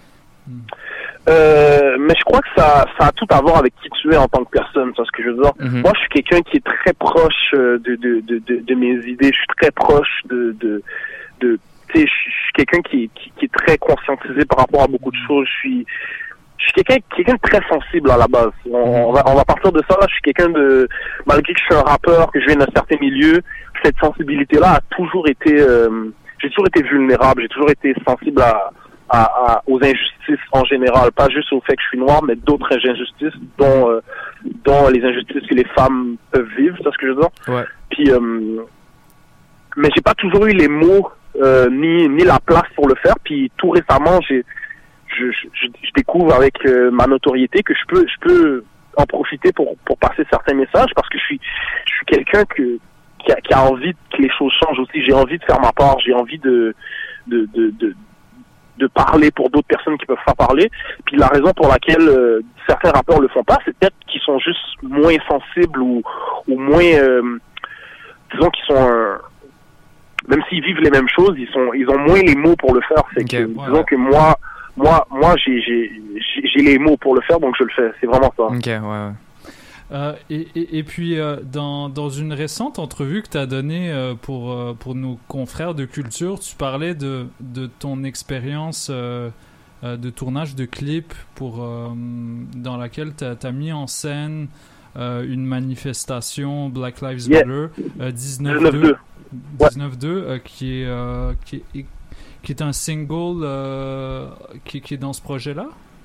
Euh, mais je crois que ça, ça a tout à voir avec qui tu es en tant que personne, c'est ce que je veux dire. Mm-hmm. Moi, je suis quelqu'un qui est très proche de, de, de, de, de mes idées. Je suis très proche de, de, de, tu sais, je suis quelqu'un qui, qui, qui est très conscientisé par rapport à beaucoup de choses. Je suis, Je suis quelqu'un, quelqu'un de très sensible à la base. On, on, va, on va partir de ça. Là. Je suis quelqu'un de, malgré que je suis un rappeur, que je viens d'un certain milieu, cette sensibilité-là a toujours été, euh, j'ai toujours été vulnérable. J'ai toujours été sensible à, à, à, aux injustices en général, pas juste au fait que je suis noir, mais d'autres injustices, dont, euh, dont les injustices que les femmes peuvent vivre. C'est ce que je veux dire. Ouais. Puis, euh, mais j'ai pas toujours eu les mots euh, ni ni la place pour le faire. Puis tout récemment, j'ai Je, je, je découvre avec euh, ma notoriété que je peux je peux en profiter pour pour passer certains messages, parce que je suis je suis quelqu'un que qui a, qui a envie que les choses changent aussi. J'ai envie de faire ma part, j'ai envie de de de de, de parler pour d'autres personnes qui peuvent pas parler. Puis la raison pour laquelle euh, certains rappeurs le font pas, c'est peut-être qu'ils sont juste moins sensibles ou ou moins euh, disons qu'ils sont euh, même s'ils vivent les mêmes choses, ils sont ils ont moins les mots pour le faire. C'est okay, que ouais, disons ouais. que moi Moi, moi, j'ai, j'ai, j'ai les mots pour le faire, donc je le fais. C'est vraiment ça. Ok, ouais, ouais. Euh, et, et, et puis, euh, dans, dans une récente entrevue que tu as donnée euh, pour, euh, pour nos confrères de Culture, tu parlais de, de ton expérience euh, euh, de tournage de clip pour, euh, dans laquelle tu as mis en scène euh, une manifestation Black Lives yeah. Matter euh, dix-neuf deux dix-neuf deux ouais. euh, qui est... Euh, qui est qui est un single euh, qui, qui est dans ce projet-là?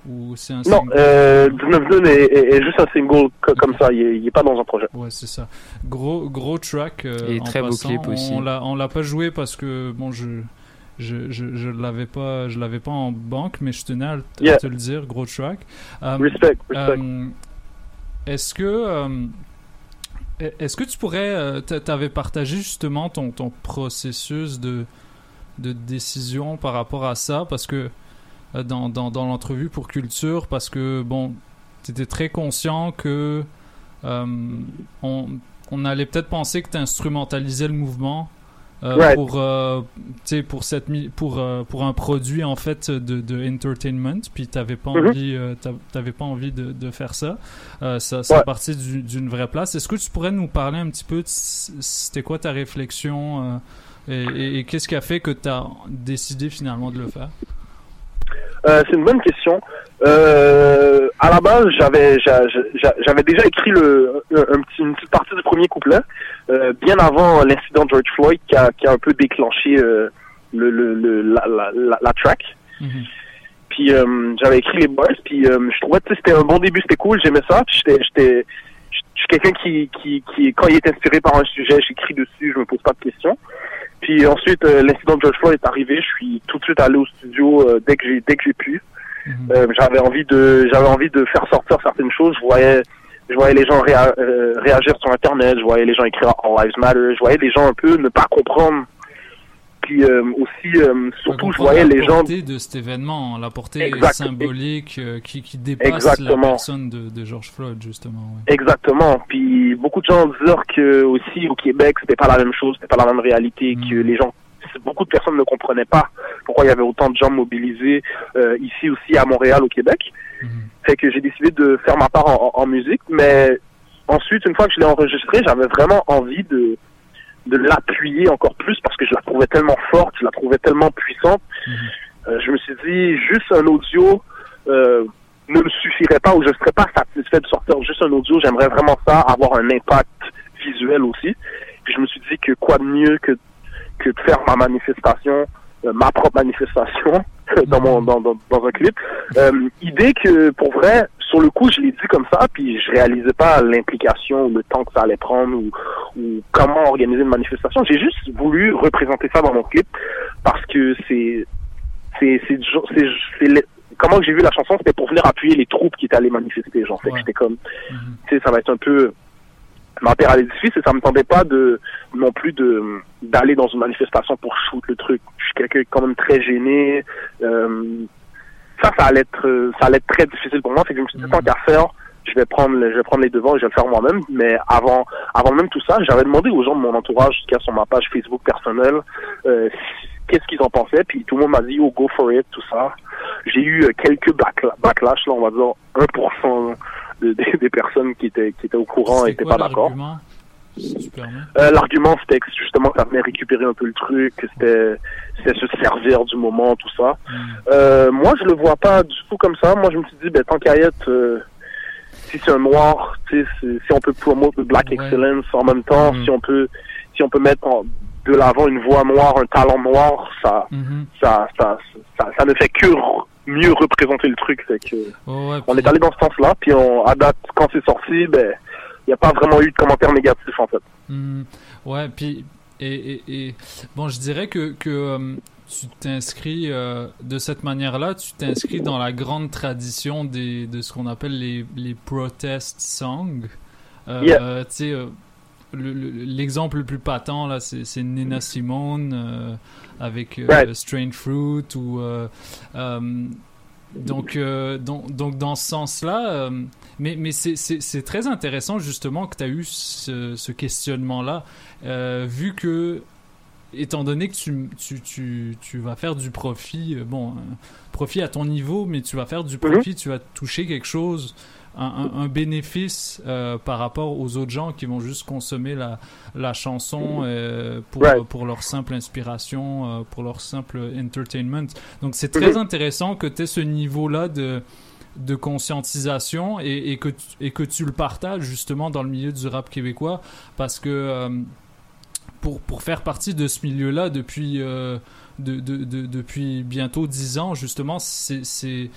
Ou c'est un Non, single? euh, dix-neuf deux est, est, est juste un single co- comme ça, il est, il est pas dans un projet. Ouais, c'est ça. Gros, gros track. Euh, Et en très beau passant. clip aussi. On l'a, on l'a pas joué parce que bon, je, je, je, je l'avais pas, je l'avais pas en banque, mais je tenais à, à Yeah. te le dire. Gros track. Euh, Respect, respect. euh, est-ce que, euh, est-ce que tu pourrais, euh, t'a- t'avais partagé justement ton, ton processus de, de décision par rapport à ça, parce que euh, dans, dans, dans l'entrevue pour Culture, parce que bon, tu étais très conscient que euh, on, on allait peut-être penser que tu instrumentalisais le mouvement euh, Right. pour, euh, tu sais, pour, cette mi- pour, euh, pour un produit en fait de, de entertainment, puis tu n'avais pas, Mhm. envie, euh, t'a- t'avais pas envie de, de faire ça. Euh, ça ça Ouais. partit du- d'une vraie place. Est-ce que tu pourrais nous parler un petit peu de c- c'était quoi ta réflexion euh, et, et- et qu'est-ce qui a fait que tu as décidé finalement de le faire? Euh, c'est une bonne question. Euh, à la base, j'avais j'a- j'a- j'avais déjà écrit le, un, un petit, une petite partie du premier couplet, euh, bien avant l'incident de George Floyd qui a, qui a un peu déclenché euh, le, le, le, la, la, la, la track. Puis euh, j'avais écrit les bars, puis euh, je trouvais que c'était un bon début, c'était cool, j'aimais ça. Puis j'étais, j'étais, je suis quelqu'un qui, qui, qui, quand il est inspiré par un sujet, j'écris dessus, je me pose pas de questions. Puis ensuite, euh, l'incident de George Floyd est arrivé, je suis tout de suite allé au studio euh, dès que j'ai, dès que j'ai pu. Euh, j'avais envie de, j'avais envie de faire sortir certaines choses. Je voyais, je voyais les gens réa- euh, réagir sur Internet, je voyais les gens écrire All Lives Matter, je voyais les gens un peu ne pas comprendre. Puis euh, aussi, euh, surtout, je voyais les gens. La portée de cet événement, la portée Exact. symbolique euh, qui, qui dépasse Exactement. la personne de, de George Floyd, justement. Ouais. Exactement. Puis beaucoup de gens disaient que aussi au Québec, c'était pas la même chose, c'était pas la même réalité, que les gens, beaucoup de personnes ne comprenaient pas pourquoi il y avait autant de gens mobilisés euh, ici aussi à Montréal, au Québec. Fait que j'ai décidé de faire ma part en, en, en musique, mais ensuite, une fois que je l'ai enregistré, j'avais vraiment envie de de l'appuyer encore plus parce que je la trouvais tellement forte, je la trouvais tellement puissante. Euh, je me suis dit, juste un audio euh, ne me suffirait pas ou je ne serais pas satisfait de sortir juste un audio. J'aimerais vraiment ça, avoir un impact visuel aussi. Puis je me suis dit que quoi de mieux que, que de faire ma manifestation, euh, ma propre manifestation dans, mon, dans, dans, dans un clip. Euh, idée que, pour vrai, sur le coup, je l'ai dit comme ça, puis je réalisais pas l'implication, le temps que ça allait prendre ou, ou comment organiser une manifestation. J'ai juste voulu représenter ça dans mon clip parce que c'est, c'est, c'est, c'est, c'est, c'est comment que j'ai vu la chanson, c'était pour venir appuyer les troupes qui étaient allées manifester. Genre, fait que j'étais comme, tu sais, ça va être un peu ma terre à l'édifice et ça me tentait pas de non plus de d'aller dans une manifestation pour shoot le truc. Je suis quelqu'un quand même très gêné. Euh, ça, ça allait être ça allait être très difficile pour moi. Fait que je me suis dit, tant qu'à faire, je vais prendre je vais prendre les devants et je vais le faire moi-même. Mais avant avant même tout ça, j'avais demandé aux gens de mon entourage qui a sur ma page Facebook personnelle euh, qu'est-ce qu'ils en pensaient. Puis tout le monde m'a dit, oh, go for it, tout ça. J'ai eu quelques backla- backlash, là, on va dire un pour cent de, de, des personnes qui étaient qui étaient au courant et n'étaient pas d'accord. Euh, l'argument, c'était que justement, ça venait récupérer un peu le truc, que c'était, c'était se servir du moment, tout ça. Mm. Euh, moi, je le vois pas du tout comme ça. Moi, je me suis dit, ben, tant qu'à y être, euh, si c'est un noir, tu sais, si on peut promouvoir le Black ouais. Excellence en même temps, mm. si on peut, si on peut mettre en, de l'avant une voix noire, un talent noir, ça, mm-hmm. ça, ça, ça, ça ne fait que mieux représenter le truc. Fait que oh ouais, on est allé dans ce sens-là, puis on, à date, quand c'est sorti, ben, il n'y a pas vraiment eu de commentaires négatifs, en fait. Mmh, ouais, puis, et, et, et, bon, je dirais que, que euh, tu t'inscris, euh, de cette manière-là, tu t'inscris dans la grande tradition des, de ce qu'on appelle les, les protest songs. Euh, yeah. euh, tu sais, euh, le, le, l'exemple le plus patent, là, c'est, c'est Nina Simone, euh, avec euh, right. Strain Fruit, ou... Euh, euh, Donc, euh, donc, donc, dans ce sens-là, euh, mais, mais c'est, c'est, c'est très intéressant justement que tu as eu ce, ce questionnement-là, euh, vu que, étant donné que tu, tu, tu, tu vas faire du profit, euh, bon, euh, profit à ton niveau, mais tu vas faire du profit, mm-hmm. tu vas toucher quelque chose, un, un, un bénéfice euh, par rapport aux autres gens qui vont juste consommer la, la chanson euh, pour, right. pour leur simple inspiration, euh, pour leur simple entertainment. Donc c'est très mm-hmm. intéressant que tu aies ce niveau-là de, de conscientisation et, et, que tu, et que tu le partages justement dans le milieu du rap québécois, parce que euh, pour, pour faire partie de ce milieu-là depuis, euh, de, de, de, depuis bientôt dix ans, justement, c'est... c'est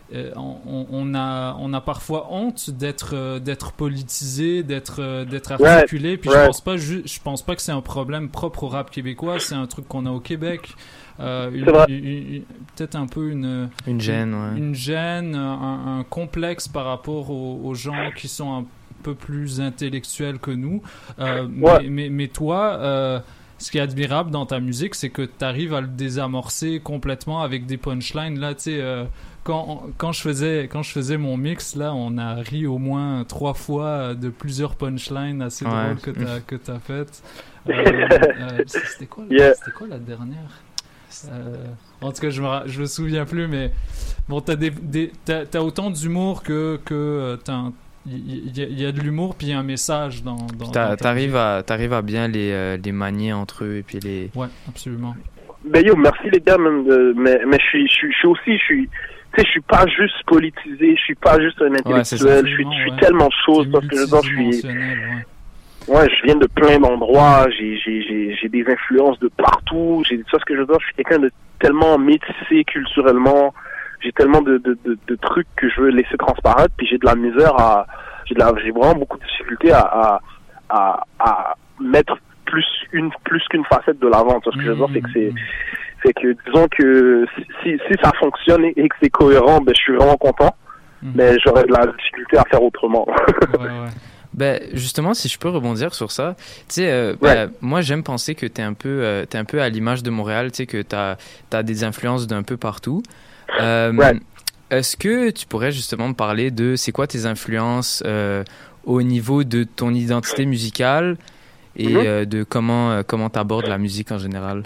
euh, on, on a on a parfois honte d'être euh, d'être politisé, d'être euh, d'être articulé. Ouais, puis ouais. je pense pas ju- je pense pas que c'est un problème propre au rap québécois. C'est un truc qu'on a au Québec. Euh, une, une, une, peut-être un peu une une gêne, ouais. une gêne, un, un complexe par rapport aux, aux gens qui sont un peu plus intellectuels que nous. Euh, ouais. mais, mais mais toi. Euh, Ce qui est admirable dans ta musique, c'est que tu arrives à le désamorcer complètement avec des punchlines. Là, tu sais, euh, quand, quand, je faisais, quand je faisais mon mix, là, on a ri au moins trois fois de plusieurs punchlines assez ouais. drôles que tu as que t'as faites. Euh, euh, c'était, quoi, yeah. c'était quoi la dernière euh, En tout cas, je me, je me souviens plus, mais bon, tu as autant d'humour que, que tu as Il y, y, y a de l'humour puis il y a un message dans. dans T'arrives à, t'arrives à bien les, euh, les manier entre eux et puis les. Ouais, absolument. Ben yo, merci les gars, même de, mais mais je suis je suis je suis aussi je suis tu sais je suis pas juste politisé, je suis pas juste un intellectuel, ouais, je suis je suis ouais. tellement de choses parce que je je suis. Ouais. Ouais, je viens de plein d'endroits, j'ai j'ai j'ai j'ai des influences de partout, j'ai ça ce que je veux dire, je suis quelqu'un de tellement métissé culturellement. J'ai tellement de, de, de, de trucs que je veux laisser transparaître, puis j'ai de la misère à, j'ai de la, j'ai vraiment beaucoup de difficultés à, à, à, à mettre plus une, plus qu'une facette de l'avant. Ce que je veux dire, c'est que c'est, c'est que, disons que si, si ça fonctionne et, et que c'est cohérent, ben, je suis vraiment content, mm-hmm. mais j'aurais de la difficulté à faire autrement. ouais, ouais. Ben, justement, si je peux rebondir sur ça, tu sais, euh, ben, ouais. moi, j'aime penser que t'es un peu, euh, t'es un peu à l'image de Montréal, tu sais, que t'as, t'as des influences d'un peu partout. Euh, right. Est-ce que tu pourrais justement me parler de c'est quoi tes influences euh, au niveau de ton identité musicale et mm-hmm. euh, de comment euh, comment t'abordes la musique en général?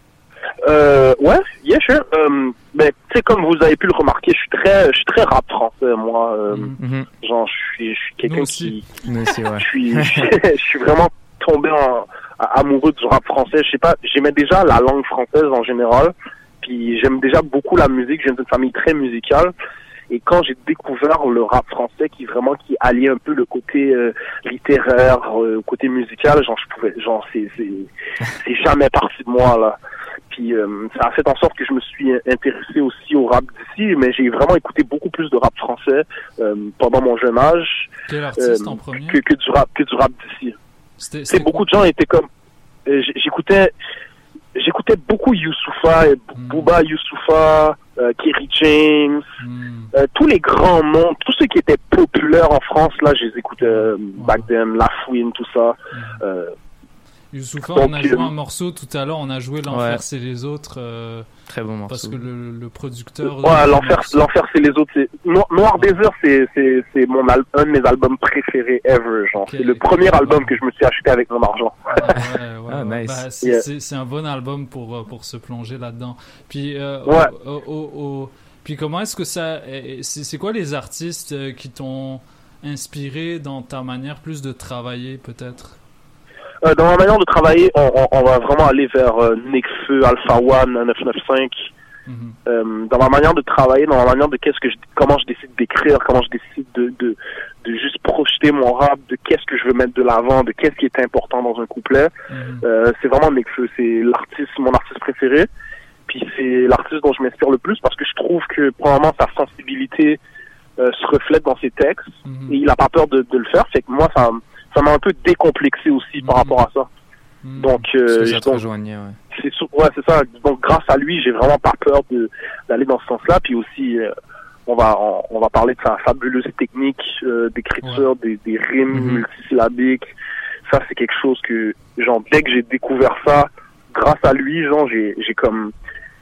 Euh, ouais, yeah, sure. Um, mais tu sais, comme vous avez pu le remarquer, je suis très, je suis très rap français, moi. Euh, mm-hmm. Genre, je suis, je suis quelqu'un qui, Nous aussi, ouais. je suis, je suis vraiment tombé en, amoureux du rap français. Je sais pas, j'aimais déjà la langue française en général. Puis j'aime déjà beaucoup la musique, je viens d'une famille très musicale. Et quand j'ai découvert le rap français qui vraiment qui alliait un peu le côté euh, littéraire, euh, côté musical, genre je pouvais, genre c'est c'est c'est jamais parti de moi là. Puis euh, ça a fait en sorte que je me suis intéressé aussi au rap d'ici, mais j'ai vraiment écouté beaucoup plus de rap français euh, pendant mon jeune âge. Quel artiste euh, en premier? Que, que du rap, que du rap d'ici. C'était, c'était beaucoup de gens étaient comme, euh, j'écoutais. J'écoutais beaucoup Youssoupha, mm. Booba Youssoupha, euh, Kerry James, mm. euh, tous les grands noms, tous ceux qui étaient populaires en France, là, je les écoutais euh, wow. back then, La Fouine, tout ça. Mm. Euh, Youssoupha, on a joué euh, un morceau tout à l'heure, on a joué L'Enfer, ouais. c'est les autres. Euh, Très bon morceau. Parce que le, le producteur... Ouais, L'Enfer, L'Enfer, c'est les autres. C'est... Noir, Noir Désir, c'est, c'est, c'est mon al- un de mes albums préférés ever. Genre. Okay. C'est le premier album que je me suis acheté avec mon argent. Ah, ouais, ouais, ah, ouais. Nice. Bah, c'est, yeah. c'est, c'est un bon album pour, pour se plonger là-dedans. Puis, euh, ouais. au, au, au, puis comment est-ce que ça... C'est, c'est quoi les artistes qui t'ont inspiré dans ta manière plus de travailler, peut-être? Euh, dans ma manière de travailler, on, on, on va vraiment aller vers euh, Nekfeu, Alpha One, neuf cent quatre-vingt-quinze. Mm-hmm. Euh, dans ma manière de travailler, dans ma manière de qu'est-ce que je, comment je décide d'écrire, comment je décide de, de, de juste projeter mon rap, de qu'est-ce que je veux mettre de l'avant, de qu'est-ce qui est important dans un couplet. Mm-hmm. Euh, c'est vraiment Nekfeu, c'est l'artiste, mon artiste préféré. Puis c'est l'artiste dont je m'inspire le plus parce que je trouve que probablement sa sensibilité euh, se reflète dans ses textes mm-hmm. et il a pas peur de, de le faire. Fait que moi, ça ça m'a un peu décomplexé aussi mmh. par rapport à ça. Mmh. Donc, euh, ça te donc rejoignait, ouais. C'est, ouais, c'est ça. Donc, grâce à lui, j'ai vraiment pas peur de, d'aller dans ce sens-là. Puis aussi, euh, on va, on, on va parler de sa fabuleuse technique euh, d'écriture, ouais. des, des rimes mmh. multisyllabiques. Ça, c'est quelque chose que, genre, dès que j'ai découvert ça, grâce à lui, genre, j'ai, j'ai comme,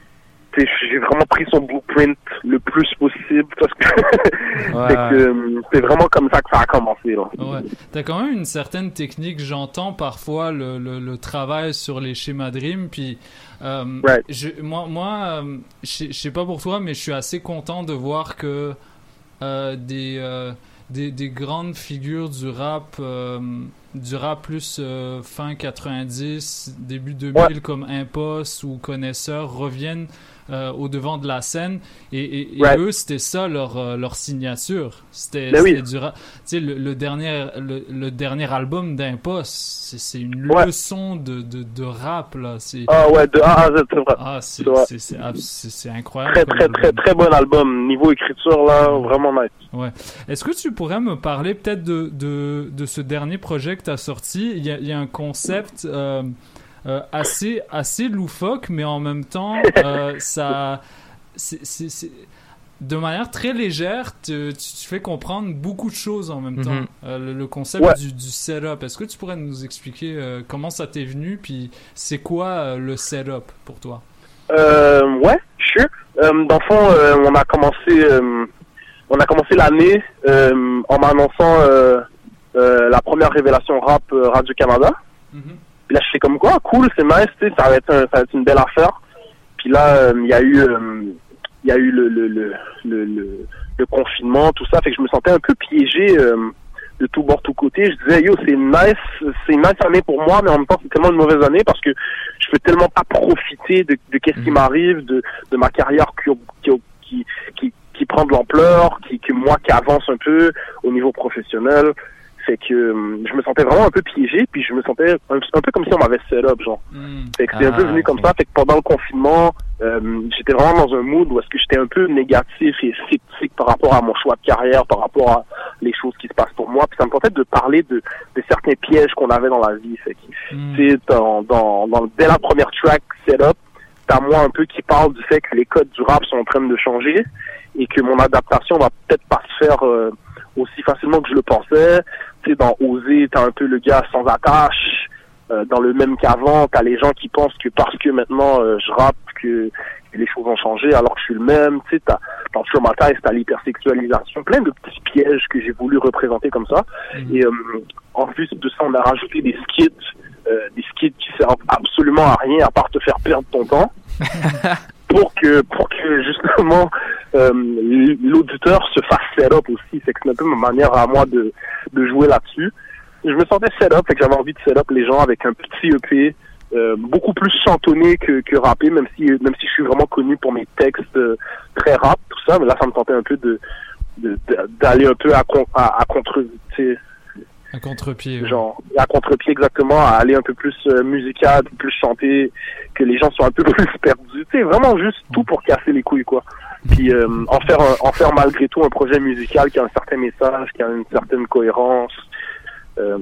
j'ai vraiment pris son blueprint le plus possible parce que ouais. c'est, que c'est vraiment comme ça que ça a commencé. Là. Ouais. T'as quand même une certaine technique, j'entends parfois le, le, le travail sur les schémas de rimes, puis euh, right. je, moi, moi euh, je sais pas pour toi, mais je suis assez content de voir que euh, des, euh, des, des grandes figures du rap, euh, du rap plus euh, fin quatre-vingt-dix, début deux mille, ouais. comme Impost ou Connaisseur reviennent euh, au devant de la scène. Et, et, et ouais. eux, c'était ça leur, euh, leur signature. C'était, c'était oui. du rap. Tu sais, le, le, dernier, le, le dernier album d'Impost, c'est, c'est une ouais. leçon de, de, de rap. Là. C'est... Ah ouais, de A à Z, c'est vrai. Ah, c'est, c'est, c'est, c'est, c'est, c'est incroyable. Très, très, très, très bon album. Niveau écriture, là, vraiment nice. Ouais. Est-ce que tu pourrais me parler peut-être de, de, de ce dernier projet que tu as sorti? Il y a, il y a un concept euh, euh, assez, assez loufoque, mais en même temps, euh, ça, c'est, c'est, c'est, de manière très légère, tu, tu fais comprendre beaucoup de choses en même temps. Mm-hmm. Euh, le, le concept ouais. du, du setup. Est-ce que tu pourrais nous expliquer euh, comment ça t'est venu, puis c'est quoi euh, le setup pour toi? Euh, ouais, sure. Euh, dans le fond, euh, on a commencé... Euh, On a commencé l'année euh, en m'annonçant euh, euh, la première révélation rap euh, Radio-Canada. Mm-hmm. Puis là, je fais comme quoi, cool, c'est nice, tu sais, ça va être un, ça va être une belle affaire. Puis là, il euh, y a eu, il euh, y a eu le le, le le le le confinement, tout ça, fait que je me sentais un peu piégé euh, de tout bord, tout côté. Je disais, yo, c'est nice, c'est une nice année pour moi, mais en même temps, c'est tellement une mauvaise année parce que je peux tellement pas profiter de, de qu'est-ce qui m'arrive, de de ma carrière qui qui qui, qui qui prend de l'ampleur, qui, que moi qui avance un peu au niveau professionnel, fait que euh, je me sentais vraiment un peu piégé, puis je me sentais un, un peu comme si on m'avait set up, genre. Mm. Fait que c'est ah, un peu venu okay. comme ça, fait que pendant le confinement, euh, j'étais vraiment dans un mood où est-ce que j'étais un peu négatif et sceptique par rapport à mon choix de carrière, par rapport à les choses qui se passent pour moi, puis ça me tentait de parler de, de certains pièges qu'on avait dans la vie, fait que, mm. tu sais, dans, dans, dans, dès la première track, set up, t'as moi un peu qui parle du fait que les codes du rap sont en train de changer, et que mon adaptation va peut-être pas se faire euh, aussi facilement que je le pensais. Tu sais, dans Oser, t'as un peu le gars sans attache. Euh, dans le même qu'avant, t'as les gens qui pensent que parce que maintenant euh, je rappe, que, que les choses ont changé alors que je suis le même. Tu sais, t'as dans Traumatize, t'as l'hypersexualisation, plein de petits pièges que j'ai voulu représenter comme ça. Mmh. Et euh, en plus de ça, on a rajouté des skits, euh, des skits qui servent absolument à rien à part te faire perdre ton temps. pour que pour que justement euh, l'auditeur se fasse set-up aussi. C'est que c'est un peu ma manière à moi de de jouer là-dessus. Je me sentais set-up, fait que j'avais envie de set-up les gens avec un petit E P euh, beaucoup plus chantonné que que rappé, même si même si je suis vraiment connu pour mes textes euh, très rap, tout ça, mais là ça me tentait un peu de, de, de d'aller un peu à à, à contre, tu sais, à contre-pied. Ouais. Genre, à contre-pied exactement, à aller un peu plus euh, musical, plus chanté, que les gens soient un peu plus perdus. Tu sais, vraiment juste tout pour casser les couilles, quoi. Puis euh, en faire un, en faire malgré tout un projet musical qui a un certain message, qui a une certaine cohérence. Euh,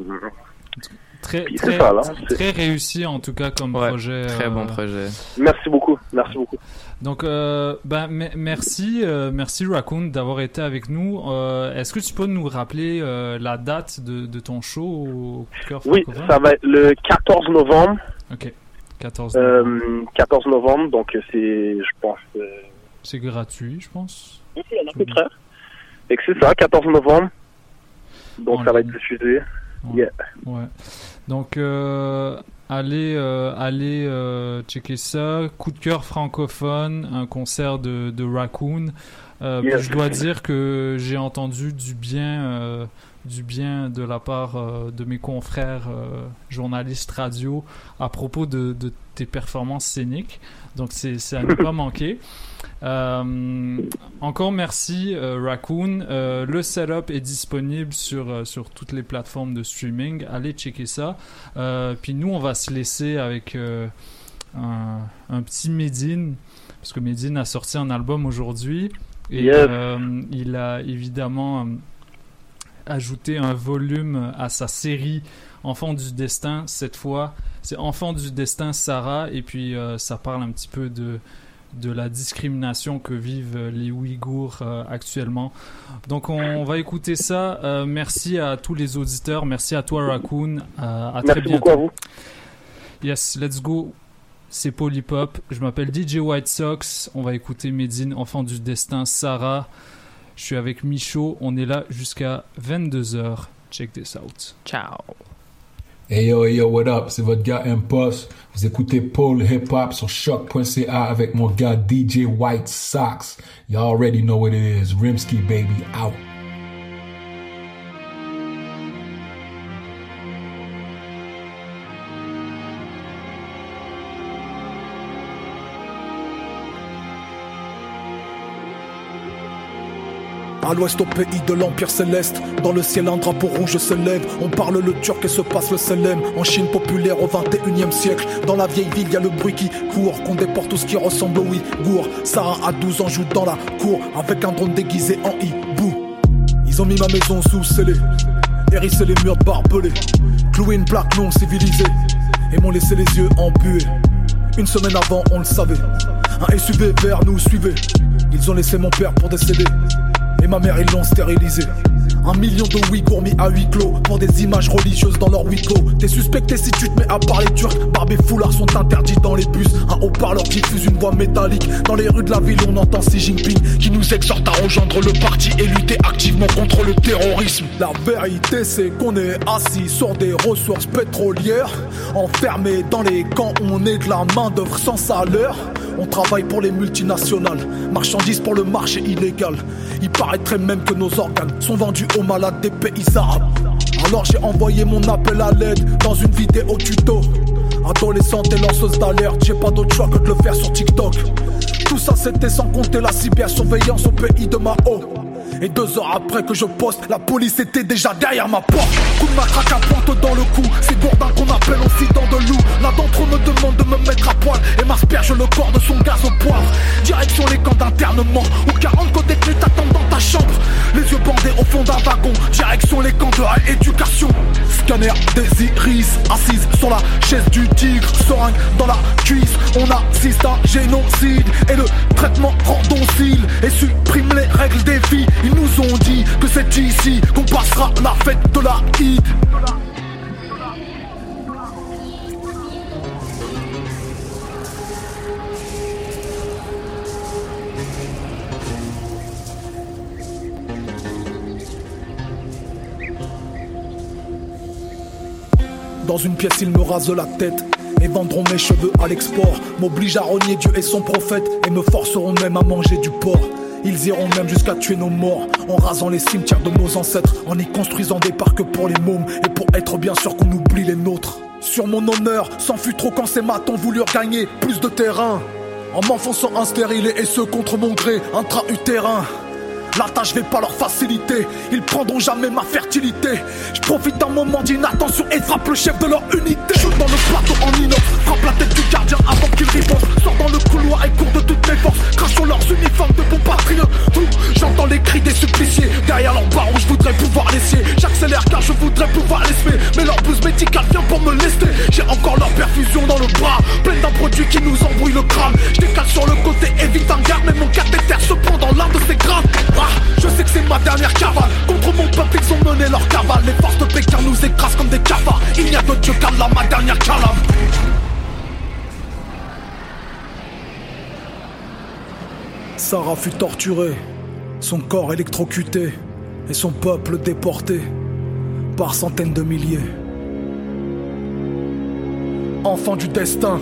Très, très, ça, là, très réussi en tout cas comme ouais, projet. Très euh... bon projet. Merci beaucoup, merci beaucoup. Donc, euh, ben, m- merci, euh, merci Raccoon d'avoir été avec nous. Euh, est-ce que tu peux nous rappeler euh, la date de, de ton show au Coup de Cœur Oui, francophone? Ça va être le quatorze novembre. Ok, quatorze novembre. Euh, quatorze novembre, donc c'est, je pense. Euh... C'est gratuit, je pense. Oui, c'est un peu près. Et que c'est ça, quatorze novembre. Donc, en ça ligne. Va être diffusé. Ouais. Yeah. Ouais. Donc, euh, allez, euh, allez euh, checker ça. Coup de Cœur francophone, un concert de, de Raccoon. Euh, yeah. Je dois dire que j'ai entendu du bien, euh, du bien de la part euh, de mes confrères euh, journalistes radio à propos de, de tes performances scéniques. Donc, c'est, c'est à ne pas manquer. Euh, encore merci euh, Raccoon. Euh, le setup est disponible sur, euh, sur toutes les plateformes de streaming. Allez checker ça. Euh, puis nous, on va se laisser avec euh, un, un petit Medine, parce que Medine a sorti un album aujourd'hui et yes. euh, il a évidemment euh, ajouté un volume à sa série Enfants du Destin. Cette fois, c'est Enfants du Destin Sarah, et puis euh, ça parle un petit peu de de la discrimination que vivent les Ouïghours euh, actuellement. Donc on, on va écouter ça. Euh, merci à tous les auditeurs. Merci à toi Raccoon. Euh, à merci très bientôt. Beaucoup à vous. Yes, let's go. C'est Polypop. Je m'appelle D J White Sox. On va écouter Medine, Enfant du Destin, Sarah. Je suis avec Michaud. On est là jusqu'à vingt-deux heures. Check this out. Ciao. Hey yo, hey yo, what up? C'est votre gars Impost. Vous écoutez Paul Hip Hop sur choc point c a avec mon gars D J White Sox. You already know what it is. Rimsky, baby, out. À l'ouest au pays de l'Empire Céleste, dans le ciel un drapeau rouge se lève. On parle le turc et se passe le selem. En Chine populaire au vingt et unième siècle, dans la vieille ville y a le bruit qui court, qu'on déporte tout ce qui ressemble au Ouïghour. Sarah à douze ans joue dans la cour, avec un drone déguisé en hibou. Ils ont mis ma maison sous scellé, hérissé les murs de barbelés, cloué une plaque non civilisée, et m'ont laissé les yeux embués. Une semaine avant on le savait, un S U V vert nous suivait. Ils ont laissé mon père pour décéder, et ma mère ils l'ont stérilisé. Un million de Ouïghours mis à huis clos pour des images religieuses dans leur Ouïgho. T'es suspecté si tu te mets à parler turc. Barbe et foulard sont interdits dans les bus. Un haut-parleur diffuse une voix métallique. Dans les rues de la ville on entend Xi Jinping qui nous exhorte à rejoindre le parti et lutter activement contre le terrorisme. La vérité c'est qu'on est assis sur des ressources pétrolières, enfermés dans les camps, on est de la main d'œuvre sans salaire. On travaille pour les multinationales, marchandises pour le marché illégal. Il paraîtrait même que nos organes sont vendus aux malades des pays arabes. Alors j'ai envoyé mon appel à l'aide dans une vidéo tuto. Adolescente et lanceuse d'alerte, j'ai pas d'autre choix que de le faire sur TikTok. Tout ça c'était sans compter la cybersurveillance au pays de Mao. Et deux heures après que je poste, la police était déjà derrière ma porte. Coup de matraque à pointe dans le cou, c'est Gourdin qu'on appelle aussi dans de loup. L'un d'entre eux me demande de me mettre à poil et m'asperge le corps de son gaz au poivre. Direction les camps d'internement, où quarante co-détenus t'attendent dans ta chambre. Les yeux bandés au fond d'un wagon, direction les camps de rééducation. Scanner des iris, assise sur la chaise du tigre. Seringue dans la cuisse, on assiste à un génocide. Et le traitement rend docile et supprime les règles des vies. Ils nous ont dit que c'est ici qu'on passera la fête de la Eid. Dans une pièce ils me rasent la tête et vendront mes cheveux à l'export. M'obligent à renier Dieu et son prophète et me forceront même à manger du porc. Ils iront même jusqu'à tuer nos morts, en rasant les cimetières de nos ancêtres, en y construisant des parcs pour les mômes, et pour être bien sûr qu'on oublie les nôtres. Sur mon honneur, s'en fut trop quand ces matons voulurent gagner plus de terrain, en m'enfonçant un stérile et ce contre mon gré, intra-utérin. La tâche vais pas leur faciliter, ils prendront jamais ma fertilité. Je profite d'un moment d'inattention et frappe le chef de leur unité. Shoot dans le plateau en inox, frappe la tête du gardien avant qu'il riposte. Sors dans le couloir et cours de toutes mes forces, crache sur leurs uniformes de compatriotes. J'entends les cris des suppliciés, derrière leur barreau je voudrais pouvoir les scier. J'accélère car je voudrais pouvoir les semer, mais leur blouse médicale vient pour me lester. J'ai encore leur perfusion dans le bras, pleine d'un produit qui nous embrouille le crâne. Je décale sur le côté, évite un garde, mais mon cathéter se prend dans l'un de ses graves. Je sais que c'est ma dernière cavale. Contre mon peuple ils ont mené leur cavale. Les forces de Pékin nous écrasent comme des cafards. Il n'y a que Dieu qu'Allah, ma dernière calame. Sarah fut torturée, son corps électrocuté et son peuple déporté par centaines de milliers. Enfant du destin,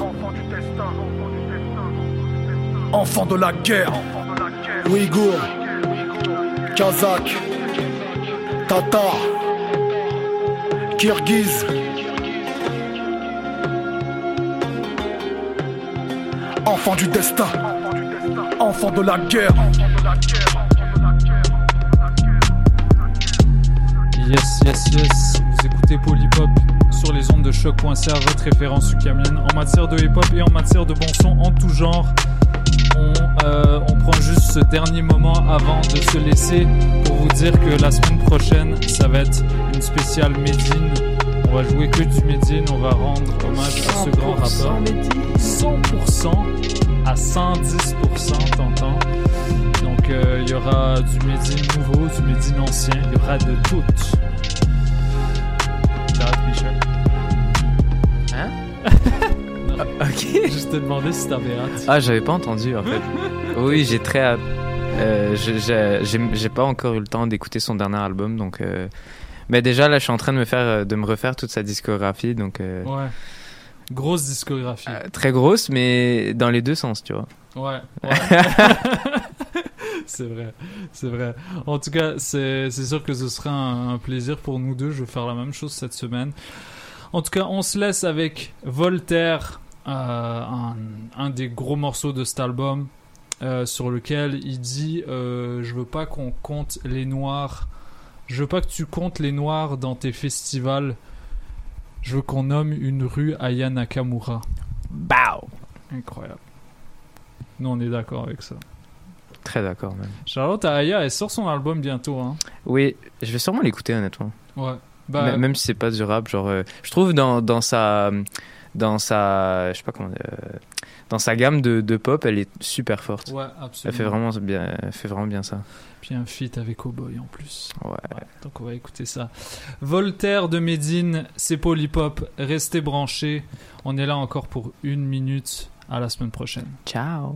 enfant de la guerre, Ouïghour, Kazakh, Tatar, Kirghiz, enfant du destin, enfant de la guerre. Yes, yes, yes. Vous écoutez Polypop sur les ondes de choc point c a, votre référence ukamienne en matière de hip-hop et en matière de bon son en tout genre. On, euh, on prend juste ce dernier moment avant de se laisser pour vous dire que la semaine prochaine, ça va être une spéciale Medine. On va jouer que du Medine, on va rendre hommage à ce grand rappeur. cent pour cent à cent dix pour cent, t'entends? Donc il euh, y aura du Medine nouveau, du Medine ancien, il y aura de tout. T'arrêtes, Michel? Hein? Ah, ok. Je te demandais si t'avais hâte. Ah, j'avais pas entendu en fait. Oui, j'ai très hâte. Euh, j'ai, j'ai, j'ai pas encore eu le temps d'écouter son dernier album, donc. Euh... Mais déjà là, je suis en train de me faire, de me refaire toute sa discographie, donc. Euh... Ouais. Grosse discographie. Euh, très grosse, mais dans les deux sens, tu vois. Ouais. ouais. C'est vrai, c'est vrai. En tout cas, c'est, c'est sûr que ce sera un, un plaisir pour nous deux. Je vais faire la même chose cette semaine. En tout cas, on se laisse avec Voltaire, euh, un, un des gros morceaux de cet album. euh, sur lequel il dit euh, je veux pas qu'on compte les noirs, je veux pas que tu comptes les noirs dans tes festivals, je veux qu'on nomme une rue Aya Nakamura. Bow. Incroyable. Nous on est d'accord avec ça. Très d'accord même. Charlotte Aya, elle sort son album bientôt hein. Oui, je vais sûrement l'écouter honnêtement. Ouais. Bah, M- même si c'est pas du rap, genre euh, je trouve dans dans sa dans sa je sais pas comment euh, dans sa gamme de, de pop, elle est super forte. Ouais, absolument. Elle fait vraiment bien, elle fait vraiment bien ça. Puis un feat avec Cowboy en plus. Ouais. ouais. Donc on va écouter ça. Voltaire de Médine, c'est Polypop. Restez branchés. On est là encore pour une minute. À la semaine prochaine. Ciao.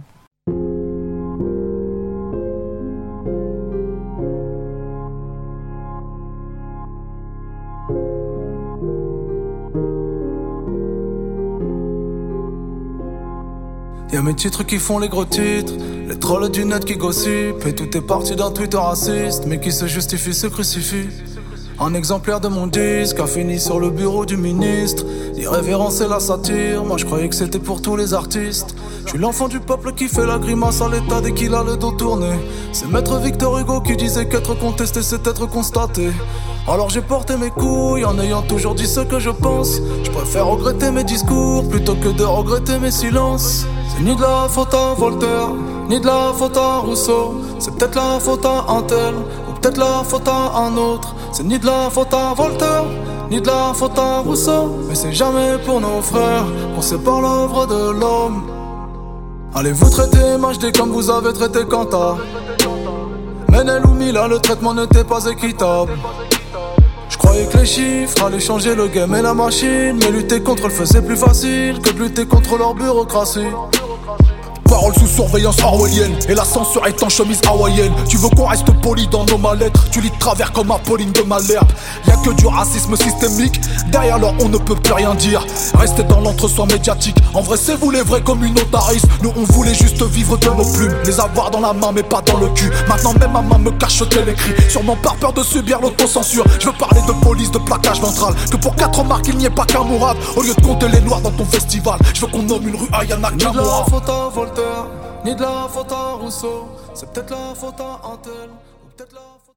Y'a mes titres qui font les gros titres, les trolls du net qui gossipent, et tout est parti d'un Twitter raciste, mais qui se justifie se crucifie. Un exemplaire de mon disque a fini sur le bureau du ministre. L'irrévérence et la satire, moi je croyais que c'était pour tous les artistes. Je suis l'enfant du peuple qui fait la grimace à l'état dès qu'il a le dos tourné. C'est maître Victor Hugo qui disait qu'être contesté c'est être constaté. Alors j'ai porté mes couilles en ayant toujours dit ce que je pense. Je préfère regretter mes discours plutôt que de regretter mes silences. C'est ni de la faute à Voltaire, ni de la faute à Rousseau. C'est peut-être la faute à un tel, ou peut-être la faute à un autre. C'est ni de la faute à Voltaire, ni de la faute à Rousseau. Mais c'est jamais pour nos frères qu'on sépare l'œuvre de l'homme. Allez-vous traiter M H D comme vous avez traité Kanta. Menel ou Mila, le traitement n'était pas équitable. Je croyais que les chiffres allaient changer le game et la machine, mais lutter contre le feu c'est plus facile que de lutter contre leur bureaucratie. Parole sous surveillance orwellienne, et la censure est en chemise hawaïenne. Tu veux qu'on reste poli dans nos mal-être, tu lis de travers comme Apolline de Malherbe. Y'a que du racisme systémique, derrière leur on ne peut plus rien dire. Restez dans l'entre-soi médiatique, en vrai c'est vous les vrais communautaristes. Nous on voulait juste vivre de nos plumes, les avoir dans la main mais pas dans le cul. Maintenant même ma main me cache tel écrit, sûrement par peur de subir l'autocensure. Je veux parler de police, de plaquage ventral, que pour quatre marques il n'y ait pas qu'un mourad. Au lieu de compter les noirs dans ton festival, je veux qu'on nomme une rue Aya Nakamura. Ni de la faute à Voltaire, ni de la faute à Rousseau. C'est peut-être la faute à un tel, ou peut-être la